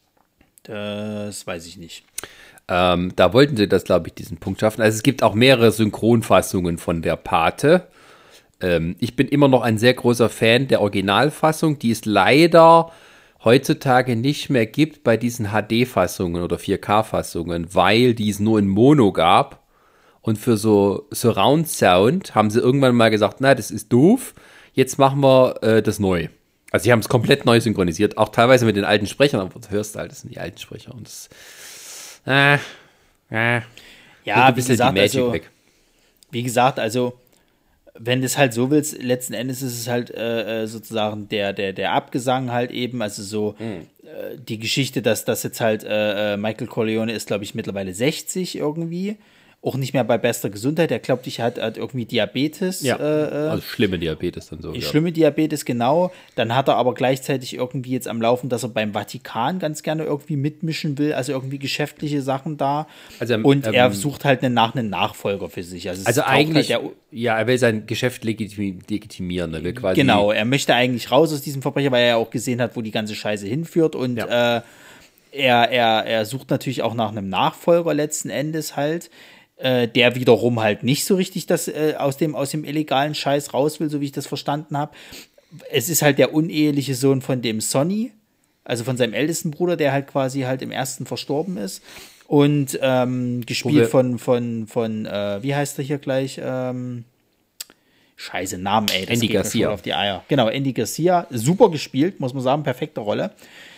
Das weiß ich nicht. Ähm, da wollten sie das, glaube ich, diesen Punkt schaffen. Also es gibt auch mehrere Synchronfassungen von der Pate. Ähm, ich bin immer noch ein sehr großer Fan der Originalfassung, die es leider heutzutage nicht mehr gibt bei diesen H D-Fassungen oder vier K-Fassungen, weil die es nur in Mono gab. Und für so Surround Sound haben sie irgendwann mal gesagt, na, das ist doof. Jetzt machen wir äh, das neu. Also sie haben es komplett neu synchronisiert, auch teilweise mit den alten Sprechern, aber du hörst halt, das sind die alten Sprecher und das äh, äh, ja, ein bisschen wie gesagt, die Magic also, weg. wie gesagt, also wenn du es halt so willst, letzten Endes ist es halt äh, sozusagen der, der, der Abgesang halt eben, also so mhm. äh, die Geschichte, dass das jetzt halt äh, Michael Corleone ist, glaube ich, mittlerweile sechzig irgendwie. Auch nicht mehr bei bester Gesundheit. Er glaubt, ich hat, hat irgendwie Diabetes. Ja, äh, also schlimme Diabetes dann so. Schlimme ja. Diabetes, genau. Dann hat er aber gleichzeitig irgendwie jetzt am Laufen, dass er beim Vatikan ganz gerne irgendwie mitmischen will, also irgendwie geschäftliche Sachen da. Also, und ähm, er sucht halt einen, nach, einen Nachfolger für sich. Also, also eigentlich, halt der, ja, er will sein Geschäft legitim, legitimieren. Er will quasi genau, er möchte eigentlich raus aus diesem Verbrecher, weil er ja auch gesehen hat, wo die ganze Scheiße hinführt. Und ja. äh, er, er, er sucht natürlich auch nach einem Nachfolger letzten Endes halt. Der wiederum halt nicht so richtig das äh, aus dem aus dem illegalen Scheiß raus will, so wie ich das verstanden habe. Es ist halt der uneheliche Sohn von dem Sonny, also von seinem ältesten Bruder, der halt quasi halt im ersten verstorben ist. Und ähm, gespielt von, von, von äh, wie heißt er hier gleich? Ähm, Scheiße, Namen, ey. Das Andy geht mir Garcia. schon auf die Eier. Genau, Andy Garcia. Super gespielt, muss man sagen, perfekte Rolle.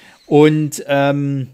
Und ähm,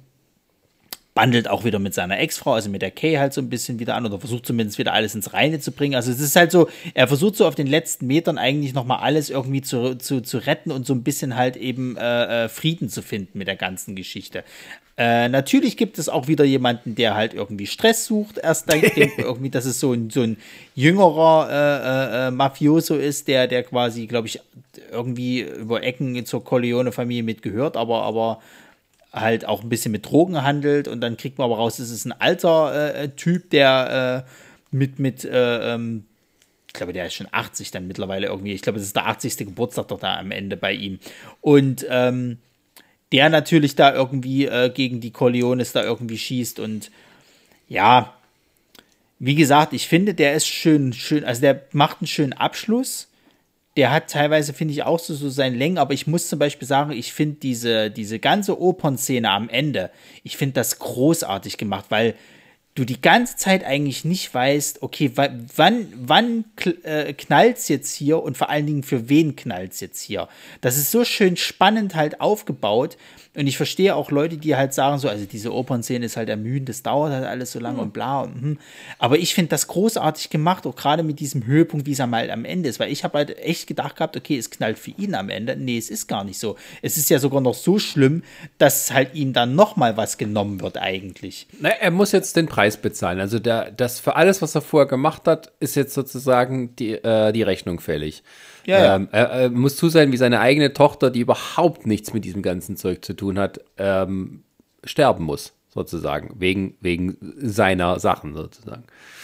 bandelt auch wieder mit seiner Ex-Frau, also mit der Kay halt so ein bisschen wieder an oder versucht zumindest wieder alles ins Reine zu bringen. Also es ist halt so, er versucht so auf den letzten Metern eigentlich nochmal alles irgendwie zu, zu, zu retten und so ein bisschen halt eben äh, Frieden zu finden mit der ganzen Geschichte. Äh, natürlich gibt es auch wieder jemanden, der halt irgendwie Stress sucht. Erst dann denkt man irgendwie, dass es so ein, so ein jüngerer äh, äh, Mafioso ist, der, der quasi, glaube ich, irgendwie über Ecken zur Corleone-Familie mitgehört, aber, aber halt auch ein bisschen mit Drogen handelt und dann kriegt man aber raus, es ist ein alter äh, Typ, der äh, mit, mit äh, ähm, ich glaube, der ist schon achtzig dann mittlerweile irgendwie, ich glaube, es ist der achtzigste Geburtstag doch da am Ende bei ihm und ähm, der natürlich da irgendwie äh, gegen die Corleones da irgendwie schießt und ja, wie gesagt, ich finde, der ist schön, schön, also der macht einen schönen Abschluss. Der hat teilweise, finde ich, auch so, so seinen Längen, aber ich muss zum Beispiel sagen, ich finde diese, diese ganze Opernszene am Ende, ich finde das großartig gemacht, weil du die ganze Zeit eigentlich nicht weißt, okay, wann, wann knallt es jetzt hier und vor allen Dingen für wen knallt es jetzt hier. Das ist so schön spannend halt aufgebaut und ich verstehe auch Leute, die halt sagen so, also diese Opernszene ist halt ermüdend, das dauert halt alles so lange mhm. und bla und hm. Aber ich finde das großartig gemacht, auch gerade mit diesem Höhepunkt, wie es mal am Ende ist, weil ich habe halt echt gedacht gehabt, okay, es knallt für ihn am Ende. Nee, es ist gar nicht so. Es ist ja sogar noch so schlimm, dass halt ihm dann nochmal was genommen wird eigentlich. Na, er muss jetzt den Preis bezahlen. Also der, das für alles, was er vorher gemacht hat, ist jetzt sozusagen die, äh, die Rechnung fällig. Ja, ähm, ja. Er, er muss zu sein wie seine eigene Tochter, die überhaupt nichts mit diesem ganzen Zeug zu tun hat, ähm, sterben muss, sozusagen, wegen, wegen seiner Sachen sozusagen.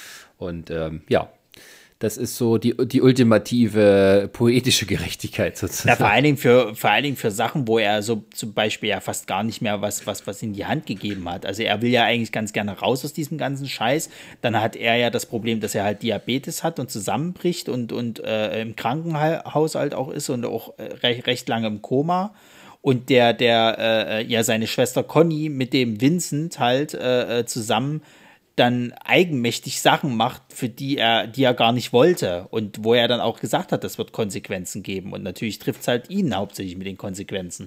Und ähm, ja, das ist so die, die ultimative poetische Gerechtigkeit sozusagen. Ja, vor allen Dingen für, vor allen Dingen für Sachen, wo er so zum Beispiel ja fast gar nicht mehr was, was, was in die Hand gegeben hat. Also er will ja eigentlich ganz gerne raus aus diesem ganzen Scheiß. Dann hat er ja das Problem, dass er halt Diabetes hat und zusammenbricht und, und äh, im Krankenhaus halt auch ist und auch äh, recht, recht lange im Koma. Und der, der äh, ja seine Schwester Conny mit dem Vincent halt äh, zusammen dann eigenmächtig Sachen macht, für die er, die er gar nicht wollte und wo er dann auch gesagt hat, das wird Konsequenzen geben und natürlich trifft es halt ihn hauptsächlich mit den Konsequenzen.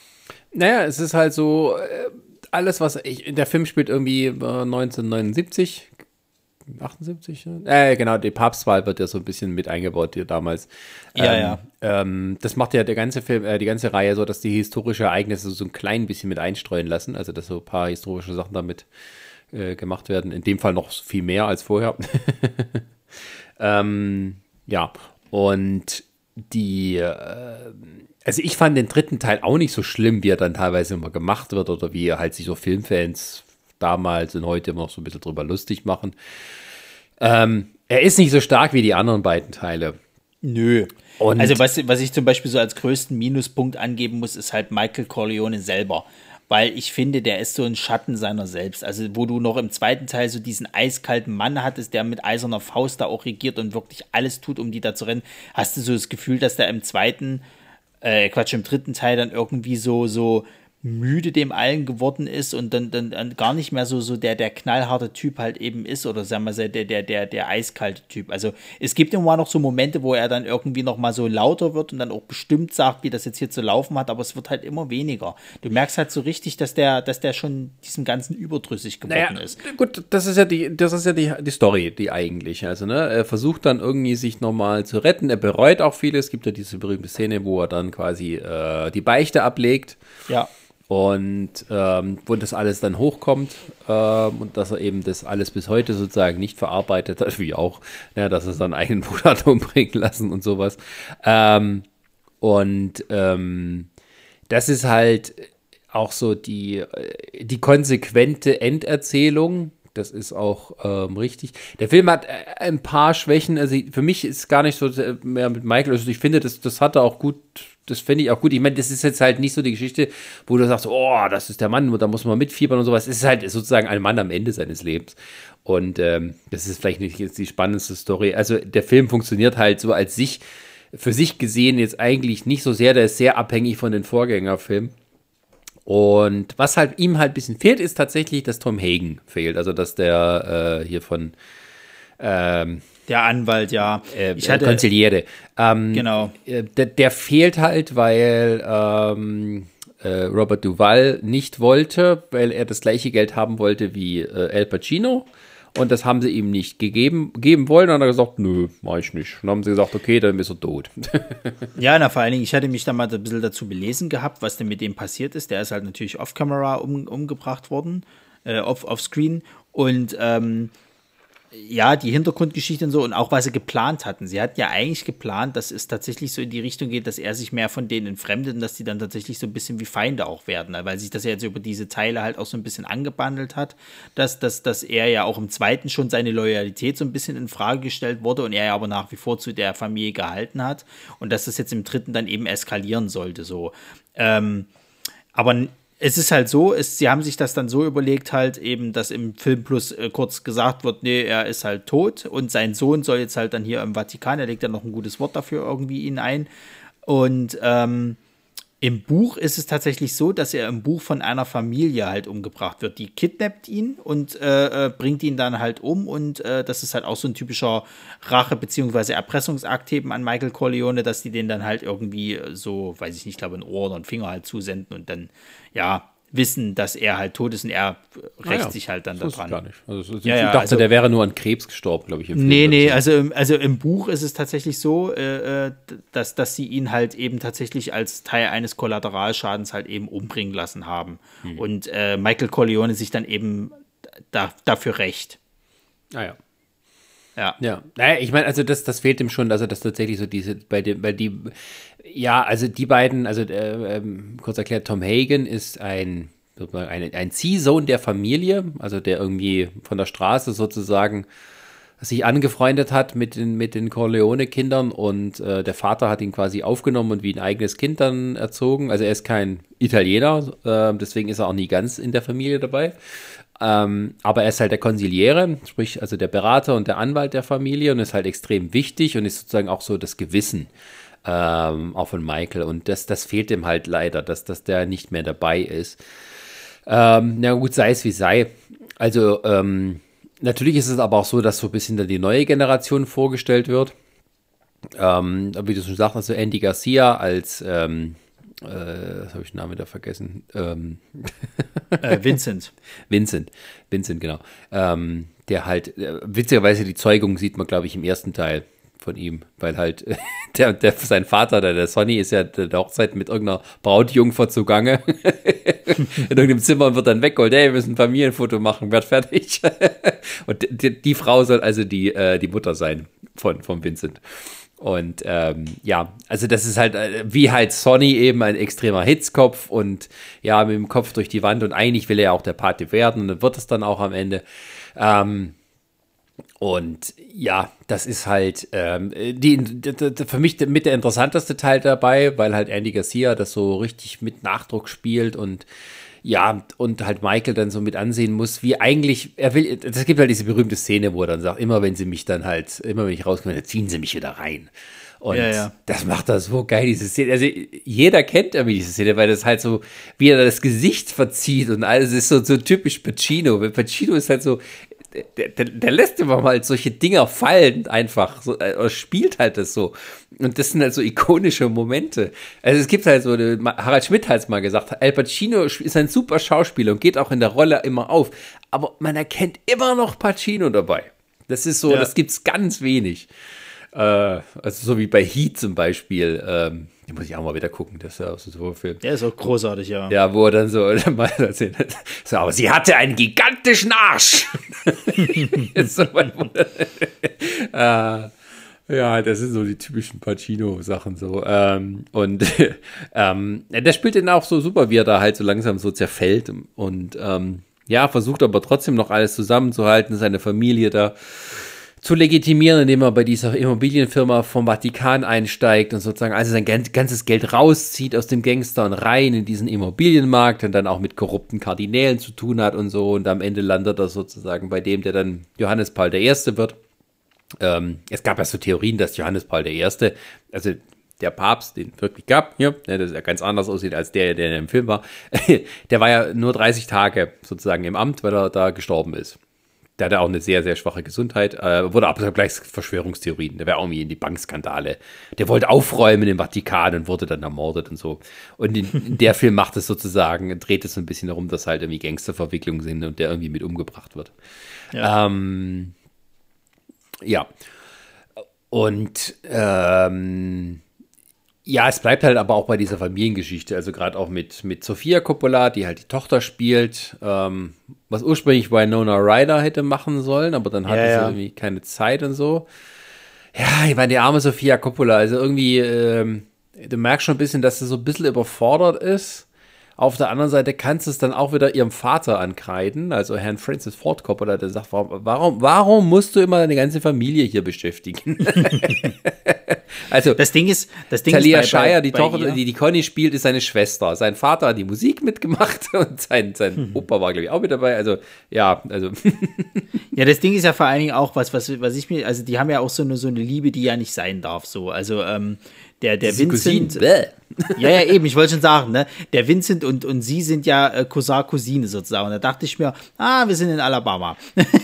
Naja, es ist halt so, alles was, ich, der Film spielt irgendwie neunzehnhundertneunundsiebzig, achtundsiebzig, äh, genau, die Papstwahl wird ja so ein bisschen mit eingebaut hier damals. Ja, ähm, ja. Ähm, das macht ja der ganze Film, äh, die ganze Reihe so, dass die historische Ereignisse so ein klein bisschen mit einstreuen lassen, also dass so ein paar historische Sachen damit gemacht werden. In dem Fall noch viel mehr als vorher. ähm, ja, und die, äh, also ich fand den dritten Teil auch nicht so schlimm, wie er dann teilweise immer gemacht wird oder wie halt sich so Filmfans damals und heute immer noch so ein bisschen drüber lustig machen. Ähm, er ist nicht so stark wie die anderen beiden Teile. Nö. Und also was, was ich zum Beispiel so als größten Minuspunkt angeben muss, ist halt Michael Corleone selber. Weil ich finde, der ist so ein Schatten seiner selbst. Also wo du noch im zweiten Teil so diesen eiskalten Mann hattest, der mit eiserner Faust da auch regiert und wirklich alles tut, um die da zu rennen, hast du so das Gefühl, dass der im zweiten, äh, Quatsch, im dritten Teil dann irgendwie so, so müde dem allen geworden ist und dann, dann, dann gar nicht mehr so, so der, der knallharte Typ halt eben ist oder sagen wir mal der, der, der, der eiskalte Typ. Also es gibt immer noch so Momente, wo er dann irgendwie noch mal so lauter wird und dann auch bestimmt sagt, wie das jetzt hier zu laufen hat, aber es wird halt immer weniger. Du merkst halt so richtig, dass der, dass der schon diesem Ganzen überdrüssig geworden naja, ist. Gut, das ist ja die, das ist ja die, die Story, die eigentliche. Also, ne, er versucht dann irgendwie sich nochmal zu retten, er bereut auch vieles. Es gibt ja diese berühmte Szene, wo er dann quasi äh, die Beichte ablegt. Ja. Und ähm, wo das alles dann hochkommt ähm, und dass er eben das alles bis heute sozusagen nicht verarbeitet hat, wie auch, ja, dass er seinen eigenen Bruder hat umbringen lassen und sowas. Ähm, und ähm, das ist halt auch so die, die konsequente Enderzählung. Das ist auch ähm, richtig. Der Film hat ein paar Schwächen. Also für mich ist gar nicht so mehr mit Michael. Also ich finde, das, das hat er auch gut. Das finde ich auch gut. Ich meine, das ist jetzt halt nicht so die Geschichte, wo du sagst, oh, das ist der Mann, da muss man mitfiebern und sowas. Es ist halt sozusagen ein Mann am Ende seines Lebens. Und ähm, das ist vielleicht nicht jetzt die spannendste Story. Also der Film funktioniert halt so als sich, für sich gesehen jetzt eigentlich nicht so sehr. Der ist sehr abhängig von den Vorgängerfilmen. Und was halt ihm halt ein bisschen fehlt, ist tatsächlich, dass Tom Hagen fehlt. Also, dass der äh, hier von ähm, der Anwalt, ja. Äh, ich hatte, Konziliere. Ähm, genau. Äh, der, der fehlt halt, weil ähm, äh, Robert Duvall nicht wollte, weil er das gleiche Geld haben wollte wie äh, Al Pacino. Und das haben sie ihm nicht gegeben, geben wollen. Und dann hat er gesagt, nö, mach ich nicht. Und dann haben sie gesagt, okay, dann ist er tot. Ja, na, vor allen Dingen, ich hatte mich da mal ein bisschen dazu belesen gehabt, was denn mit dem passiert ist. Der ist halt natürlich off-camera um, umgebracht worden, äh, off, off-screen. Und ähm, ja, die Hintergrundgeschichte und so und auch, was sie geplant hatten. Sie hatten ja eigentlich geplant, dass es tatsächlich so in die Richtung geht, dass er sich mehr von denen entfremdet und dass die dann tatsächlich so ein bisschen wie Feinde auch werden, weil sich das ja jetzt über diese Teile halt auch so ein bisschen angebandelt hat, dass, dass, dass er ja auch im zweiten schon seine Loyalität so ein bisschen in Frage gestellt wurde und er ja aber nach wie vor zu der Familie gehalten hat und dass das jetzt im dritten dann eben eskalieren sollte, so. Ähm, aber es ist halt so, es, sie haben sich das dann so überlegt halt eben, dass im Film Plus äh, kurz gesagt wird, nee, er ist halt tot und sein Sohn soll jetzt halt dann hier im Vatikan, er legt dann noch ein gutes Wort dafür irgendwie ihn ein und ähm, im Buch ist es tatsächlich so, dass er im Buch von einer Familie halt umgebracht wird. Die kidnappt ihn und äh, bringt ihn dann halt um und äh, das ist halt auch so ein typischer Rache- bzw. Erpressungsakt eben an Michael Corleone, dass die den dann halt irgendwie so, weiß ich nicht, glaube ein Ohr oder einen Finger halt zusenden und dann, ja, wissen, dass er halt tot ist und er rächt ah ja, sich halt dann das daran. Gar nicht. Also, ich ja, ja, dachte, also, der wäre nur an Krebs gestorben, glaube ich. Im nee, Film nee, also, im, also im Buch ist es tatsächlich so, äh, dass, dass sie ihn halt eben tatsächlich als Teil eines Kollateralschadens halt eben umbringen lassen haben. Hm. Und äh, Michael Corleone sich dann eben da, dafür rächt. Ah ja. Ja. Ja. Naja, ich meine, also das, das fehlt ihm schon, also das tatsächlich so diese, bei dem, bei die, ja, also die beiden, also äh, ähm, kurz erklärt, Tom Hagen ist ein, ein, ein Ziehsohn der Familie, also der irgendwie von der Straße sozusagen sich angefreundet hat mit den, mit den Corleone-Kindern und äh, der Vater hat ihn quasi aufgenommen und wie ein eigenes Kind dann erzogen. Also er ist kein Italiener, äh, deswegen ist er auch nie ganz in der Familie dabei. Ähm, aber er ist halt der Konziliere, sprich also der Berater und der Anwalt der Familie und ist halt extrem wichtig und ist sozusagen auch so das Gewissen ähm, auch von Michael und das, das fehlt ihm halt leider, dass, dass der nicht mehr dabei ist. Ähm, na gut, sei es wie sei. Also ähm, natürlich ist es aber auch so, dass so ein bisschen dann die neue Generation vorgestellt wird. Ähm, wie du schon sagst, also Andy Garcia als ähm, Äh, was habe ich den Namen wieder vergessen? Ähm. äh, Vincent. Vincent, Vincent, genau. Ähm, der halt, äh, witzigerweise die Zeugung sieht man, glaube ich, im ersten Teil von ihm, weil halt der, der, sein Vater, der, der Sonny, ist ja der Hochzeit mit irgendeiner Brautjungfer zugange. In irgendeinem Zimmer und wird dann weggeholt, hey, wir müssen ein Familienfoto machen, wird fertig. Und die, die Frau soll also die, äh, die Mutter sein von, von Vincent. Und ähm, ja, also das ist halt äh, wie halt Sonny eben ein extremer Hitzkopf und ja, mit dem Kopf durch die Wand und eigentlich will er ja auch der Pate werden und dann wird es dann auch am Ende. Ähm, und ja, das ist halt ähm, die, die, die, für mich mit der interessanteste Teil dabei, weil halt Andy Garcia das so richtig mit Nachdruck spielt und ja, und halt Michael dann so mit ansehen muss, wie eigentlich, er will, es gibt halt diese berühmte Szene, wo er dann sagt, immer wenn sie mich dann halt, immer wenn ich rauskomme, dann ziehen sie mich wieder rein. Und ja, ja. das macht das so geil, diese Szene. Also jeder kennt irgendwie diese Szene, weil das halt so, wie er das Gesicht verzieht und alles ist so, so typisch Pacino. Weil Pacino ist halt so, der, der, der lässt immer mal solche Dinger fallen einfach, so, oder spielt halt das so. Und das sind halt so ikonische Momente. Also es gibt halt so, Harald Schmidt hat es mal gesagt, Al Pacino ist ein super Schauspieler und geht auch in der Rolle immer auf. Aber man erkennt immer noch Pacino dabei. Das ist so, ja. Das gibt's ganz wenig. Äh, also so wie bei Heat zum Beispiel. Ähm, den muss ich auch mal wieder gucken. Das ist ja auch so ein Film. Der ist auch großartig, ja. Ja, wo er dann so, mal erzählt, so, aber sie hatte einen gigantischen Arsch. so, äh, ja, das sind so die typischen Pacino-Sachen so. Ähm, und ähm, der spielt den auch so super, wie er da halt so langsam so zerfällt und ähm, ja, versucht aber trotzdem noch alles zusammenzuhalten, seine Familie da zu legitimieren, indem er bei dieser Immobilienfirma vom Vatikan einsteigt und sozusagen also sein ganzes Geld rauszieht aus dem Gangster und rein in diesen Immobilienmarkt und dann auch mit korrupten Kardinälen zu tun hat und so. Und am Ende landet er sozusagen bei dem, der dann Johannes Paul der Erste wird. Ähm, es gab ja so Theorien, dass Johannes Paul der Erste, also der Papst, den es wirklich gab, ja, das ja ganz anders aussieht als der, der im Film war, der war ja nur dreißig Tage sozusagen im Amt, weil er da gestorben ist. Der hatte auch eine sehr, sehr schwache Gesundheit, äh, wurde aber gleich Verschwörungstheorien, der wäre irgendwie in die Bankskandale. Der wollte aufräumen im Vatikan und wurde dann ermordet und so. Und in, in der Film macht es sozusagen, dreht es so ein bisschen darum, dass halt irgendwie Gangsterverwicklungen sind und der irgendwie mit umgebracht wird. Ja. Ähm, ja. Und ähm, ja, es bleibt halt aber auch bei dieser Familiengeschichte, also gerade auch mit, mit Sofia Coppola, die halt die Tochter spielt, ähm, was ursprünglich Winona Ryder hätte machen sollen, aber dann hatte ja, ja. sie irgendwie keine Zeit und so. Ja, ich meine, die arme Sofia Coppola, also irgendwie, ähm, du merkst schon ein bisschen, dass sie so ein bisschen überfordert ist. Auf der anderen Seite kannst du es dann auch wieder ihrem Vater ankreiden, also Herrn Francis Ford Coppola, der sagt, warum, warum musst du immer deine ganze Familie hier beschäftigen? Also, das Ding ist, das Ding Talia ist bei, Shire, bei, die bei Tochter, ihr. die die Conny spielt, ist seine Schwester. Sein Vater hat die Musik mitgemacht und sein, sein hm. Opa war, glaube ich, auch mit dabei. Also, ja, also. Ja, das Ding ist ja vor allen Dingen auch, was, was, was ich mir, also die haben ja auch so eine, so eine Liebe, die ja nicht sein darf, so. Also, ähm, der, der Vincent. Ja, ja, eben, ich wollte schon sagen, ne? Der Vincent und, und sie sind ja äh, Cousin, Cousine sozusagen. Und da dachte ich mir, ah, wir sind in Alabama.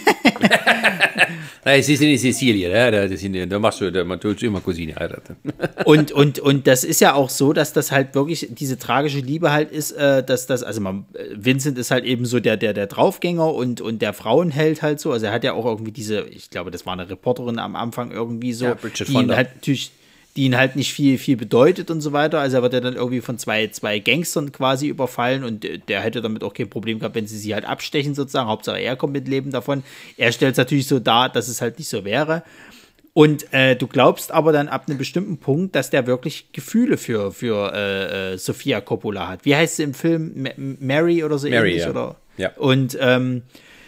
Nein, sie sind in Sizilien, ja, da, sind, da machst du, da, man tut immer Cousine heiraten. Und, und, und das ist ja auch so, dass das halt wirklich diese tragische Liebe halt ist, äh, dass das, also man, Vincent ist halt eben so der, der, der Draufgänger und, und der Frauenheld halt so. Also er hat ja auch irgendwie diese, ich glaube, das war eine Reporterin am Anfang irgendwie so, ja, Bridget die Fonda. ihn halt natürlich, die ihn halt nicht viel, viel bedeutet und so weiter. Also er wird ja dann irgendwie von zwei, zwei Gangstern quasi überfallen und der hätte damit auch kein Problem gehabt, wenn sie sie halt abstechen sozusagen. Hauptsache er kommt mit Leben davon. Er stellt es natürlich so dar, dass es halt nicht so wäre. Und äh, du glaubst aber dann ab einem bestimmten Punkt, dass der wirklich Gefühle für, für äh, äh, Sofia Coppola hat. Wie heißt sie im Film? Ma- Mary oder so Mary, ähnlich? ja. Oder? Ja. Und ähm,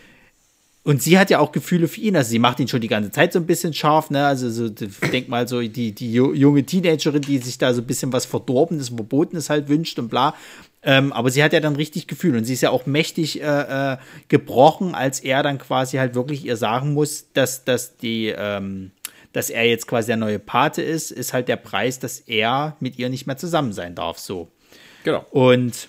Und sie hat ja auch Gefühle für ihn, also sie macht ihn schon die ganze Zeit so ein bisschen scharf, ne, also so, denk mal so, die, die junge Teenagerin, die sich da so ein bisschen was Verdorbenes, Verbotenes halt wünscht und bla, ähm, aber sie hat ja dann richtig Gefühle und sie ist ja auch mächtig äh, äh, gebrochen, als er dann quasi halt wirklich ihr sagen muss, dass, dass die, ähm, dass er jetzt quasi der neue Pate ist, ist halt der Preis, dass er mit ihr nicht mehr zusammen sein darf, so. Genau. Und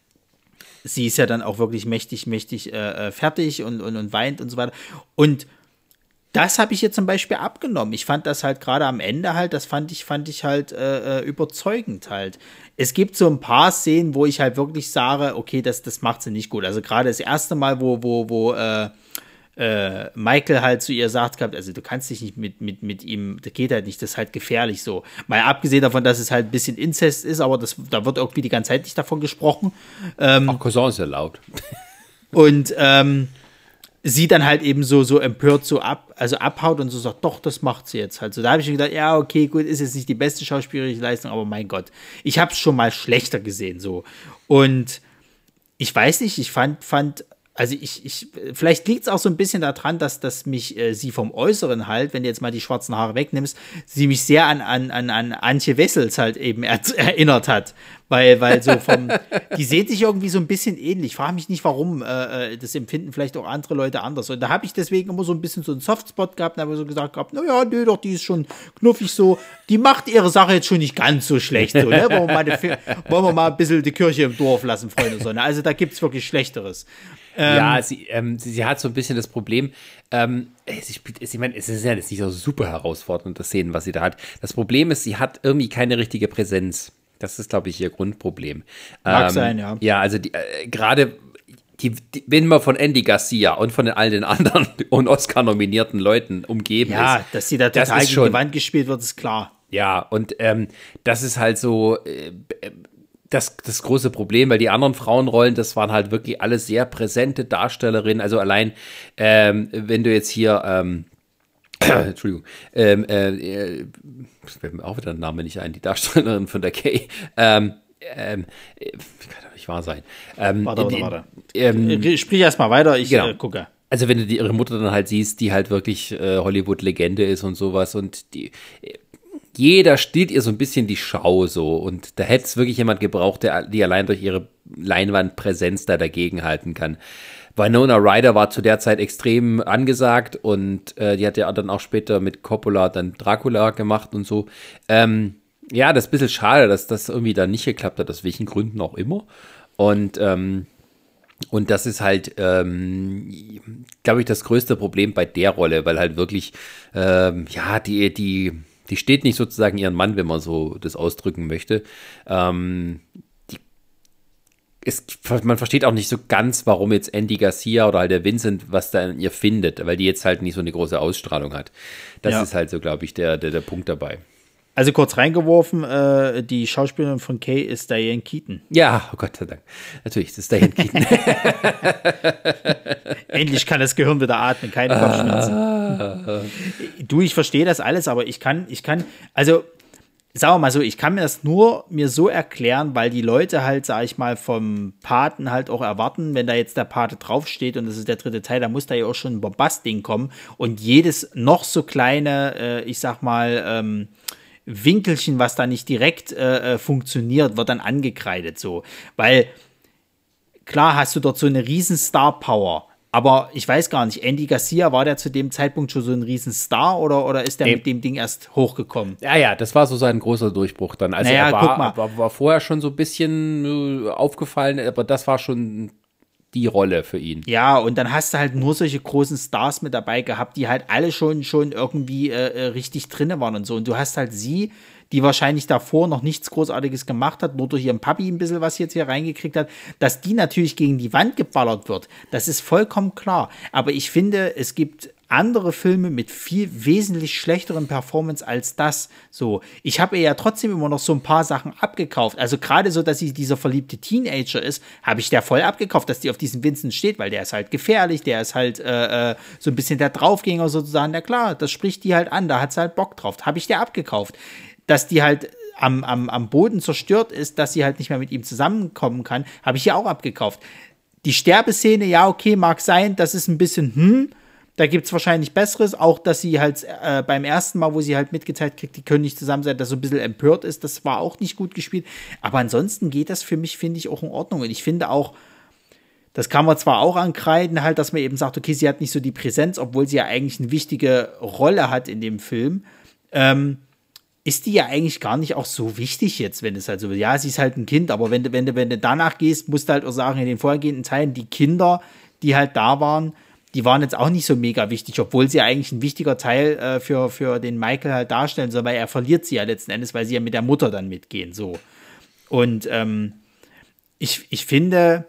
sie ist ja dann auch wirklich mächtig, mächtig äh, fertig und, und, und weint und so weiter. Und das habe ich jetzt zum Beispiel abgenommen. Ich fand das halt gerade am Ende halt, das fand ich, fand ich halt äh, überzeugend halt. Es gibt so ein paar Szenen, wo ich halt wirklich sage, okay, das, das macht sie nicht gut. Also gerade das erste Mal, wo, wo, wo äh, äh, Michael halt zu ihr sagt gehabt, also du kannst dich nicht mit, mit, mit ihm, das geht halt nicht, das ist halt gefährlich so. Mal abgesehen davon, dass es halt ein bisschen Inzest ist, aber das, da wird irgendwie die ganze Zeit nicht davon gesprochen. Ähm, Auch Cousin ist ja laut. Und ähm, sie dann halt eben so, so empört so ab, also abhaut und so sagt, doch, das macht sie jetzt halt so. Da habe ich mir gedacht, ja, okay, gut, ist jetzt nicht die beste schauspielerische Leistung, aber mein Gott, ich habe es schon mal schlechter gesehen so. Und ich weiß nicht, ich fand, fand Also ich, ich, vielleicht liegt es auch so ein bisschen daran, dass, dass mich äh, sie vom Äußeren halt, wenn du jetzt mal die schwarzen Haare wegnimmst, sie mich sehr an, an, an, an Antje Wessels halt eben er, erinnert hat. Weil, weil so vom, die sehen sich irgendwie so ein bisschen ähnlich. Ich frage mich nicht, warum. Äh, das empfinden vielleicht auch andere Leute anders. Und da habe ich deswegen immer so ein bisschen so einen Softspot gehabt und habe so gesagt gehabt, naja, nö, doch, die ist schon knuffig so. Die macht ihre Sache jetzt schon nicht ganz so schlecht. So, ne? wollen, wir mal die, wollen wir mal ein bisschen die Kirche im Dorf lassen, Freunde und Sonne. Also da gibt es wirklich Schlechteres. Ähm, ja, sie, ähm, sie, sie hat so ein bisschen das Problem, ähm, sie spielt, ich meine, es ist ja jetzt nicht so super herausfordernd, das Szenen, was sie da hat. Das Problem ist, sie hat irgendwie keine richtige Präsenz. Das ist, glaube ich, ihr Grundproblem. Mag ähm, sein, ja. Ja, also die, äh, gerade, die, die, wenn man von Andy Garcia und von den, all den anderen und Oscar-nominierten Leuten umgeben ja, ist. Ja, dass sie da total gegen schon, die Wand gespielt wird, ist klar. Ja, und ähm, das ist halt so äh, das, das große Problem, weil die anderen Frauenrollen, das waren halt wirklich alle sehr präsente Darstellerinnen. Also allein, ähm, wenn du jetzt hier, ähm, Entschuldigung, ähm, äh, fällt mir auch wieder der Name nicht ein, die Darstellerin von der Kay, ähm, ähm, kann doch nicht wahr sein. Ähm, warte, warte, die, warte. Ähm, Sprich erst mal weiter, ich genau. äh, gucke. Also wenn du die, ihre Mutter dann halt siehst, die halt wirklich äh, Hollywood-Legende ist und sowas und die jeder stiehlt ihr so ein bisschen die Schau so und da hätte es wirklich jemand gebraucht, der die allein durch ihre Leinwandpräsenz da dagegenhalten kann. Winona Ryder war zu der Zeit extrem angesagt und äh, die hat ja dann auch später mit Coppola dann Dracula gemacht und so. Ähm, ja, das ist ein bisschen schade, dass das irgendwie da nicht geklappt hat, aus welchen Gründen auch immer. Und ähm, Und das ist halt, ähm, glaube ich, das größte Problem bei der Rolle, weil halt wirklich, ähm, ja, die, die, die steht nicht sozusagen ihren Mann, wenn man so das ausdrücken möchte. Ähm, die, es, man versteht auch nicht so ganz, warum jetzt Andy Garcia oder halt der Vincent was da in ihr findet, weil die jetzt halt nicht so eine große Ausstrahlung hat. Das Ja. ist halt so, glaube ich, der, der, der Punkt dabei. Also kurz reingeworfen, äh, die Schauspielerin von Kay ist Diane Keaton. Ja, oh Gott sei Dank. Natürlich, das ist Diane Keaton. Endlich kann das Gehirn wieder atmen, keine Kopfschmerzen. Du, ich verstehe das alles, aber ich kann, ich kann, also sagen wir mal so, ich kann mir das nur mir so erklären, weil die Leute halt, sag ich mal, vom Paten halt auch erwarten, wenn da jetzt der Pate draufsteht und das ist der dritte Teil, da muss da ja auch schon ein Bombast-Ding kommen und jedes noch so kleine, äh, ich sag mal, ähm, Winkelchen, was da nicht direkt äh, funktioniert, wird dann angekreidet so, weil klar hast du dort so eine riesen Star-Power, aber ich weiß gar nicht, Andy Garcia, war der zu dem Zeitpunkt schon so ein riesen Star oder, oder ist der nee. mit dem Ding erst hochgekommen? Ja, ja, das war so sein großer Durchbruch dann. Also naja, er guck mal. war, war, war vorher schon so ein bisschen äh, aufgefallen, aber das war schon die Rolle für ihn. Ja, und dann hast du halt nur solche großen Stars mit dabei gehabt, die halt alle schon, schon irgendwie äh, richtig drinne waren und so. Und du hast halt sie, die wahrscheinlich davor noch nichts Großartiges gemacht hat, nur durch ihren Papi ein bisschen was jetzt hier reingekriegt hat, dass die natürlich gegen die Wand geballert wird. Das ist vollkommen klar. Aber ich finde, es gibt andere Filme mit viel wesentlich schlechteren Performance als das. So, ich habe ihr ja trotzdem immer noch so ein paar Sachen abgekauft. Also gerade so, dass sie dieser verliebte Teenager ist, habe ich der voll abgekauft, dass die auf diesen Vincent steht, weil der ist halt gefährlich, der ist halt äh, so ein bisschen der Draufgänger sozusagen. Na klar, das spricht die halt an, da hat sie halt Bock drauf. Habe ich der abgekauft. Dass die halt am, am, am Boden zerstört ist, dass sie halt nicht mehr mit ihm zusammenkommen kann, habe ich ja auch abgekauft. Die Sterbeszene, ja, okay, mag sein, das ist ein bisschen, hm, da gibt es wahrscheinlich Besseres, auch dass sie halt äh, beim ersten Mal, wo sie halt mitgeteilt kriegt, die können nicht zusammen sein, dass so ein bisschen empört ist, das war auch nicht gut gespielt, aber ansonsten geht das für mich, finde ich, auch in Ordnung und ich finde auch, das kann man zwar auch ankreiden, halt, dass man eben sagt, okay, sie hat nicht so die Präsenz, obwohl sie ja eigentlich eine wichtige Rolle hat in dem Film, ähm, ist die ja eigentlich gar nicht auch so wichtig jetzt, wenn es halt so ist. Ja, sie ist halt ein Kind, aber wenn du, wenn du, wenn du danach gehst, musst du halt auch sagen, in den vorhergehenden Teilen, die Kinder, die halt da waren, die waren jetzt auch nicht so mega wichtig, obwohl sie ja eigentlich ein wichtiger Teil äh, für, für den Michael halt darstellen soll, weil er verliert sie ja letzten Endes, weil sie ja mit der Mutter dann mitgehen, so. Und ähm, ich, ich finde,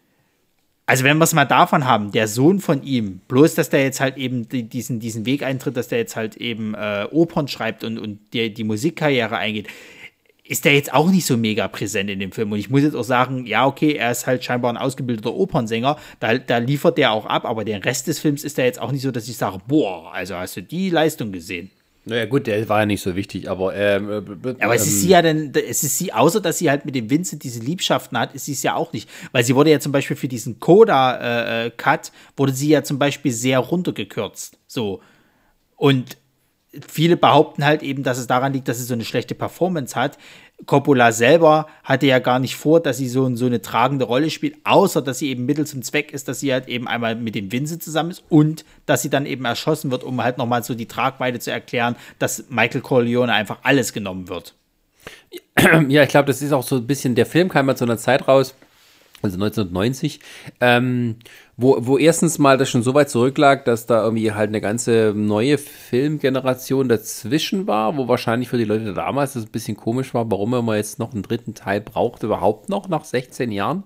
also wenn wir es mal davon haben, der Sohn von ihm, bloß, dass der jetzt halt eben die, diesen, diesen Weg eintritt, dass der jetzt halt eben äh, Opern schreibt und, und die, die Musikkarriere eingeht, ist der jetzt auch nicht so mega präsent in dem Film. Und ich muss jetzt auch sagen, ja, okay, er ist halt scheinbar ein ausgebildeter Opernsänger, da, da liefert der auch ab, aber den Rest des Films ist der jetzt auch nicht so, dass ich sage, boah, also hast du die Leistung gesehen? Naja gut, der war ja nicht so wichtig, aber ähm, äh, aber es ist sie ja denn, es ist sie, außer dass sie halt mit dem Vincent diese Liebschaften hat, ist sie es ja auch nicht. Weil sie wurde ja zum Beispiel für diesen Coda-Cut, äh, wurde sie ja zum Beispiel sehr runtergekürzt. So. Und viele behaupten halt eben, dass es daran liegt, dass sie so eine schlechte Performance hat. Coppola selber hatte ja gar nicht vor, dass sie so, so eine tragende Rolle spielt, außer dass sie eben Mittel zum Zweck ist, dass sie halt eben einmal mit dem Vincent zusammen ist und dass sie dann eben erschossen wird, um halt nochmal so die Tragweite zu erklären, dass Michael Corleone einfach alles genommen wird. Ja, ich glaube, das ist auch so ein bisschen, der Film kam mal zu einer Zeit raus, also neunzehnhundertneunzig, ähm, wo, wo erstens mal das schon so weit zurücklag, dass da irgendwie halt eine ganze neue Filmgeneration dazwischen war, wo wahrscheinlich für die Leute damals das ein bisschen komisch war, warum man jetzt noch einen dritten Teil braucht, überhaupt noch nach sechzehn Jahren.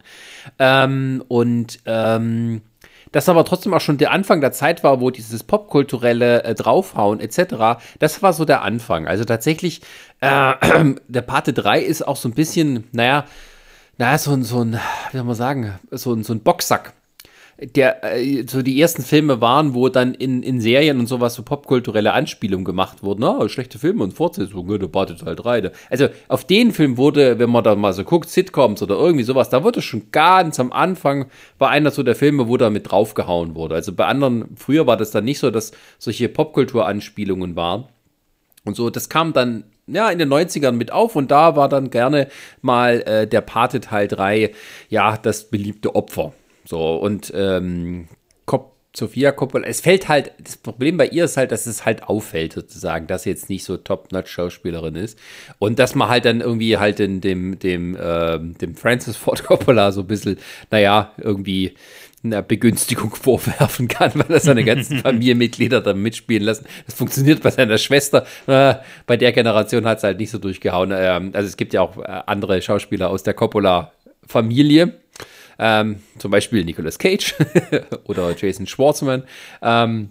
Ähm, und ähm, das aber trotzdem auch schon der Anfang der Zeit war, wo dieses popkulturelle äh, Draufhauen et cetera, das war so der Anfang. Also tatsächlich, äh, der Pate drei ist auch so ein bisschen, naja, naja, so ein, so ein, wie soll man sagen, so ein, so ein Boxsack. Der, äh, so die ersten Filme waren, wo dann in, in Serien und sowas so popkulturelle Anspielungen gemacht wurden. Na, schlechte Filme und Fortsetzungen, der Pate Teil drei. Also auf den Film wurde, wenn man da mal so guckt, Sitcoms oder irgendwie sowas, da wurde schon ganz am Anfang, war einer so der Filme, wo da mit draufgehauen wurde. Also bei anderen, früher war das dann nicht so, dass solche Popkultur-Anspielungen waren. Und so, das kam dann ja in den neunzigern mit auf und da war dann gerne mal äh, der Pate Teil drei, ja, das beliebte Opfer. So, und ähm, Cop- Sofia Coppola, es fällt halt, das Problem bei ihr ist halt, dass es halt auffällt sozusagen, dass sie jetzt nicht so Top-Notch-Schauspielerin ist und dass man halt dann irgendwie halt in dem, dem, ähm, dem Francis Ford Coppola so ein bisschen, naja, irgendwie eine Begünstigung vorwerfen kann, weil er seine ganzen Familienmitglieder da mitspielen lassen. Das funktioniert bei seiner Schwester. Äh, bei der Generation hat es halt nicht so durchgehauen. Ähm, also es gibt ja auch äh, andere Schauspieler aus der Coppola-Familie. Ähm, zum Beispiel Nicolas Cage oder Jason Schwartzman, ähm,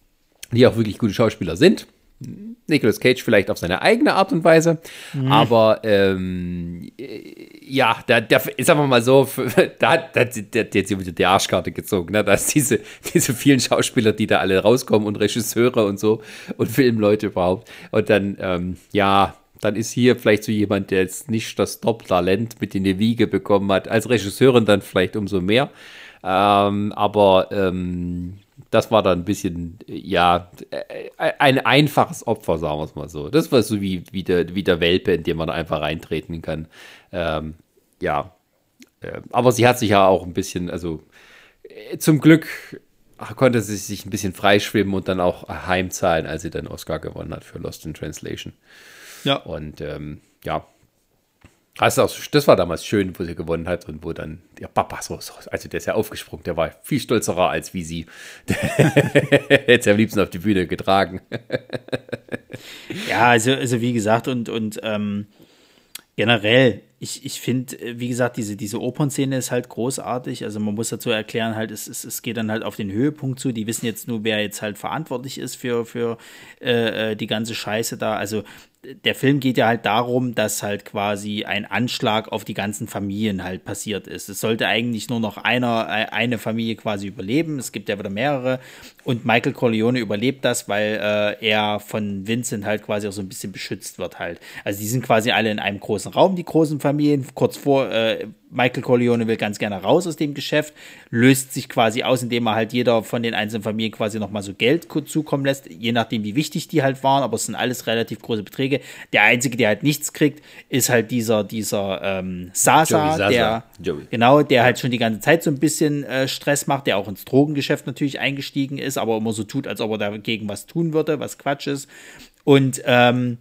die auch wirklich gute Schauspieler sind. Nicolas Cage vielleicht auf seine eigene Art und Weise, mhm. aber ähm, ja, da, da ist einfach mal so, da hat der, der, der jetzt wieder die Arschkarte gezogen, ne? Da ist diese, diese vielen Schauspieler, die da alle rauskommen und Regisseure und so und Filmleute überhaupt und dann, ähm, ja, dann ist hier vielleicht so jemand, der jetzt nicht das Top-Talent mit in die Wiege bekommen hat, als Regisseurin dann vielleicht umso mehr, ähm, aber ähm, das war dann ein bisschen, ja, ein einfaches Opfer, sagen wir es mal so. Das war so wie, wie, der, wie der Welpe, in den man einfach reintreten kann. Ähm, ja, äh, aber sie hat sich ja auch ein bisschen, also äh, zum Glück konnte sie sich ein bisschen freischwimmen und dann auch heimzahlen, als sie dann Oscar gewonnen hat für Lost in Translation. Ja. Und ähm, ja, also das war damals schön, wo sie gewonnen hat und wo dann der Papa so, so also der ist ja aufgesprungen, der war viel stolzerer als wie sie. Hätte sie am liebsten auf die Bühne getragen. Ja, also, also wie gesagt und, und ähm, generell, ich, ich finde, wie gesagt, diese, diese Opernszene ist halt großartig. Also man muss dazu erklären, halt, es, es, es geht dann halt auf den Höhepunkt zu. Die wissen jetzt nur, wer jetzt halt verantwortlich ist für, für äh, die ganze Scheiße da. Also der Film geht ja halt darum, dass halt quasi ein Anschlag auf die ganzen Familien halt passiert ist. Es sollte eigentlich nur noch einer, eine Familie quasi überleben. Es gibt ja wieder mehrere. Und Michael Corleone überlebt das, weil äh, er von Vincent halt quasi auch so ein bisschen beschützt wird halt. Also die sind quasi alle in einem großen Raum, die großen Familien. Kurz vor, äh, Michael Corleone will ganz gerne raus aus dem Geschäft, löst sich quasi aus, indem er halt jeder von den einzelnen Familien quasi nochmal so Geld zukommen lässt, je nachdem, wie wichtig die halt waren, aber es sind alles relativ große Beträge. Der Einzige, der halt nichts kriegt, ist halt dieser, dieser ähm, Sasa, Joey der, Joey. Genau, der halt schon die ganze Zeit so ein bisschen äh, Stress macht, der auch ins Drogengeschäft natürlich eingestiegen ist, aber immer so tut, als ob er dagegen was tun würde, was Quatsch ist. Und ähm,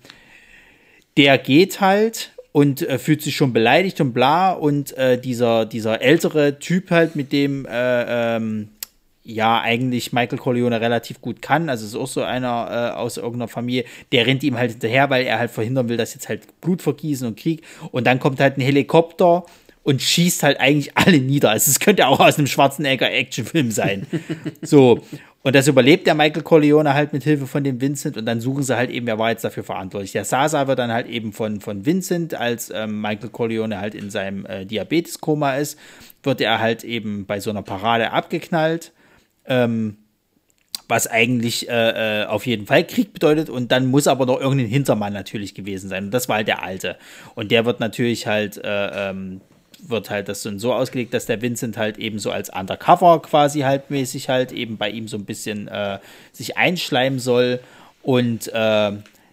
der geht halt und äh, fühlt sich schon beleidigt und bla und äh, dieser, dieser ältere Typ halt, mit dem äh, ähm, ja eigentlich Michael Corleone relativ gut kann, also ist auch so einer äh, aus irgendeiner Familie, der rennt ihm halt hinterher, weil er halt verhindern will, dass jetzt halt Blutvergießen und Krieg und dann kommt halt ein Helikopter und schießt halt eigentlich alle nieder. Also es könnte auch aus einem Schwarzenegger-Actionfilm sein. So. Und das überlebt der Michael Corleone halt mit Hilfe von dem Vincent und dann suchen sie halt eben, wer war jetzt dafür verantwortlich. Der Sasa wird dann halt eben von, von Vincent, als ähm, Michael Corleone halt in seinem äh, Diabeteskoma ist, wird er halt eben bei so einer Parade abgeknallt, ähm, was eigentlich äh, äh, auf jeden Fall Krieg bedeutet und dann muss aber noch irgendein Hintermann natürlich gewesen sein und das war halt der Alte. Und der wird natürlich halt äh, ähm, wird halt das so ausgelegt, dass der Vincent halt eben so als Undercover quasi halt mäßig halt eben bei ihm so ein bisschen äh, sich einschleimen soll und äh,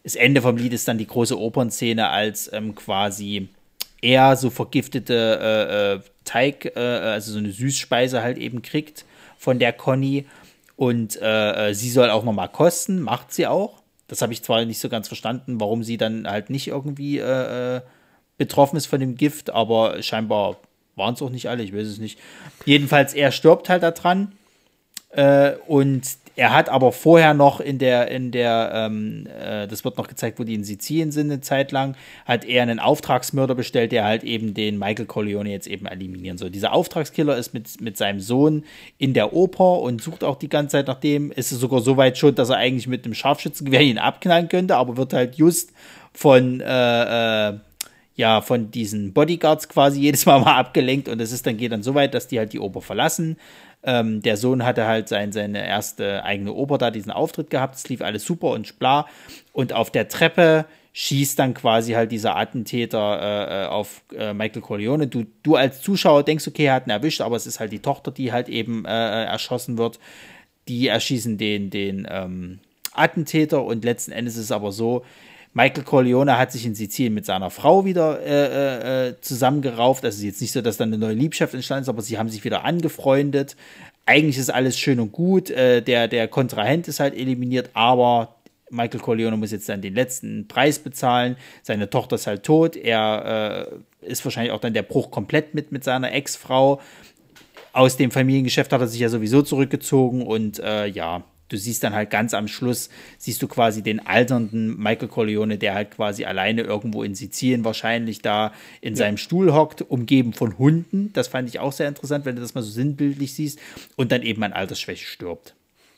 das Ende vom Lied ist dann die große Opernszene, als ähm, quasi er so vergiftete äh, äh, Teig, äh, also so eine Süßspeise halt eben kriegt von der Conny. Und äh, sie soll auch nochmal kosten, macht sie auch. Das habe ich zwar nicht so ganz verstanden, warum sie dann halt nicht irgendwie äh, betroffen ist von dem Gift, aber scheinbar waren es auch nicht alle, ich weiß es nicht. Jedenfalls, er stirbt halt daran. Äh, und er hat aber vorher noch in der, in der, ähm, äh, das wird noch gezeigt, wo die in Sizilien sind, eine Zeit lang, hat er einen Auftragsmörder bestellt, der halt eben den Michael Corleone jetzt eben eliminieren soll. Dieser Auftragskiller ist mit, mit seinem Sohn in der Oper und sucht auch die ganze Zeit nach dem. Ist es sogar so weit schon, dass er eigentlich mit einem Scharfschützengewehr ihn abknallen könnte, aber wird halt just von, äh, äh, ja, von diesen Bodyguards quasi jedes Mal mal abgelenkt und es ist dann, geht dann so weit, dass die halt die Oper verlassen. Ähm, der Sohn hatte halt sein, seine erste eigene Oper da, diesen Auftritt gehabt. Es lief alles super und bla. Und auf der Treppe schießt dann quasi halt dieser Attentäter äh, auf äh, Michael Corleone. Du, du als Zuschauer denkst, okay, er hat ihn erwischt, aber es ist halt die Tochter, die halt eben äh, erschossen wird. Die erschießen den, den ähm, Attentäter und letzten Endes ist es aber so, Michael Corleone hat sich in Sizilien mit seiner Frau wieder äh, äh, zusammengerauft. Also es ist jetzt nicht so, dass dann eine neue Liebschaft entstanden ist, aber sie haben sich wieder angefreundet. Eigentlich ist alles schön und gut. Äh, der, der Kontrahent ist halt eliminiert, aber Michael Corleone muss jetzt dann den letzten Preis bezahlen. Seine Tochter ist halt tot. Er äh, ist wahrscheinlich auch dann der Bruch komplett mit, mit seiner Ex-Frau. Aus dem Familiengeschäft hat er sich ja sowieso zurückgezogen und äh, ja, du siehst dann halt ganz am Schluss, siehst du quasi den alternden Michael Corleone, der halt quasi alleine irgendwo in Sizilien wahrscheinlich da in ja. seinem Stuhl hockt, umgeben von Hunden. Das fand ich auch sehr interessant, wenn du das mal so sinnbildlich siehst. Und dann eben an Altersschwäche stirbt.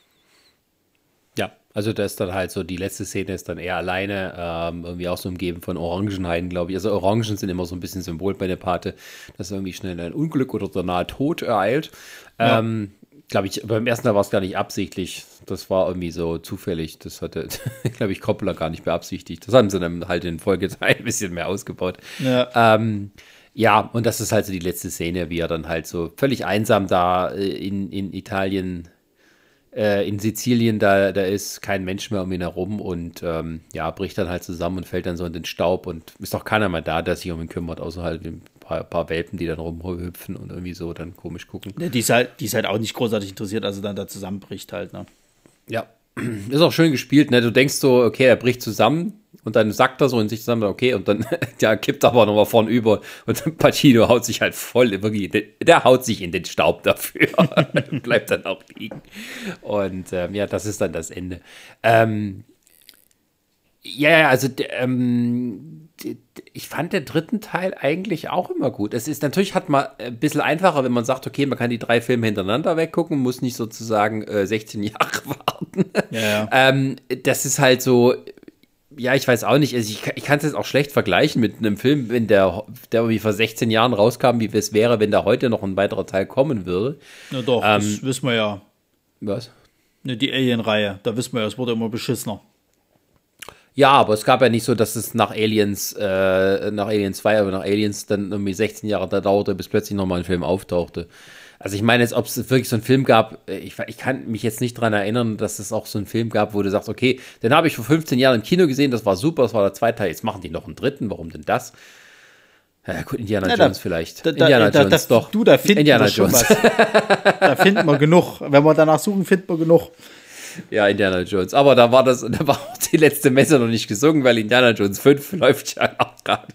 Ja, also das ist dann halt so, die letzte Szene ist dann eher alleine, ähm, irgendwie auch so umgeben von Orangenhainen, glaube ich. Also Orangen sind immer so ein bisschen Symbol bei der Pate, dass irgendwie schnell ein Unglück oder der nahe Tod ereilt. Ja. Ähm, glaube ich, beim ersten Mal war es gar nicht absichtlich. Das war irgendwie so zufällig. Das hatte, glaube ich, Coppola gar nicht beabsichtigt. Das haben sie dann halt in Folge zwei ein bisschen mehr ausgebaut. Ja. Ähm, ja, und das ist halt so die letzte Szene, wie er dann halt so völlig einsam da in, in Italien, äh, in Sizilien, da, da ist kein Mensch mehr um ihn herum und ähm, ja, bricht dann halt zusammen und fällt dann so in den Staub und ist auch keiner mehr da, der sich um ihn kümmert, außer halt ein paar, paar Welpen, die dann rumhüpfen und irgendwie so dann komisch gucken. Ja, die ist halt, die ist halt auch nicht großartig interessiert, also dann da zusammenbricht halt, ne? Ja, ist auch schön gespielt, ne? Du denkst so, okay, er bricht zusammen und dann sackt er so in sich zusammen, okay, und dann ja, kippt er aber nochmal vorn über und Pacino haut sich halt voll, wirklich, der, der haut sich in den Staub dafür und bleibt dann auch liegen. Und ähm, ja, das ist dann das Ende. Ähm, ja, also ähm, ich fand den dritten Teil eigentlich auch immer gut. Es ist natürlich hat man ein bisschen einfacher, wenn man sagt, okay, man kann die drei Filme hintereinander weggucken, muss nicht sozusagen äh, sechzehn Jahre warten. Ja, ja. Ähm, das ist halt so, ja, ich weiß auch nicht, also ich, ich kann es jetzt auch schlecht vergleichen mit einem Film, wenn der, der irgendwie vor sechzehn Jahren rauskam, wie es wäre, wenn da heute noch ein weiterer Teil kommen würde. Na doch, ähm, das wissen wir ja. Was? Ne, die Alien-Reihe, da wissen wir ja, es wurde immer beschissener. Ja, aber es gab ja nicht so, dass es nach Aliens, äh, nach Aliens zwei, aber nach Aliens dann irgendwie sechzehn Jahre da dauerte, bis plötzlich nochmal ein Film auftauchte. Also ich meine jetzt, ob es wirklich so einen Film gab, ich, ich kann mich jetzt nicht dran erinnern, dass es auch so einen Film gab, wo du sagst, okay, den habe ich vor fünfzehn Jahren im Kino gesehen, das war super, das war der zweite Teil, jetzt machen die noch einen dritten, warum denn das? Ja gut, Indiana ja, Jones da, vielleicht. Da, Indiana da, Jones, da, doch. Du, da finden Indiana wir schon Jones. was. Da finden wir genug. Wenn wir danach suchen, finden wir genug. Ja, Indiana Jones. Aber da war das, da war auch die letzte Messe noch nicht gesungen, weil Indiana Jones fünf läuft ja auch gerade.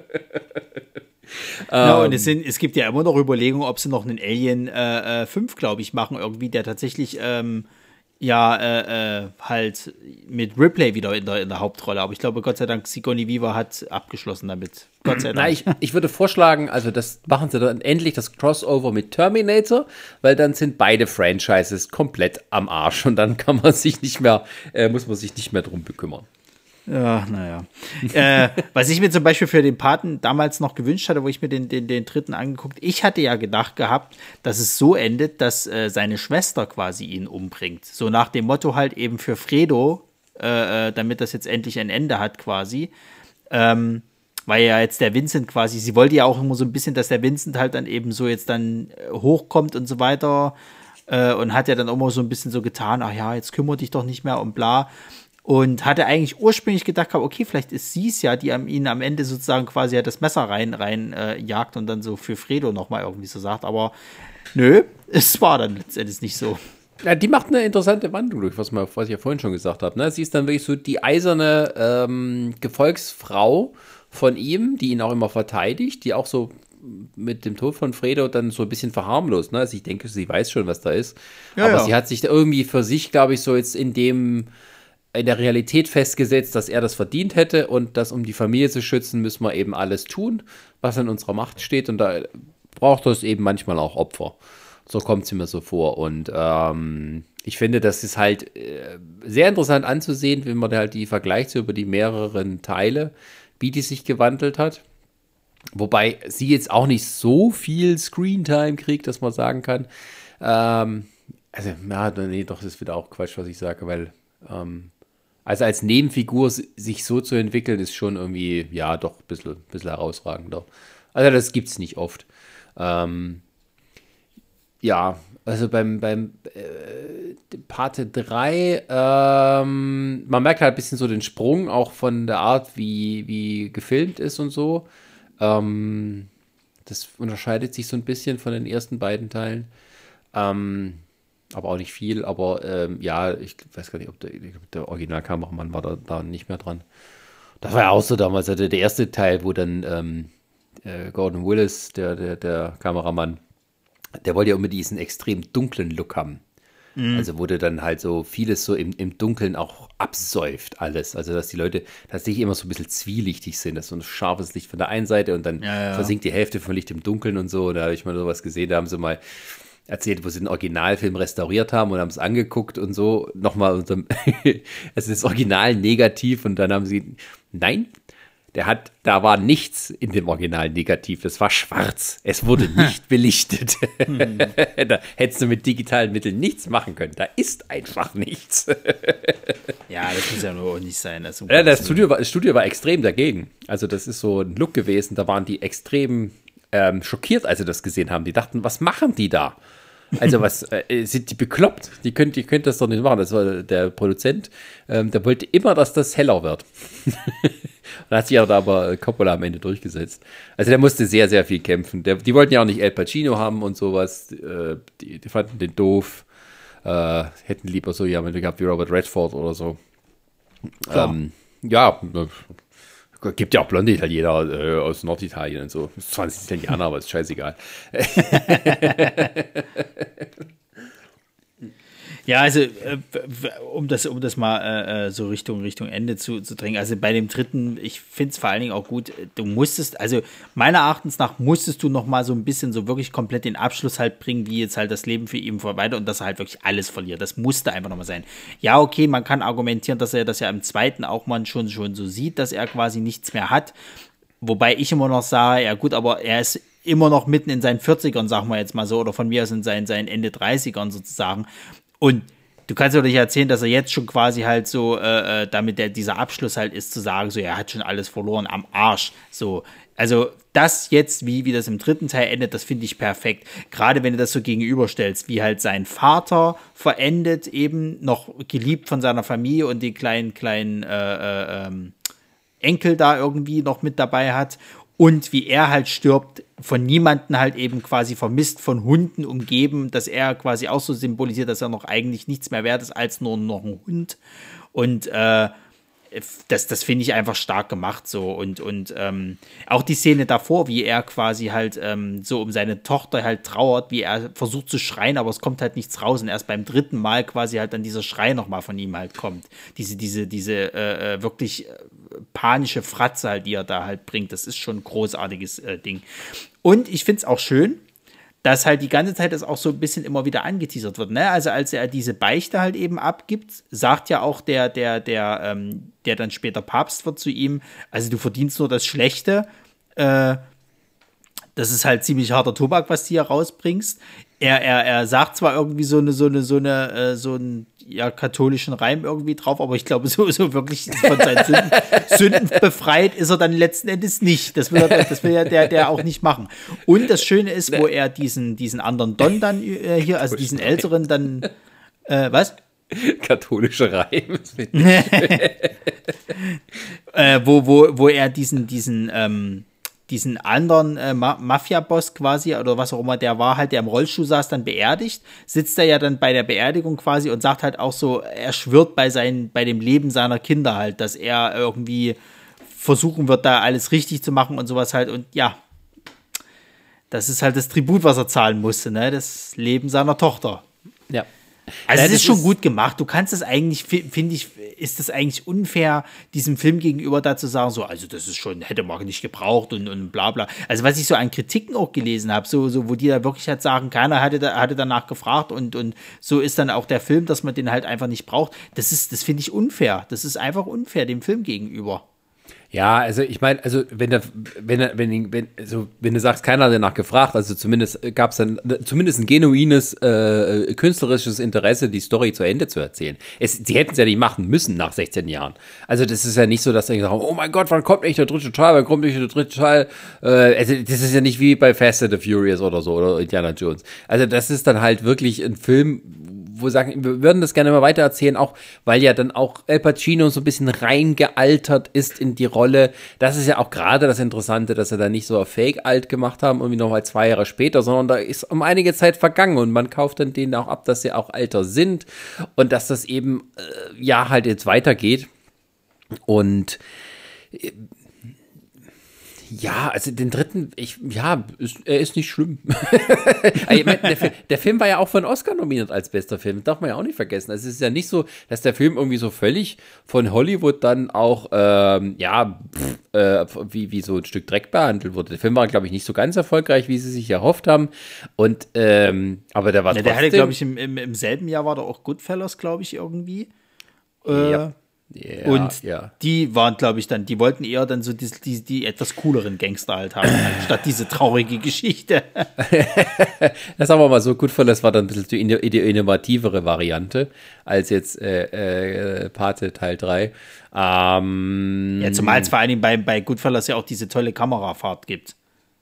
Ja, um, und es, sind, es gibt ja immer noch Überlegungen, ob sie noch einen Alien äh, fünf, glaube ich, machen, irgendwie, der tatsächlich ähm, ja äh, äh, halt mit Ripley wieder in der, in der Hauptrolle. Aber ich glaube, Gott sei Dank, Sigourney Weaver hat abgeschlossen damit. Gott sei Dank. Na, ich, ich würde vorschlagen, also das machen sie dann endlich das Crossover mit Terminator, weil dann sind beide Franchises komplett am Arsch und dann kann man sich nicht mehr, äh, muss man sich nicht mehr drum bekümmern. Ja, naja. äh, was ich mir zum Beispiel für den Paten damals noch gewünscht hatte, wo ich mir den, den, den dritten angeguckt, ich hatte ja gedacht gehabt, dass es so endet, dass äh, seine Schwester quasi ihn umbringt. So nach dem Motto halt eben für Fredo, äh, damit das jetzt endlich ein Ende hat quasi. Ähm, weil ja jetzt der Vincent quasi, sie wollte ja auch immer so ein bisschen, dass der Vincent halt dann eben so jetzt dann hochkommt und so weiter. Äh, und hat ja dann immer so ein bisschen so getan, ach ja, jetzt kümmere dich doch nicht mehr und bla. und hatte eigentlich ursprünglich gedacht, okay, vielleicht ist sie es ja, die am, ihn am Ende sozusagen quasi das Messer rein, rein äh, jagt und dann so für Fredo nochmal irgendwie so sagt, aber nö, es war dann letztendlich nicht so. Ja, die macht eine interessante Wandlung durch, was, man, was ich ja vorhin schon gesagt habe. Ne? Sie ist dann wirklich so die eiserne ähm, Gefolgsfrau von ihm, die ihn auch immer verteidigt, die auch so mit dem Tod von Fredo dann so ein bisschen verharmlost. Ne? Also ich denke, sie weiß schon, was da ist. Ja, aber ja. Sie hat sich da irgendwie für sich, glaube ich, so jetzt in dem in der Realität festgesetzt, dass er das verdient hätte und dass, um die Familie zu schützen, müssen wir eben alles tun, was in unserer Macht steht. Und da braucht es eben manchmal auch Opfer. So kommt es mir so vor. Und ähm, ich finde, das ist halt äh, sehr interessant anzusehen, wenn man da halt die vergleicht so über die mehreren Teile, wie die sich gewandelt hat. Wobei sie jetzt auch nicht so viel Screentime kriegt, dass man sagen kann. Ähm, also, ja, nee, doch, das ist wieder auch Quatsch, was ich sage, weil ähm, also als Nebenfigur sich so zu entwickeln, ist schon irgendwie, ja, doch ein bisschen, bisschen herausragender. Also das gibt es nicht oft. Ähm, ja, also beim, beim äh, Pate drei, ähm, man merkt halt ein bisschen so den Sprung, auch von der Art, wie, wie gefilmt ist und so. Ähm, das unterscheidet sich so ein bisschen von den ersten beiden Teilen. Ähm, aber auch nicht viel, aber ähm, ja, ich weiß gar nicht, ob der, der Originalkameramann war da, da nicht mehr dran. Das war ja auch so damals, also der erste Teil, wo dann ähm, äh, Gordon Willis, der, der, der Kameramann, der wollte ja immer diesen extrem dunklen Look haben. Mhm. Also wurde dann halt so vieles so im, im Dunkeln auch absäuft alles. Also dass die Leute tatsächlich immer so ein bisschen zwielichtig sind. Das ist so ein scharfes Licht von der einen Seite und dann ja, ja. versinkt die Hälfte vom Licht im Dunkeln und so. Da habe ich mal sowas gesehen, da haben sie mal erzählt, wo sie den Originalfilm restauriert haben und haben es angeguckt und so. Nochmal, also das Original negativ und dann haben sie, nein, der hat, da war nichts in dem Original negativ, das war schwarz. Es wurde nicht belichtet. Hm. Da hättest du mit digitalen Mitteln nichts machen können. Da ist einfach nichts. Ja, das muss ja nur auch nicht sein. Das, ja, das, Studio war, das Studio war extrem dagegen. Also das ist so ein Look gewesen, da waren die extrem ähm, schockiert, als sie das gesehen haben. Die dachten, was machen die da? Also was, äh, sind die bekloppt? Die könnt, die könnt das doch nicht machen. Das war der Produzent, ähm, der wollte immer, dass das heller wird. Und hat sich auch da aber Coppola am Ende durchgesetzt. Also der musste sehr, sehr viel kämpfen. Der, die wollten ja auch nicht Al Pacino haben und sowas. Äh, die, die fanden den doof. Äh, hätten lieber so jemanden gehabt wie Robert Redford oder so. Ähm, ja, gibt ja auch blonde Italiener äh, aus Norditalien und so. zwanzig Italiener, aber ist scheißegal. Ja, also äh, um das, um das mal äh, so Richtung, Richtung Ende zu, zu drängen, also bei dem dritten, ich finde es vor allen Dingen auch gut, du musstest, also meiner Erachtens nach musstest du noch mal so ein bisschen so wirklich komplett den Abschluss halt bringen, wie jetzt halt das Leben für ihn vorbei und dass er halt wirklich alles verliert. Das musste einfach noch mal sein. Ja, okay, man kann argumentieren, dass er das ja im zweiten auch mal schon, schon so sieht, dass er quasi nichts mehr hat. Wobei ich immer noch sage, ja gut, aber er ist immer noch mitten in seinen vierzigern, sagen wir jetzt mal so, oder von mir aus in seinen, seinen Ende dreißigern sozusagen. Und du kannst dir doch nicht erzählen, dass er jetzt schon quasi halt so, äh, damit der, dieser Abschluss halt ist, zu sagen, so, er hat schon alles verloren am Arsch. So, also das jetzt, wie, wie das im dritten Teil endet, das finde ich perfekt. Gerade wenn du das so gegenüberstellst, wie halt sein Vater verendet, eben noch geliebt von seiner Familie und den kleinen, kleinen äh, äh, Enkel da irgendwie noch mit dabei hat. Und wie er halt stirbt, von niemanden halt eben quasi vermisst, von Hunden umgeben, dass er quasi auch so symbolisiert, dass er noch eigentlich nichts mehr wert ist als nur noch ein Hund. Und äh, das, das finde ich einfach stark gemacht so. Und, und ähm, auch die Szene davor, wie er quasi halt ähm, so um seine Tochter halt trauert, wie er versucht zu schreien, aber es kommt halt nichts raus. Und erst beim dritten Mal quasi halt dann dieser Schrei nochmal von ihm halt kommt. Diese, diese, diese äh, wirklich panische Fratze halt, die er da halt bringt. Das ist schon ein großartiges äh, Ding. Und ich finde es auch schön, dass halt die ganze Zeit das auch so ein bisschen immer wieder angeteasert wird. Ne? Also als er diese Beichte halt eben abgibt, sagt ja auch der, der, der, ähm, der dann später Papst wird zu ihm, also du verdienst nur das Schlechte. Äh, das ist halt ziemlich harter Tobak, was du hier rausbringst. Er, er, er sagt zwar irgendwie so eine, so eine, so eine, äh, so einen ja, katholischen Reim irgendwie drauf, aber ich glaube, so, so wirklich von seinen Sünden, Sünden befreit ist er dann letzten Endes nicht. Das will, er, das will ja der, der auch nicht machen. Und das Schöne ist, wo er diesen, diesen anderen Don dann äh, hier, also diesen älteren dann, äh, was? Katholische Reim. äh, wo, wo, wo er diesen, diesen, ähm, diesen anderen äh, Ma- Mafia-Boss quasi, oder was auch immer der war, halt, der im Rollstuhl saß, dann beerdigt, sitzt er ja dann bei der Beerdigung quasi und sagt halt auch so, er schwört bei, seinen, bei dem Leben seiner Kinder halt, dass er irgendwie versuchen wird, da alles richtig zu machen und sowas halt. Und ja, das ist halt das Tribut, was er zahlen musste, ne? Das Leben seiner Tochter. Ja. Also Ja, es das ist schon ist- gut gemacht. Du kannst es eigentlich, fi- finde ich, ist es eigentlich unfair, diesem Film gegenüber da zu sagen, so, also das ist schon, hätte man nicht gebraucht und, und bla bla. Also was ich so an Kritiken auch gelesen habe, so, so, wo die da wirklich halt sagen, keiner hatte, da, hatte danach gefragt und, und so ist dann auch der Film, dass man den halt einfach nicht braucht. Das ist, das finde ich unfair. Das ist einfach unfair dem Film gegenüber. Ja, also ich meine, also wenn der, wenn er, wenn, wenn, also wenn du sagst, keiner hat danach gefragt, also zumindest gab es dann zumindest ein genuines äh, künstlerisches Interesse, die Story zu Ende zu erzählen. Es, sie hätten es ja nicht machen müssen nach sechzehn Jahren. Also das ist ja nicht so, dass sie sagen, oh mein Gott, wann kommt nicht der dritte Teil, wann kommt nicht der dritte Teil? Äh, also das ist ja nicht wie bei Fast and the Furious oder so oder Indiana Jones. Also das ist dann halt wirklich ein Film, wo wir sagen, wir würden das gerne mal weiter erzählen, auch weil ja dann auch Al Pacino so ein bisschen reingealtert ist in die Rolle. Das ist ja auch gerade das Interessante, dass sie da nicht so auf Fake alt gemacht haben, irgendwie nochmal zwei Jahre später, sondern da ist um einige Zeit vergangen und man kauft dann denen auch ab, dass sie auch älter sind und dass das eben, äh, ja, halt jetzt weitergeht. Und äh, ja, also den dritten, ich, ja, ist, er ist nicht schlimm. Ich mein, der, Fi- der Film war ja auch für einen Oscar nominiert als bester Film, darf man ja auch nicht vergessen. Also es ist ja nicht so, dass der Film irgendwie so völlig von Hollywood dann auch, ähm, ja, pff, äh, wie, wie so ein Stück Dreck behandelt wurde. Der Film war, glaube ich, nicht so ganz erfolgreich, wie sie sich erhofft haben. Und, ähm, aber der war Ja, trotzdem. der hatte, glaube ich, im, im, im selben Jahr war da auch Goodfellas, glaube ich, irgendwie. Äh, Ja. Ja, und ja. die waren, glaube ich, dann, die wollten eher dann so die, die, die etwas cooleren Gangster halt haben, statt diese traurige Geschichte. Das sagen wir mal so, Goodfellas war dann ein bisschen die, inno- die innovativere Variante als jetzt äh, äh, Pate Teil drei. Ähm, Ja, zumal es vor allen Dingen bei, bei Goodfellas ja auch diese tolle Kamerafahrt gibt.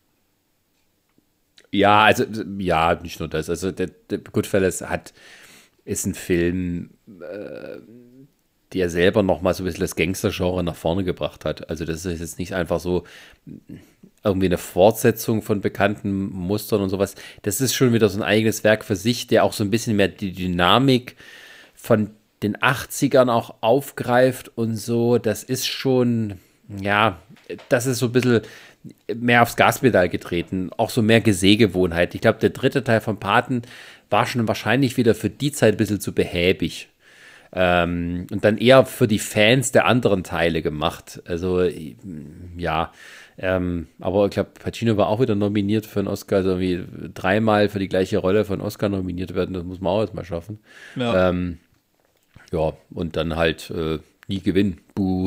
Ja, also ja, nicht nur das. Also der, der Goodfellas hat, ist ein Film, äh, der selber noch mal so ein bisschen das Gangster-Genre nach vorne gebracht hat. Also das ist jetzt nicht einfach so irgendwie eine Fortsetzung von bekannten Mustern und sowas. Das ist schon wieder so ein eigenes Werk für sich, der auch so ein bisschen mehr die Dynamik von den achtzigern auch aufgreift und so. Das ist schon, ja, das ist so ein bisschen mehr aufs Gaspedal getreten. Auch so mehr Sehgewohnheit. Ich glaube, der dritte Teil von Paten war schon wahrscheinlich wieder für die Zeit ein bisschen zu behäbig. Ähm, und dann eher für die Fans der anderen Teile gemacht. Also, ja, ähm, aber ich glaube, Pacino war auch wieder nominiert für einen Oscar, also irgendwie dreimal für die gleiche Rolle für einen Oscar nominiert werden, das muss man auch erstmal schaffen. Ja. Ähm, ja, und dann halt äh, nie gewinnen. Buh.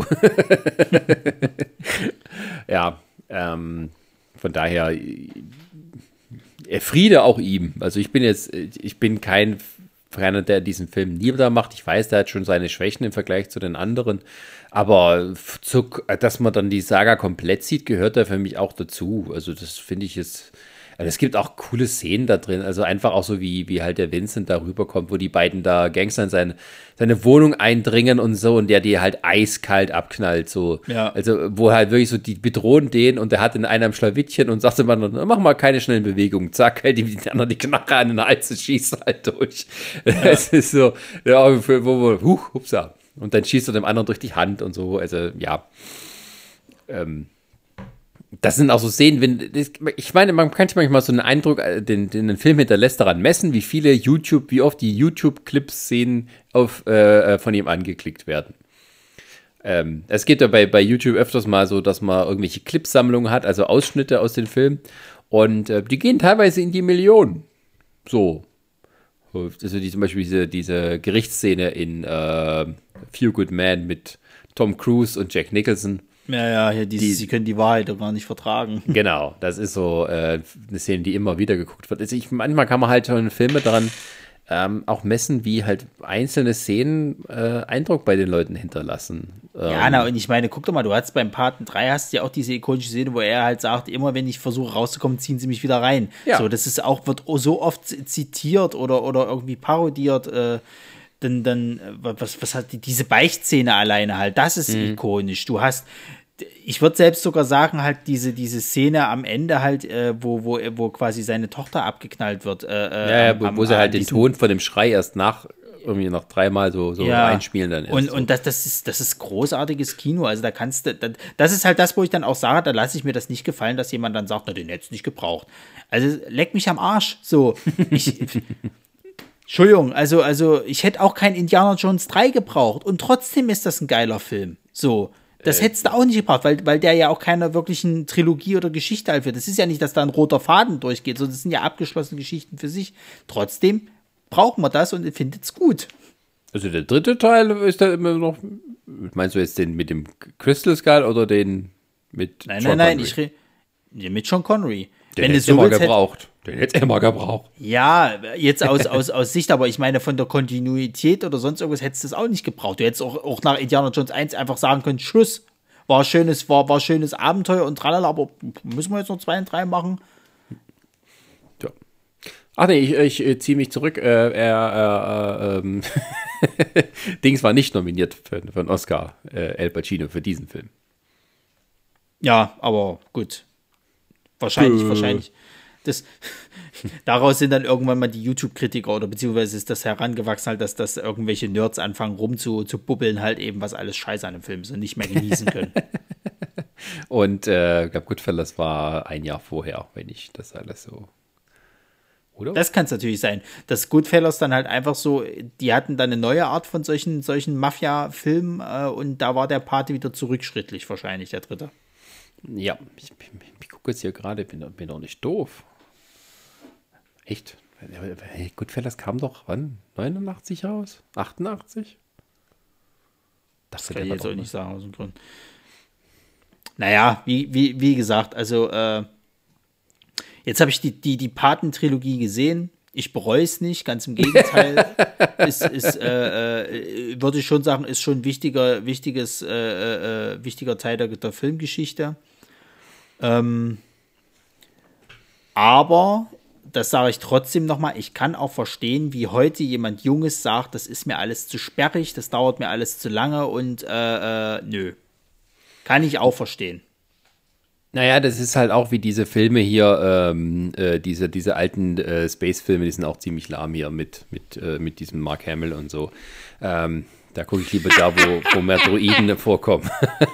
Ja, ähm, von daher, äh, Friede auch ihm. Also ich bin jetzt, ich bin kein keiner, der diesen Film niedermacht. Ich weiß, der hat schon seine Schwächen im Vergleich zu den anderen. Aber zu, dass man dann die Saga komplett sieht, gehört da für mich auch dazu. Also das finde ich jetzt. Also es gibt auch coole Szenen da drin. Also einfach auch so, wie, wie halt der Vincent da rüberkommt, wo die beiden da Gangster in seine, seine Wohnung eindringen und so und der die halt eiskalt abknallt. So. Ja. Also wo halt wirklich so, die bedrohen den und der hat in einem Schlawittchen und sagt immer, mach mal keine schnellen Bewegungen. Zack, hält ihm die anderen die Knarre an den Hals und schießt halt durch. Ja. Es ist so, ja, wo, wo, huch, hupsa. Und dann schießt er dem anderen durch die Hand und so. Also, ja. Ähm. Das sind auch so Szenen, wenn, ich meine, man kann sich manchmal so einen Eindruck, den, den ein Film hinterlässt, daran messen, wie viele YouTube, wie oft die YouTube-Clips-Szenen auf, äh, von ihm angeklickt werden. Ähm, es geht ja bei, bei YouTube öfters mal so, dass man irgendwelche Clipsammlungen hat, also Ausschnitte aus den Filmen und äh, die gehen teilweise in die Millionen. So. Also die, zum Beispiel diese, diese Gerichtsszene in äh, Few Good Men mit Tom Cruise und Jack Nicholson. Ja, ja, hier dieses, die, sie können die Wahrheit doch gar nicht vertragen. Genau, das ist so äh, eine Szene, die immer wieder geguckt wird. Also ich, manchmal kann man halt schon Filme daran ähm, auch messen, wie halt einzelne Szenen äh, Eindruck bei den Leuten hinterlassen. Ähm, ja, na, und ich meine, guck doch mal, du hast beim Paten drei hast ja auch diese ikonische Szene, wo er halt sagt, immer wenn ich versuche rauszukommen, ziehen sie mich wieder rein. Ja. So, das ist auch, wird so oft zitiert oder, oder irgendwie parodiert, äh, dann, dann was, was hat die, diese Beichtszene alleine halt, das ist mhm. ikonisch. Du hast, ich würde selbst sogar sagen, halt diese, diese Szene am Ende halt, äh, wo, wo, wo quasi seine Tochter abgeknallt wird. Äh, ja, ja, wo, am, wo sie halt den Ton von dem Schrei erst nach, irgendwie noch dreimal so, so ja. einspielen dann. Und, so. und das, das, ist, das ist großartiges Kino. Also da kannst du, das, das ist halt das, wo ich dann auch sage, da lasse ich mir das nicht gefallen, dass jemand dann sagt, na, den hättest du nicht gebraucht. Also leck mich am Arsch. So, ich, Entschuldigung, also, also ich hätte auch kein Indiana Jones drei gebraucht und trotzdem ist das ein geiler Film. So, das äh. hättest du auch nicht gebraucht, weil, weil der ja auch keiner wirklichen Trilogie oder Geschichte halt wird. Das ist ja nicht, dass da ein roter Faden durchgeht, sondern das sind ja abgeschlossene Geschichten für sich. Trotzdem brauchen wir das und findet es gut. Also der dritte Teil ist da immer noch, meinst du jetzt den mit dem Crystal Skull oder den mit Nein, Sean nein, nein, Connery? ich rede mit Sean Connery. Den hätte es immer gebraucht. Den hätte es immer gebraucht. Ja, jetzt aus, aus, aus Sicht, aber ich meine, von der Kontinuität oder sonst irgendwas hättest du es auch nicht gebraucht. Du hättest auch, auch nach Indiana Jones eins einfach sagen können, Schluss, war schönes, war, war schönes Abenteuer und tralala, aber müssen wir jetzt noch zwei und drei machen? Ja. Ach nee, ich, ich ziehe mich zurück. Äh, er, äh, ähm, Dings war nicht nominiert für, für einen Oscar, äh, El Pacino, für diesen Film. Ja, aber gut. Wahrscheinlich, äh. wahrscheinlich. Das, daraus sind dann irgendwann mal die YouTube-Kritiker oder beziehungsweise ist das herangewachsen halt, dass, dass irgendwelche Nerds anfangen rumzububbeln, halt eben, was alles scheiße an dem Film ist und nicht mehr genießen können. Und äh, ich glaube, Goodfellas war ein Jahr vorher, wenn ich das alles so... Oder? Das kann es natürlich sein. Dass Goodfellas dann halt einfach so, die hatten dann eine neue Art von solchen, solchen Mafia-Filmen äh, und da war der Pate wieder zurückschrittlich wahrscheinlich, der dritte. Ja, ich, ich, ich gucke jetzt hier gerade, bin, bin doch nicht doof. Echt? Hey, Goodfellas kam doch, wann? neunundachtzig raus? achtundachtzig? Das, das kann ich jetzt auch nicht sagen aus dem Grund. Naja, wie, wie, wie gesagt, also äh, jetzt habe ich die, die, die Paten-Trilogie gesehen. Ich bereue es nicht, ganz im Gegenteil. ist, ist, äh, äh, würde ich schon sagen, ist schon ein wichtiger, wichtiges, äh, äh, wichtiger Teil der, der Filmgeschichte. Ähm, aber, das sage ich trotzdem nochmal, ich kann auch verstehen, wie heute jemand Junges sagt, das ist mir alles zu sperrig, das dauert mir alles zu lange und äh, äh, nö. Kann ich auch verstehen. Naja, das ist halt auch wie diese Filme hier, ähm, äh, diese, diese alten äh, Space-Filme, die sind auch ziemlich lahm hier mit, mit, äh, mit diesem Mark Hamill und so. Ähm, da gucke ich lieber da, wo, wo mehr Droiden vorkommen.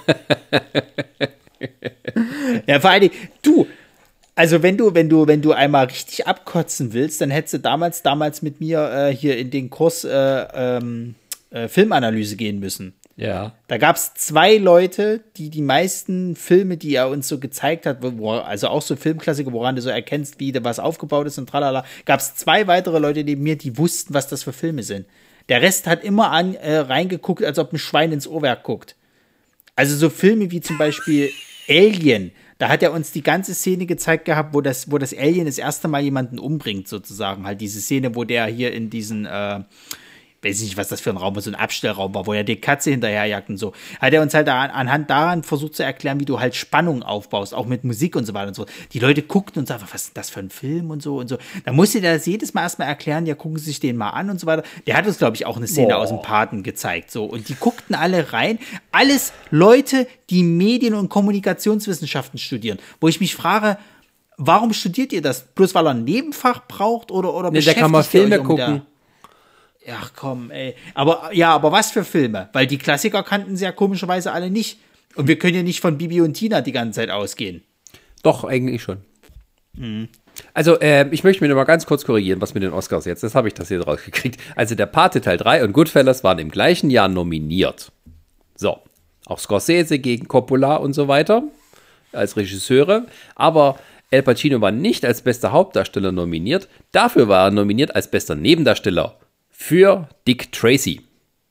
Ja, vor allem, du, also wenn du, wenn du, wenn du einmal richtig abkotzen willst, dann hättest du damals, damals mit mir äh, hier in den Kurs äh, ähm, äh, Filmanalyse gehen müssen. Ja. Da gab es zwei Leute, die die meisten Filme, die er uns so gezeigt hat, wo, also auch so Filmklassiker, woran du so erkennst, wie da was aufgebaut ist und tralala, gab es zwei weitere Leute neben mir, die wussten, was das für Filme sind. Der Rest hat immer an, äh, reingeguckt, als ob ein Schwein ins Uhrwerk guckt. Also so Filme wie zum Beispiel Alien, da hat er uns die ganze Szene gezeigt gehabt, wo das, wo das Alien das erste Mal jemanden umbringt, sozusagen. Halt diese Szene, wo der hier in diesen, äh, weiß nicht, was das für ein Raum war, so ein Abstellraum war, wo er die Katze hinterherjagt und so. Hat er uns halt daran, anhand daran versucht zu erklären, wie du halt Spannung aufbaust, auch mit Musik und so weiter und so. Die Leute guckten und sagten, was ist das für ein Film und so und so. Da musste der das jedes Mal erstmal erklären, ja, gucken Sie sich den mal an und so weiter. Der hat uns, glaube ich, auch eine Szene Boah. aus dem Paten gezeigt, so. Und die guckten alle rein. Alles Leute, die Medien- und Kommunikationswissenschaften studieren, wo ich mich frage, warum studiert ihr das? Bloß weil er ein Nebenfach braucht oder, oder nee, beschäftigt da kann man Filme um gucken. Ach komm, ey. Aber ja, aber was für Filme? Weil die Klassiker kannten sie ja komischerweise alle nicht. Und wir können ja nicht von Bibi und Tina die ganze Zeit ausgehen. Doch, eigentlich schon. Mhm. Also, äh, ich möchte mich noch mal ganz kurz korrigieren, was mit den Oscars jetzt. Das habe ich das hier rausgekriegt. Also, der Pate Teil drei und Goodfellas waren im gleichen Jahr nominiert. So. Auch Scorsese gegen Coppola und so weiter. Als Regisseure. Aber El Pacino war nicht als bester Hauptdarsteller nominiert. Dafür war er nominiert als bester Nebendarsteller. Für Dick Tracy.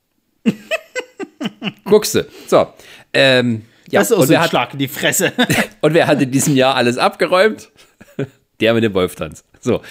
Guckste. So. Ähm, ja. Das ist auch so ein Schlag in die Fresse. Und wer hat in diesem Jahr alles abgeräumt? Der mit dem Wolftanz. So.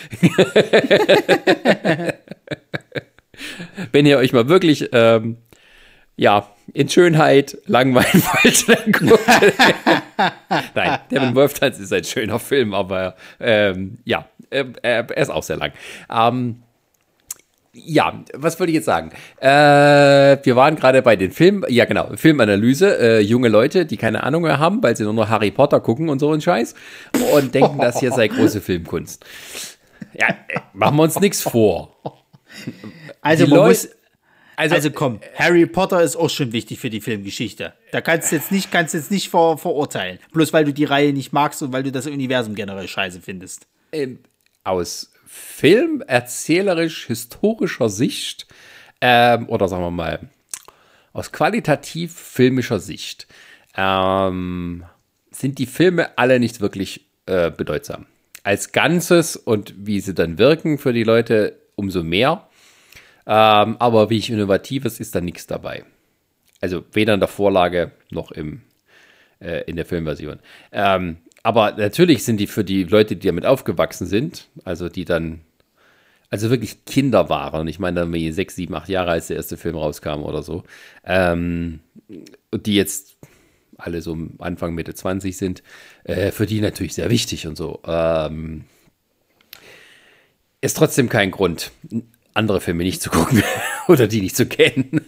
Wenn ihr euch mal wirklich ähm, ja, in Schönheit langweilen wollt, dann guckt. Nein, der mit dem Wolftanz ist ein schöner Film, aber ähm, ja, äh, er ist auch sehr lang. Ähm, Ja, was wollte ich jetzt sagen? Äh, wir waren gerade bei den Filmen, ja genau, Filmanalyse, äh, junge Leute, die keine Ahnung mehr haben, weil sie nur noch Harry Potter gucken und so einen Scheiß und denken, das hier sei große Filmkunst. Ja, machen wir uns nichts vor. Also Die man Leut- muss, Also, also komm, Harry Potter ist auch schon wichtig für die Filmgeschichte. Da kannst du jetzt nicht, kannst du jetzt nicht ver, verurteilen. Bloß weil du die Reihe nicht magst und weil du das Universum generell scheiße findest. ähm, aus Film, erzählerisch, historischer Sicht, ähm, oder sagen wir mal, aus qualitativ filmischer Sicht, ähm, sind die Filme alle nicht wirklich äh, bedeutsam. Als Ganzes und wie sie dann wirken für die Leute, umso mehr. Ähm, aber wie ich Innovatives ist da nichts dabei. Also weder in der Vorlage noch im, äh, in der Filmversion. Ähm, aber natürlich sind die für die Leute, die damit aufgewachsen sind, also die dann, also wirklich Kinder waren, ich meine dann wie sechs, sieben, acht Jahre, als der erste Film rauskam oder so, ähm, und die jetzt alle so Anfang, Mitte zwanzig sind, äh, für die natürlich sehr wichtig und so. Ähm, ist trotzdem kein Grund, andere Filme nicht zu gucken oder die nicht zu kennen.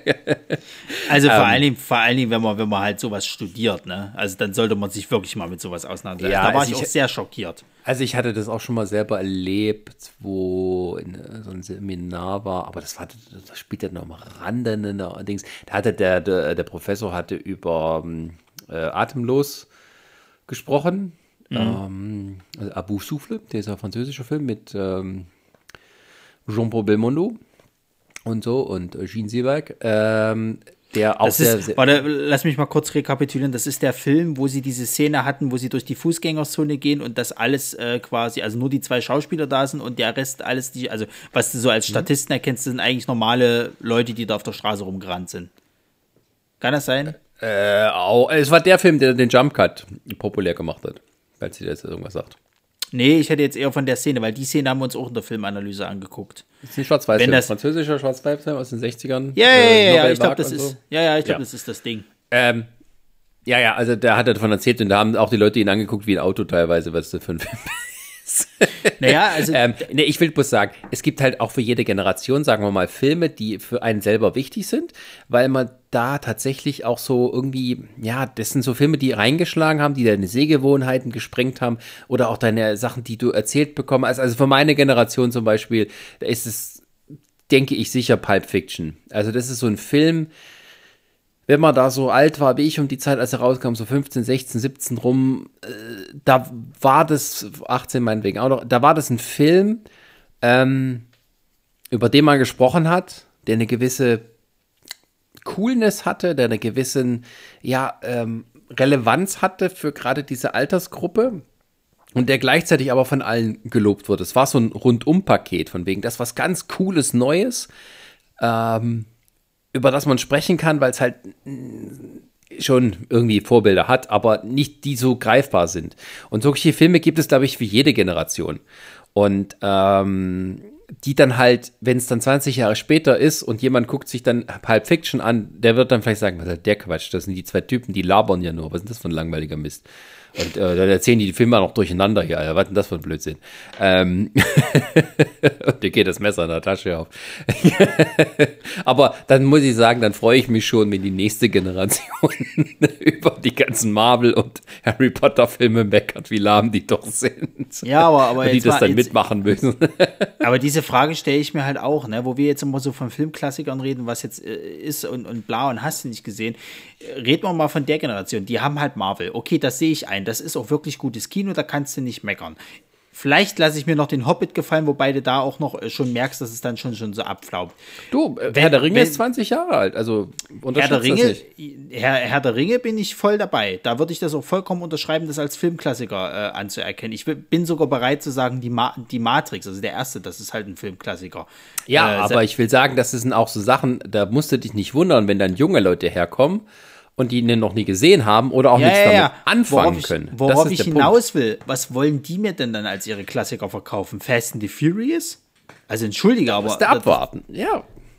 Also vor Ähm. allen Dingen, vor allen Dingen, wenn man, wenn man halt sowas studiert, ne? Also dann sollte man sich wirklich mal mit sowas auseinandersetzen. Ja, da war also ich auch ich- sehr schockiert. Also ich hatte das auch schon mal selber erlebt, wo in äh, so ein Seminar war, aber das war, das spielt ja noch am Rande, ne, Dings. Da hatte der, der, der Professor hatte über ähm, äh, Atemlos gesprochen. Ähm, also Abu Souffle, dieser französische Film mit ähm, Jean-Paul Belmondo und so und äh, Jean Seberg, ähm, der auch Das sehr, ist, sehr warte, lass mich mal kurz rekapitulieren. Das ist der Film, wo sie diese Szene hatten, wo sie durch die Fußgängerzone gehen und das alles äh, quasi, also nur die zwei Schauspieler da sind und der Rest alles, die, also was du so als Statisten erkennst, sind eigentlich normale Leute, die da auf der Straße rumgerannt sind. Kann das sein? äh, auch, es war der Film, der den Jump Cut populär gemacht hat, falls ihr jetzt irgendwas sagt. Nee, ich hätte jetzt eher von der Szene, weil die Szene haben wir uns auch in der Filmanalyse angeguckt. Das ist ein Schwarz-Weiß-Film, Wenn das- französischer Schwarz-Weiß-Film aus den sechzigern. Ja, ja, äh, ja, ja, Nouvelle ich glaube, Vague das und ist, so. ja, ja, ich glaube, Ja. das ist das Ding. Ähm, ja, ja, also der hat davon erzählt und da haben auch die Leute ihn angeguckt wie ein Auto teilweise, was das für ein Film ist. Naja, also, ähm, nee, ich will bloß sagen, es gibt halt auch für jede Generation, sagen wir mal, Filme, die für einen selber wichtig sind, weil man da tatsächlich auch so irgendwie, ja, das sind so Filme, die reingeschlagen haben, die deine Sehgewohnheiten gesprengt haben oder auch deine Sachen, die du erzählt bekommen hast. Also für meine Generation zum Beispiel, da ist es, denke ich, sicher Pulp Fiction. Also das ist so ein Film, wenn man da so alt war wie ich um die Zeit, als er rauskam, so fünfzehn, sechzehn, siebzehn rum, äh, da war das, achtzehn meinetwegen auch noch, da war das ein Film, ähm, über den man gesprochen hat, der eine gewisse Coolness hatte, der eine gewissen, ja, ähm, Relevanz hatte für gerade diese Altersgruppe und der gleichzeitig aber von allen gelobt wurde. Es war so ein Rundum-Paket, von wegen, das was ganz Cooles, Neues, ähm, über das man sprechen kann, weil es halt schon irgendwie Vorbilder hat, aber nicht die so greifbar sind. Und solche Filme gibt es, glaube ich, für jede Generation. Und ähm, die dann halt, wenn es dann zwanzig Jahre später ist und jemand guckt sich dann Pulp Fiction an, der wird dann vielleicht sagen, was ist halt der Quatsch, das sind die zwei Typen, die labern ja nur, was ist das für ein langweiliger Mist? Und äh, dann erzählen die die Filme noch durcheinander hier, Alter. Was ist denn das für ein Blödsinn? Ähm und dir geht das Messer in der Tasche auf. Aber dann muss ich sagen, dann freue ich mich schon, wenn die nächste Generation über die ganzen Marvel- und Harry Potter-Filme meckert, wie lahm die doch sind. ja, aber, aber und die jetzt das mal- dann jetzt- mitmachen müssen. Aber diese Frage stelle ich mir halt auch, ne, wo wir jetzt immer so von Filmklassikern reden, was jetzt äh, ist und, und bla und hast du nicht gesehen. Äh, Reden wir mal von der Generation, die haben halt Marvel. Okay, das sehe ich ein, das ist auch wirklich gutes Kino, da kannst du nicht meckern. Vielleicht lasse ich mir noch den Hobbit gefallen, wobei du da auch noch äh, schon merkst, dass es dann schon, schon so abflaubt. Du, äh, Wenn- Herr der Ringe wenn- ist zwanzig Jahre alt, also Herr unterschätzt der das Ringe, nicht. Herr, Herr der Ringe bin ich voll dabei. Da würde ich das auch vollkommen unterschreiben, das als Filmklassiker äh, anzuerkennen. Ich bin sogar bereit zu sagen, die, Ma die Matrix, also der erste, das ist halt ein Filmklassiker. Ja, Äh, aber ich will sagen, das sind auch so Sachen, da musst du dich nicht wundern, wenn dann junge Leute herkommen und die ihn noch nie gesehen haben oder auch Ja, nichts ja, damit ja. anfangen worauf ich, können. Das Worauf ist ich der Punkt. hinaus will, was wollen die mir denn dann als ihre Klassiker verkaufen? Fast and the Furious? Also entschuldige, aber Musst du abwarten, ja.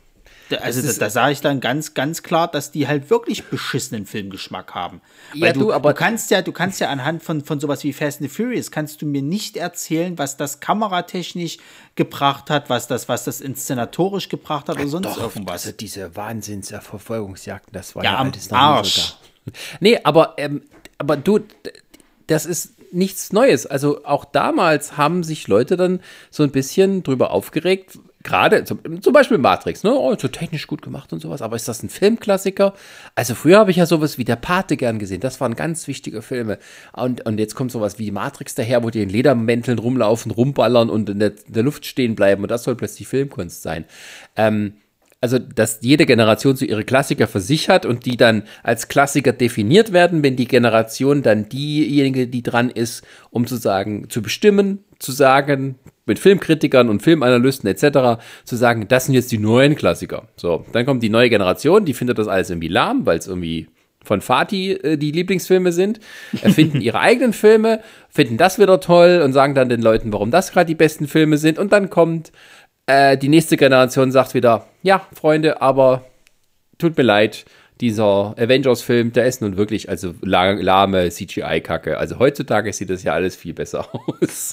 Da, also da, da sage ich dann ganz, ganz klar, dass die halt wirklich beschissenen Filmgeschmack haben. Ja, Weil du, du, aber du kannst ja, du kannst ja anhand von, von sowas wie Fast and the Furious, kannst du mir nicht erzählen, was das kameratechnisch gebracht hat, was das, was das inszenatorisch gebracht hat oder sonst doch, irgendwas. also diese Wahnsinnsverfolgungsjagden, das war Ja, ja, am alles noch Arsch. nie so da. Nee, aber, ähm, aber du, das ist nichts Neues. Also auch damals haben sich Leute dann so ein bisschen drüber aufgeregt, gerade zum, zum Beispiel Matrix, ne? Oh, so technisch gut gemacht und sowas, aber ist das ein Filmklassiker? Also früher habe ich ja sowas wie Der Pate gern gesehen, das waren ganz wichtige Filme. Und, und jetzt kommt sowas wie Matrix daher, wo die in Ledermänteln rumlaufen, rumballern und in der, in der Luft stehen bleiben und das soll plötzlich Filmkunst sein. Ähm, Also, dass jede Generation so ihre Klassiker für sich hat und die dann als Klassiker definiert werden, wenn die Generation dann diejenige, die dran ist, um zu sagen, zu bestimmen, zu sagen, mit Filmkritikern und Filmanalysten et cetera, zu sagen, das sind jetzt die neuen Klassiker. So, dann kommt die neue Generation, die findet das alles irgendwie lahm, weil es irgendwie von Fatih äh, die Lieblingsfilme sind, erfinden ihre eigenen Filme, finden das wieder toll und sagen dann den Leuten, warum das gerade die besten Filme sind und dann kommt Äh, die nächste Generation sagt wieder, ja, Freunde, aber tut mir leid, dieser Avengers-Film, der ist nun wirklich also lah- lahme C G I-Kacke. Also heutzutage sieht das ja alles viel besser aus.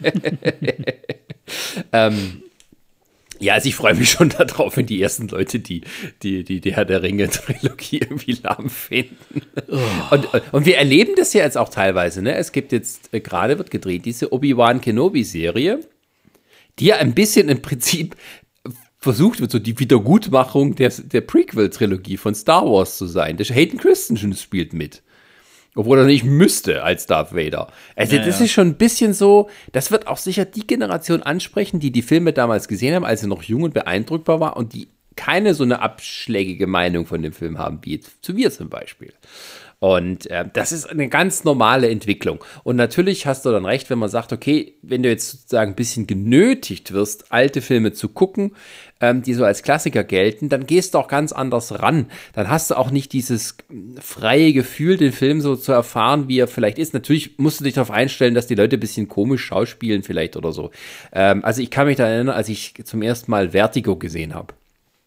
ähm, ja, also ich freue mich schon darauf, wenn die ersten Leute die, die, die, die Herr der Ringe-Trilogie irgendwie lahm finden. Oh. Und, und wir erleben das ja jetzt auch teilweise, ne? Es gibt jetzt, äh, gerade wird gedreht, diese Obi-Wan Kenobi-Serie, die ja ein bisschen im Prinzip versucht wird, so die Wiedergutmachung der, der Prequel-Trilogie von Star Wars zu sein. Der Hayden Christensen spielt mit. Obwohl er nicht müsste als Darth Vader. Also ja, das ja. ist schon ein bisschen so, das wird auch sicher die Generation ansprechen, die die Filme damals gesehen haben, als er noch jung und beeindruckbar war und die keine so eine abschlägige Meinung von dem Film haben, wie jetzt zu wir zum Beispiel. Und äh, das ist eine ganz normale Entwicklung. Und natürlich hast du dann recht, wenn man sagt, okay, wenn du jetzt sozusagen ein bisschen genötigt wirst, alte Filme zu gucken, ähm, die so als Klassiker gelten, dann gehst du auch ganz anders ran. Dann hast du auch nicht dieses freie Gefühl, den Film so zu erfahren, wie er vielleicht ist. Natürlich musst du dich darauf einstellen, dass die Leute ein bisschen komisch schauspielen vielleicht oder so. Ähm, also ich kann mich da erinnern, als ich zum ersten Mal Vertigo gesehen habe.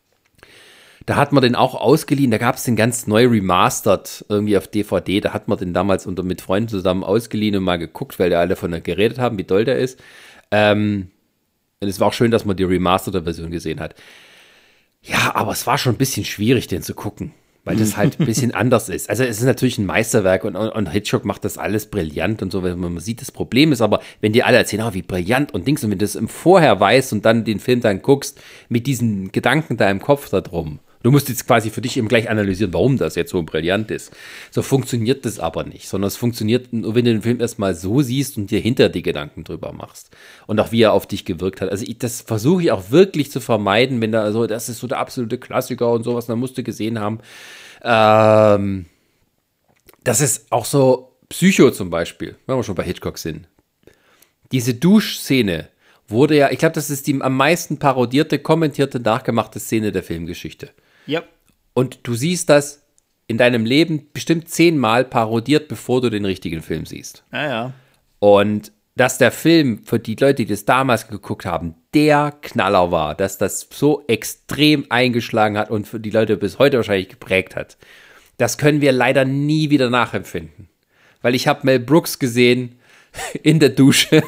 Da hat man den auch ausgeliehen, da gab es den ganz neu remastered, irgendwie auf D V D, da hat man den damals unter, mit Freunden zusammen ausgeliehen und mal geguckt, weil da alle von der geredet haben, wie toll der ist. Ähm, und es war auch schön, dass man die remasterte Version gesehen hat. Ja, aber es war schon ein bisschen schwierig, den zu gucken, weil das halt ein bisschen anders ist. Also es ist natürlich ein Meisterwerk und, und, und Hitchcock macht das alles brillant und so, wenn man sieht, das Problem ist aber, wenn die alle erzählen, oh, wie brillant und Dings, und wenn du das im Vorher weißt und dann den Film dann guckst, mit diesen Gedanken da im Kopf da drum. Du musst jetzt quasi für dich eben gleich analysieren, warum das jetzt so brillant ist. So funktioniert das aber nicht, sondern es funktioniert nur, wenn du den Film erstmal so siehst und dir hinter die Gedanken drüber machst. Und auch wie er auf dich gewirkt hat. Also ich, das versuche ich auch wirklich zu vermeiden, wenn da so, das ist so der absolute Klassiker und sowas, dann musst du gesehen haben. Ähm, das ist auch so Psycho zum Beispiel, wenn wir schon bei Hitchcock sind. Diese Duschszene wurde ja, ich glaube, das ist die am meisten parodierte, kommentierte, nachgemachte Szene der Filmgeschichte. Ja. Und du siehst das in deinem Leben bestimmt zehnmal parodiert, bevor du den richtigen Film siehst. Ja, ja. Und dass der Film für die Leute, die das damals geguckt haben, der Knaller war, dass das so extrem eingeschlagen hat und für die Leute bis heute wahrscheinlich geprägt hat, das können wir leider nie wieder nachempfinden. Weil ich habe Mel Brooks gesehen in der Dusche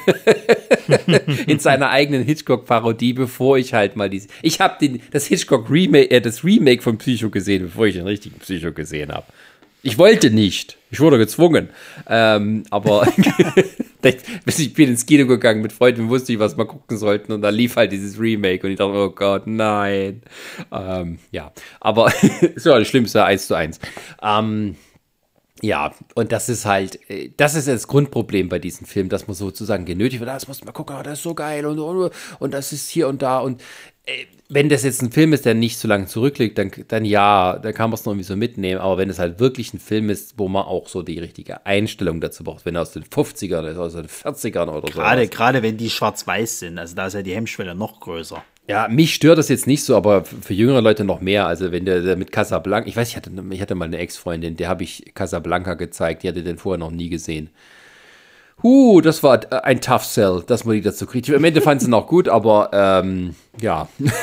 in seiner eigenen Hitchcock-Parodie, bevor ich halt mal diese. Ich habe das Hitchcock-Remake, äh, das Remake von Psycho gesehen, bevor ich den richtigen Psycho gesehen habe. Ich wollte nicht. Ich wurde gezwungen. Ähm, aber ich bin ins Kino gegangen mit Freunden, wusste ich, was wir gucken sollten. Und da lief halt dieses Remake. Und ich dachte, oh Gott, nein. Ähm, ja, aber es war das Schlimmste, eins zu eins. Ähm, Ja, und das ist halt, das ist das Grundproblem bei diesem Film, dass man sozusagen genötigt wird, das muss man gucken, oh, das ist so geil und, und, und das ist hier und da und äh, wenn das jetzt ein Film ist, der nicht so lange zurückliegt, dann, dann ja, dann kann man es noch irgendwie so mitnehmen, aber wenn es halt wirklich ein Film ist, wo man auch so die richtige Einstellung dazu braucht, wenn er aus den fünfzigern ist, aus den vierzigern oder so. Gerade, gerade wenn die schwarz-weiß sind, also da ist ja die Hemmschwelle noch größer. Ja, mich stört das jetzt nicht so, aber für jüngere Leute noch mehr. Also wenn der, der mit Casablanca, ich weiß, ich hatte, ich hatte mal eine Ex-Freundin, der habe ich Casablanca gezeigt, die hatte den vorher noch nie gesehen. Huh, das war ein Tough Sell, dass man die dazu kriegt. Am Ende fand sie noch gut, aber ähm, ja.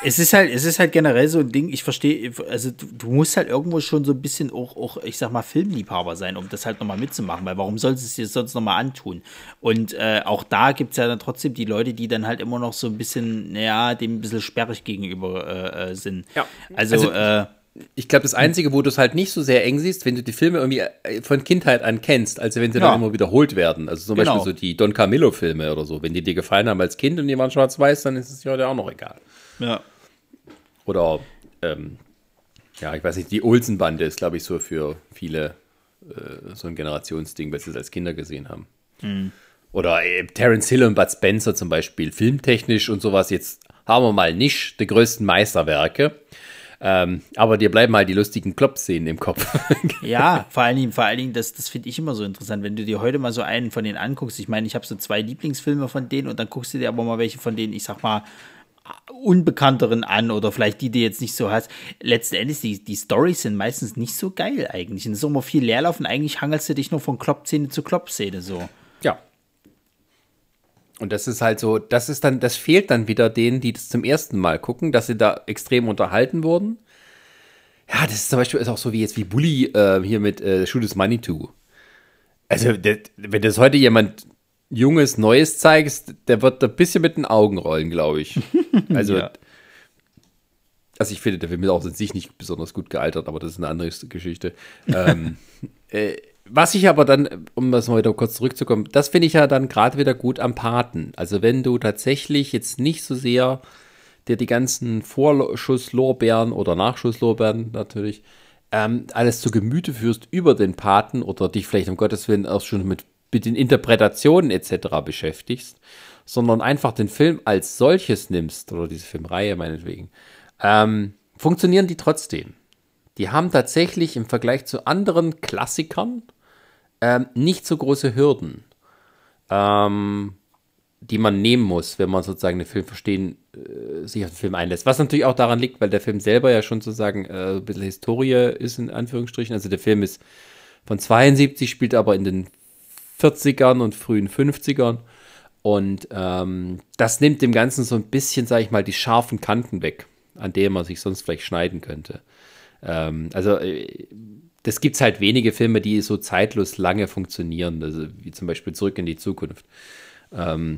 Es ist halt, es ist halt generell so ein Ding, ich verstehe, also du, du musst halt irgendwo schon so ein bisschen auch, auch, ich sag mal, Filmliebhaber sein, um das halt nochmal mitzumachen, weil warum sollst du es dir sonst nochmal antun? Und äh, auch da gibt es ja dann trotzdem die Leute, die dann halt immer noch so ein bisschen, naja, dem ein bisschen sperrig gegenüber äh, sind. Ja. Also, Also, äh, Ich glaube, das Einzige, wo du es halt nicht so sehr eng siehst, wenn du die Filme irgendwie von Kindheit an kennst, als wenn sie Ja. dann immer wiederholt werden. Also zum Genau. Beispiel so die Don Camillo-Filme oder so. Wenn die dir gefallen haben als Kind und die waren schwarz-weiß, dann ist es dir heute auch noch egal. ja. Oder, ähm, ja, ich weiß nicht, die Olsen-Bande ist, glaube ich, so für viele äh, so ein Generationsding, weil sie es als Kinder gesehen haben. Mhm. Oder äh, Terence Hill und Bud Spencer zum Beispiel, filmtechnisch und sowas. Jetzt haben wir mal nicht die größten Meisterwerke. Ähm, aber dir bleiben halt die lustigen Klopp-Szenen im Kopf. Ja, vor allen Dingen, vor allen Dingen, das, das finde ich immer so interessant, wenn du dir heute mal so einen von denen anguckst. Ich meine, ich habe so zwei Lieblingsfilme von denen und dann guckst du dir aber mal welche von denen, ich sag mal, unbekannteren an oder vielleicht die, die jetzt nicht so hast. Letzten Endes, die, die Storys sind meistens nicht so geil eigentlich. Und es ist immer viel Leerlauf und eigentlich hangelst du dich nur von Klopp-Szene zu Klopp-Szene so. Ja. Und das ist halt so, das ist dann, das fehlt dann wieder denen, die das zum ersten Mal gucken, dass sie da extrem unterhalten wurden. Ja, das ist zum Beispiel ist auch so wie jetzt wie Bully äh, hier mit äh, Shoot is Money to. Also, der, wenn das heute jemand Junges, Neues zeigst, der wird da ein bisschen mit den Augen rollen, glaube ich. Also, Ja. also ich finde, der Film ist auch in sich nicht besonders gut gealtert, aber das ist eine andere Geschichte. ähm, äh, was ich aber dann, um das mal wieder kurz zurückzukommen, das finde ich ja dann gerade wieder gut am Paten. Also wenn du tatsächlich jetzt nicht so sehr dir die ganzen Vorschusslorbeeren oder Nachschusslorbeeren natürlich ähm, alles zu Gemüte führst über den Paten oder dich vielleicht um Gottes Willen auch schon mit, mit den Interpretationen et cetera beschäftigst, sondern einfach den Film als solches nimmst oder diese Filmreihe meinetwegen, ähm, funktionieren die trotzdem. Die haben tatsächlich im Vergleich zu anderen Klassikern ähm, nicht so große Hürden, ähm, die man nehmen muss, wenn man sozusagen den Film verstehen, äh, sich auf den Film einlässt. Was natürlich auch daran liegt, weil der Film selber ja schon sozusagen äh, ein bisschen Historie ist, in Anführungsstrichen. Also der Film ist von zweiundsiebzig, spielt aber in den vierzigern und frühen fünfzigern. Und ähm, das nimmt dem Ganzen so ein bisschen, sage ich mal, die scharfen Kanten weg, an denen man sich sonst vielleicht schneiden könnte. Ähm, also äh, das gibt es halt wenige Filme, die so zeitlos lange funktionieren, also wie zum Beispiel Zurück in die Zukunft. Ähm,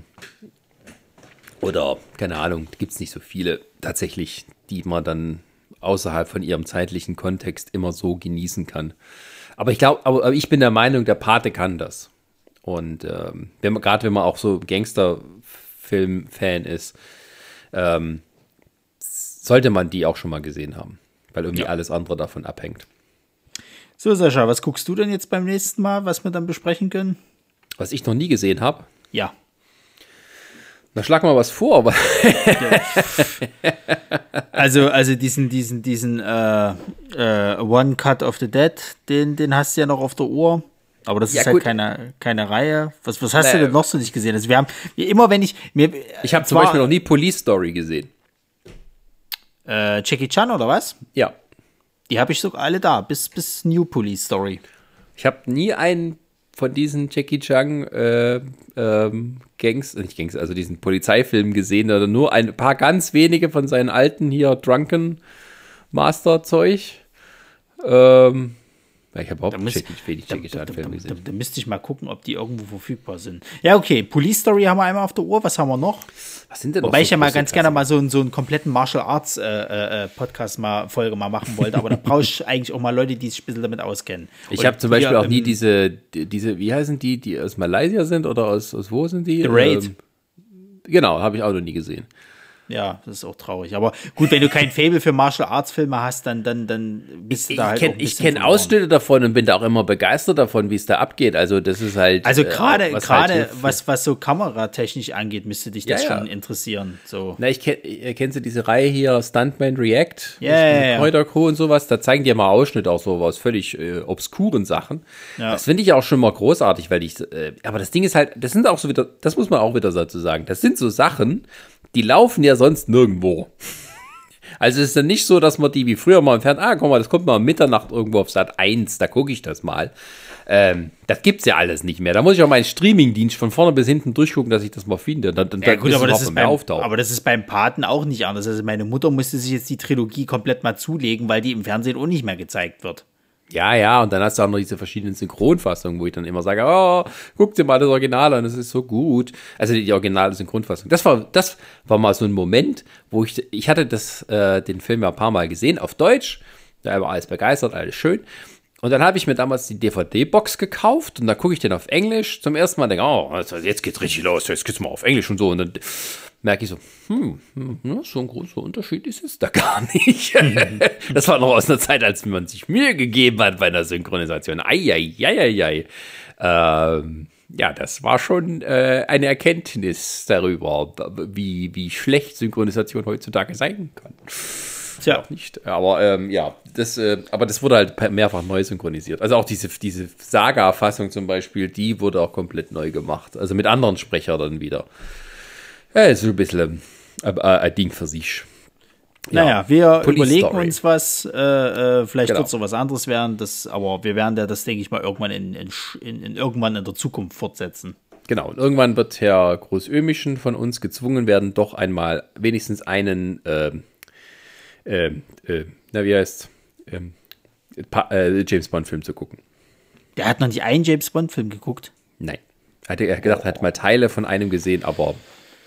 oder, keine Ahnung, gibt es nicht so viele tatsächlich, die man dann außerhalb von ihrem zeitlichen Kontext immer so genießen kann. Aber ich glaube, aber, aber ich bin der Meinung, der Pate kann das. Und ähm, wenn man, gerade wenn man auch so Gangsterfilm-Fan ist, ähm, sollte man die auch schon mal gesehen haben, weil irgendwie ja. alles andere davon abhängt. So, Sascha, was guckst du denn jetzt beim nächsten Mal, was wir dann besprechen können? Was ich noch nie gesehen habe? Ja. Na, schlag mal was vor. Aber also, also diesen, diesen, diesen äh, äh, One Cut of the Dead, den, den hast du ja noch auf der Uhr. Aber das ja, ist halt gut. keine, keine Reihe. Was, was hast naja. du denn noch so nicht gesehen? Also wir haben, wir, immer wenn ich mir. Ich habe zum Beispiel noch nie Police Story gesehen. Äh, Jackie Chan oder was? Ja. Die habe ich sogar alle da, bis, bis New Police Story. Ich habe nie einen von diesen Jackie Chan äh, ähm, Gangs, nicht Gangs, also diesen Polizeifilmen gesehen, oder nur ein paar ganz wenige von seinen alten hier Drunken Master Zeug. Ähm, ich habe überhaupt nicht wenig Jackie Chan Filme gesehen. Da, da, da müsste ich mal gucken, ob die irgendwo verfügbar sind. Ja, okay, Police Story haben wir einmal auf der Uhr. Was haben wir noch? Was sind denn Wobei noch so ich ja mal große ganz gerne mal so, einen- so einen kompletten Martial Arts äh, äh, Podcast mal Folge mal machen wollte, aber da brauche ich eigentlich auch mal Leute, die sich ein bisschen damit auskennen. Ich habe zum Beispiel hier, auch nie ähm, diese, die- diese, wie heißen die, die aus Malaysia sind oder aus, aus wo sind die? The Raid. Ähm, genau, habe ich auch noch nie gesehen. Ja, das ist auch traurig. Aber gut, wenn du kein Faible für Martial Arts Filme hast, dann, dann, dann bist du Ich da halt auch kenne ein ich bisschen kenn verloren. Ausschnitte davon und bin da auch immer begeistert davon, wie es da abgeht. Also das ist halt. Also äh, gerade was gerade halt hilft. was was so kameratechnisch angeht, müsste dich das Ja, ja. schon interessieren. So. Na, ich kenn, äh, kennst du diese Reihe hier, Stuntman React? Ja, ja, ja. Kräutercrew und sowas, da zeigen die ja mal Ausschnitte auch so aus völlig äh, obskuren Sachen. Ja. Das finde ich auch schon mal großartig, weil ich, äh, aber das Ding ist halt, das sind auch so wieder, das muss man auch wieder dazu sagen, das sind so Sachen, die laufen ja sonst nirgendwo. Also es ist dann nicht so, dass man die wie früher mal im Fernsehen, ah, guck mal, das kommt mal um Mitternacht irgendwo auf Sat eins, da gucke ich das mal. Ähm, das gibt's ja alles nicht mehr. Da muss ich auch meinen Streamingdienst von vorne bis hinten durchgucken, dass ich das mal finde. Dann, dann, Ja gut, aber das, ist ist beim, aber das ist beim Paten auch nicht anders. Also meine Mutter musste sich jetzt die Trilogie komplett mal zulegen, weil die im Fernsehen auch nicht mehr gezeigt wird. Ja, ja, und dann hast du auch noch diese verschiedenen Synchronfassungen, wo ich dann immer sage, oh, guck dir mal das Original an, das ist so gut. Also die originale Synchronfassung. Das war, das war mal so ein Moment, wo ich, ich hatte das, äh, den Film ja ein paar Mal gesehen, auf Deutsch. Da war alles begeistert, alles schön. Und dann habe ich mir damals die D V D-Box gekauft und da gucke ich den auf Englisch zum ersten Mal und denke, oh, jetzt geht's richtig los, jetzt geht's mal auf Englisch und so. Und dann merke ich so, hm, hm, so ein großer Unterschied ist es da gar nicht. Das war noch aus einer Zeit, als man sich Mühe gegeben hat bei einer Synchronisation. Eieieiei. Ähm, ja, das war schon äh, eine Erkenntnis darüber, wie, wie schlecht Synchronisation heutzutage sein kann. Tja. Auch nicht. Aber ähm, ja, das, äh, aber das wurde halt mehrfach neu synchronisiert. Also auch diese, diese Saga-Fassung zum Beispiel, die wurde auch komplett neu gemacht. Also mit anderen Sprechern dann wieder. Ja, ist so ein bisschen äh, äh, ein Ding für sich. Ja, naja, wir Police überlegen Story. uns was. Äh, äh, vielleicht Genau. wird es noch was anderes werden. Das, aber wir werden ja das, denke ich mal, irgendwann in, in, in, in irgendwann in der Zukunft fortsetzen. Genau, und irgendwann wird Herr Großömischen von uns gezwungen werden, doch einmal wenigstens einen ähm, Ähm, äh, na, wie heißt ähm, pa- äh, James Bond-Film zu gucken. Der hat noch nicht einen James Bond-Film geguckt. Nein. Hatte er gedacht, er hat mal Teile von einem gesehen, aber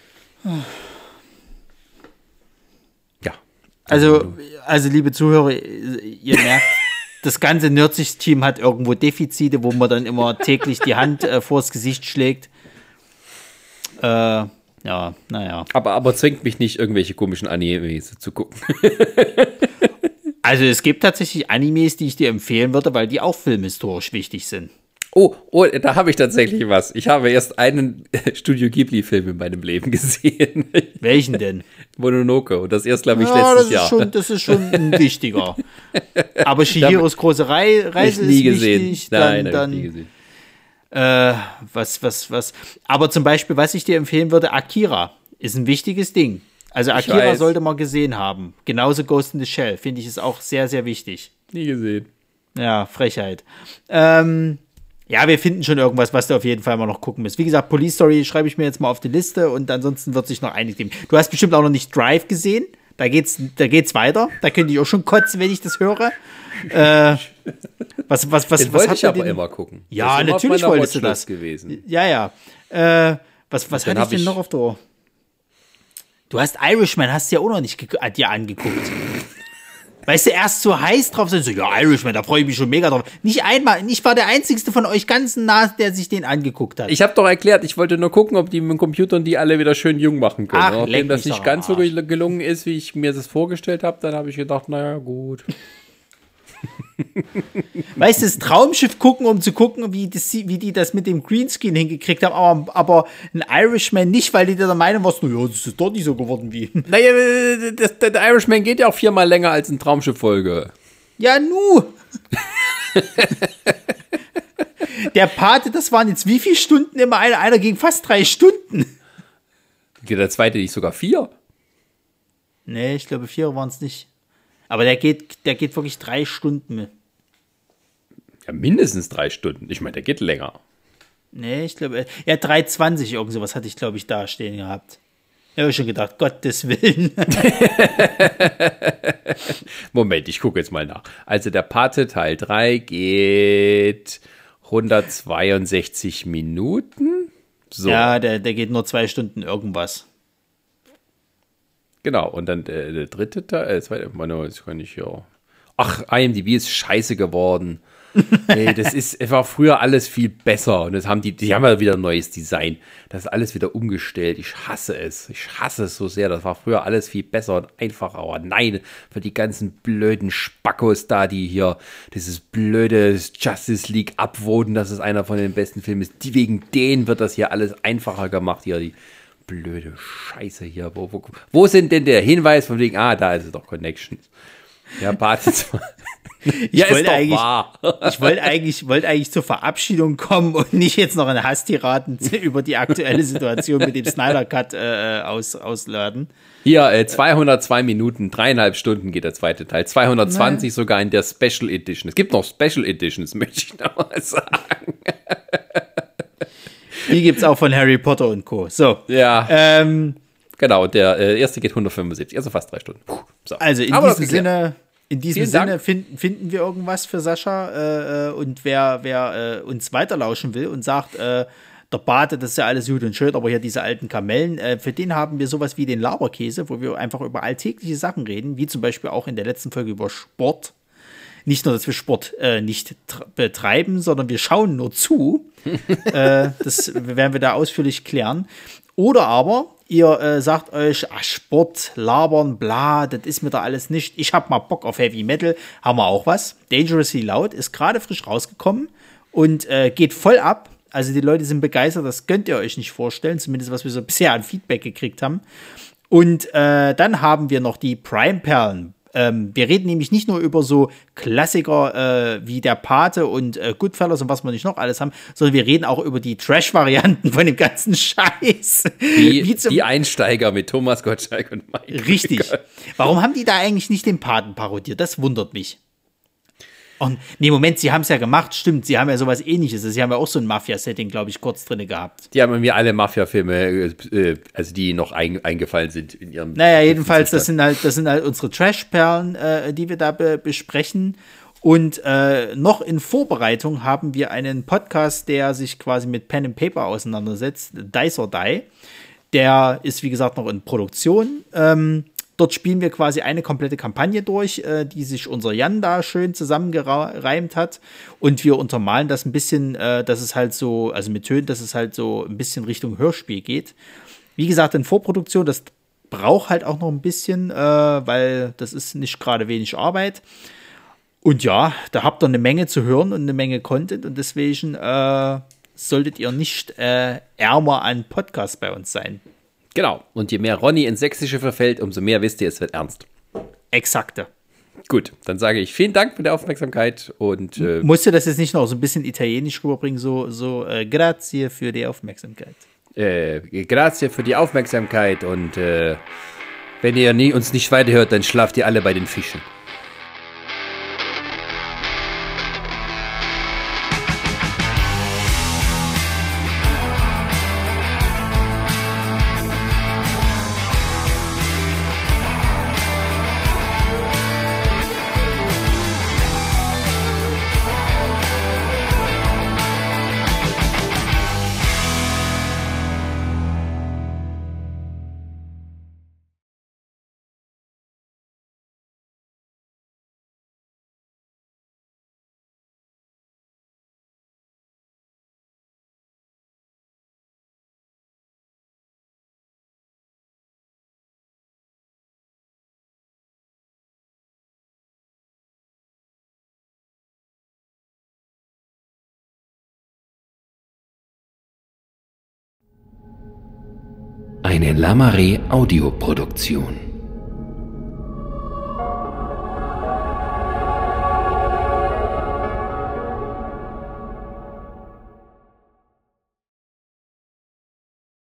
ja. Also, also liebe Zuhörer, ihr merkt, das ganze Nerdsich-Team hat irgendwo Defizite, wo man dann immer täglich die Hand äh, vors Gesicht schlägt. Äh, ja, naja. Aber, aber zwingt mich nicht, irgendwelche komischen Animes zu gucken. Also es gibt tatsächlich Animes, die ich dir empfehlen würde, weil die auch filmhistorisch wichtig sind. Oh, oh, da habe ich tatsächlich was. Ich habe erst einen Studio Ghibli-Film in meinem Leben gesehen. Welchen denn? Mononoke. Und das erst, glaube ich, Ja, letztes das ist Jahr. schon, das ist schon ein wichtiger. Aber Chihiros große Rei- Reise nie ist gesehen. wichtig. Nein, Dann, habe dann ich nie gesehen. Äh, was, was, was. Aber zum Beispiel, was ich dir empfehlen würde, Akira ist ein wichtiges Ding. Also Ich Akira weiß. sollte man gesehen haben. Genauso Ghost in the Shell, finde ich, ist auch sehr, sehr wichtig. Nie gesehen. Ja, Frechheit. Ähm, ja, wir finden schon irgendwas, was du auf jeden Fall mal noch gucken musst. Wie gesagt, Police Story schreibe ich mir jetzt mal auf die Liste und ansonsten wird sich noch einiges geben. Du hast bestimmt auch noch nicht Drive gesehen. Da geht's, da geht's weiter. Da könnte ich auch schon kotzen, wenn ich das höre. Äh, was, was, was, Den was wollte hat ich man aber denn? immer gucken. Ja, Das ist immer auf natürlich meiner wolltest du Watchlist das. gewesen. Ja, ja. Äh, was was Dann hatte ich hab denn ich- noch auf der Ohr? Du hast Irishman, hast du ja auch noch nicht ge- äh, dir angeguckt. Weißt du, erst so heiß drauf sind, so, ja, Irishman, da freue ich mich schon mega drauf. Nicht einmal, ich war der Einzigste von euch ganzen nah, der sich den angeguckt hat. Ich habe doch erklärt, ich wollte nur gucken, ob die mit dem Computern die alle wieder schön jung machen können. Ach, Und leck Wenn das mich nicht doch ganz so am Arsch. gel- gelungen ist, wie ich mir das vorgestellt habe, dann habe ich gedacht, naja, gut. Weißt du, das Traumschiff gucken, um zu gucken, wie, das, wie die das mit dem Greenscreen hingekriegt haben, aber, aber ein Irishman nicht, weil die da der Meinung warst, naja, das ist doch nicht so geworden wie. Naja, das, der Irishman geht ja auch viermal länger als eine Traumschiff-Folge. Ja, nu! Der Pate, das waren jetzt wie viele Stunden immer einer? Einer ging fast drei Stunden. Geht der zweite nicht sogar vier? Nee, ich glaube, vier waren es nicht. Aber der geht, der geht wirklich drei Stunden. Ja, mindestens drei Stunden. Ich meine, der geht länger. Nee, ich glaube, ja, drei zwanzig, irgend sowas hatte ich, glaube ich, da stehen gehabt. Da habe ich schon gedacht, Gottes Willen. Moment, ich gucke jetzt mal nach. Also der Pate Teil drei geht hundertzweiundsechzig Minuten. So, Ja, der, der geht nur zwei Stunden irgendwas. genau. Und dann der, der dritte Teil, äh, zweite, meine, das kann ich ja. Ach, I M D B ist scheiße geworden. Nee, das ist, es war früher alles viel besser. Und das haben die, die haben ja wieder ein neues Design. Das ist alles wieder umgestellt. Ich hasse es. Ich hasse es so sehr. Das war früher alles viel besser und einfacher. Aber nein, für die ganzen blöden Spackos da, die hier dieses blöde Justice League abwohnen, dass es einer von den besten Filmen ist. Die, wegen denen wird das hier alles einfacher gemacht. Hier, die blöde Scheiße hier. Wo, wo, wo sind denn der Hinweis von wegen, ah, da ist es doch Connections. Ja, Pate zwei. Ich ja, wollte eigentlich, ich wollte eigentlich, wollte eigentlich zur Verabschiedung kommen und nicht jetzt noch eine Hasstiraden über die aktuelle Situation mit dem Snyder Cut äh, aus, ausladen. Hier, äh, zweihundertzwei Minuten, dreieinhalb Stunden geht der zweite Teil. zweihundertzwanzig Nein. sogar in der Special Edition. Es gibt noch Special Editions, möchte ich noch mal sagen. Die gibt's auch von Harry Potter und Co. So. Ja. Ähm, genau, der äh, erste geht hundertfünfundsiebzig, also fast drei Stunden. Puh, so. Also in Aber diesem Sinne... In diesem Vielen Sinne finden, finden wir irgendwas für Sascha äh, und wer, wer äh, uns weiterlauschen will und sagt, äh, der Bate, das ist ja alles gut und schön, aber hier diese alten Kamellen, äh, für den haben wir sowas wie den Laberkäse, wo wir einfach über alltägliche Sachen reden, wie zum Beispiel auch in der letzten Folge über Sport. Nicht nur, dass wir Sport äh, nicht betreiben, sondern wir schauen nur zu. äh, das werden wir da ausführlich klären. Oder aber ihr äh, sagt euch, ach, Sport, labern, bla, das ist mir da alles nicht. Ich hab mal Bock auf Heavy Metal. Haben wir auch was. Dangerously Loud ist gerade frisch rausgekommen und äh, geht voll ab. Also die Leute sind begeistert, das könnt ihr euch nicht vorstellen. Zumindest was wir so bisher an Feedback gekriegt haben. Und äh, dann haben wir noch die Prime-Perlen. Ähm, wir reden nämlich nicht nur über so Klassiker äh, wie der Pate und äh, Goodfellas und was wir nicht noch alles haben, sondern wir reden auch über die Trash-Varianten von dem ganzen Scheiß. Wie, wie zum die Einsteiger mit Thomas Gottschalk und Mike. Richtig. Warum haben die da eigentlich nicht den Paten parodiert? Das wundert mich. Und nee, Moment, sie haben es ja gemacht, stimmt, sie haben ja sowas Ähnliches. Sie haben ja auch so ein Mafia-Setting, glaube ich, kurz drin gehabt. Die haben mir alle Mafia-Filme, äh, also die noch ein, eingefallen sind in ihrem. Naja, jedenfalls, das sind halt, das sind halt unsere Trash-Perlen, äh, die wir da be- besprechen. Und äh, noch in Vorbereitung haben wir einen Podcast, der sich quasi mit Pen and Paper auseinandersetzt, Dice or Die. Der ist, wie gesagt, noch in Produktion. Ähm, Dort spielen wir quasi eine komplette Kampagne durch, äh, die sich unser Jan da schön zusammengereimt hat. Und wir untermalen das ein bisschen, äh, dass es halt so, also mit Tönen, dass es halt so ein bisschen Richtung Hörspiel geht. Wie gesagt, in Vorproduktion, das braucht halt auch noch ein bisschen, äh, weil das ist nicht gerade wenig Arbeit. Und ja, da habt ihr eine Menge zu hören und eine Menge Content. Und deswegen äh, solltet ihr nicht äh, ärmer an Podcasts bei uns sein. Genau. Und je mehr Ronny ins Sächsische verfällt, umso mehr wisst ihr, es wird ernst. Exakte. Gut, dann sage ich vielen Dank für die Aufmerksamkeit und äh, musst du das jetzt nicht noch so ein bisschen italienisch rüberbringen, so, so äh, grazie für die Aufmerksamkeit. Äh, grazie für die Aufmerksamkeit und äh, wenn ihr nie, uns nicht weiterhört, dann schlaft ihr alle bei den Fischen. Eine Lamare Audioproduktion.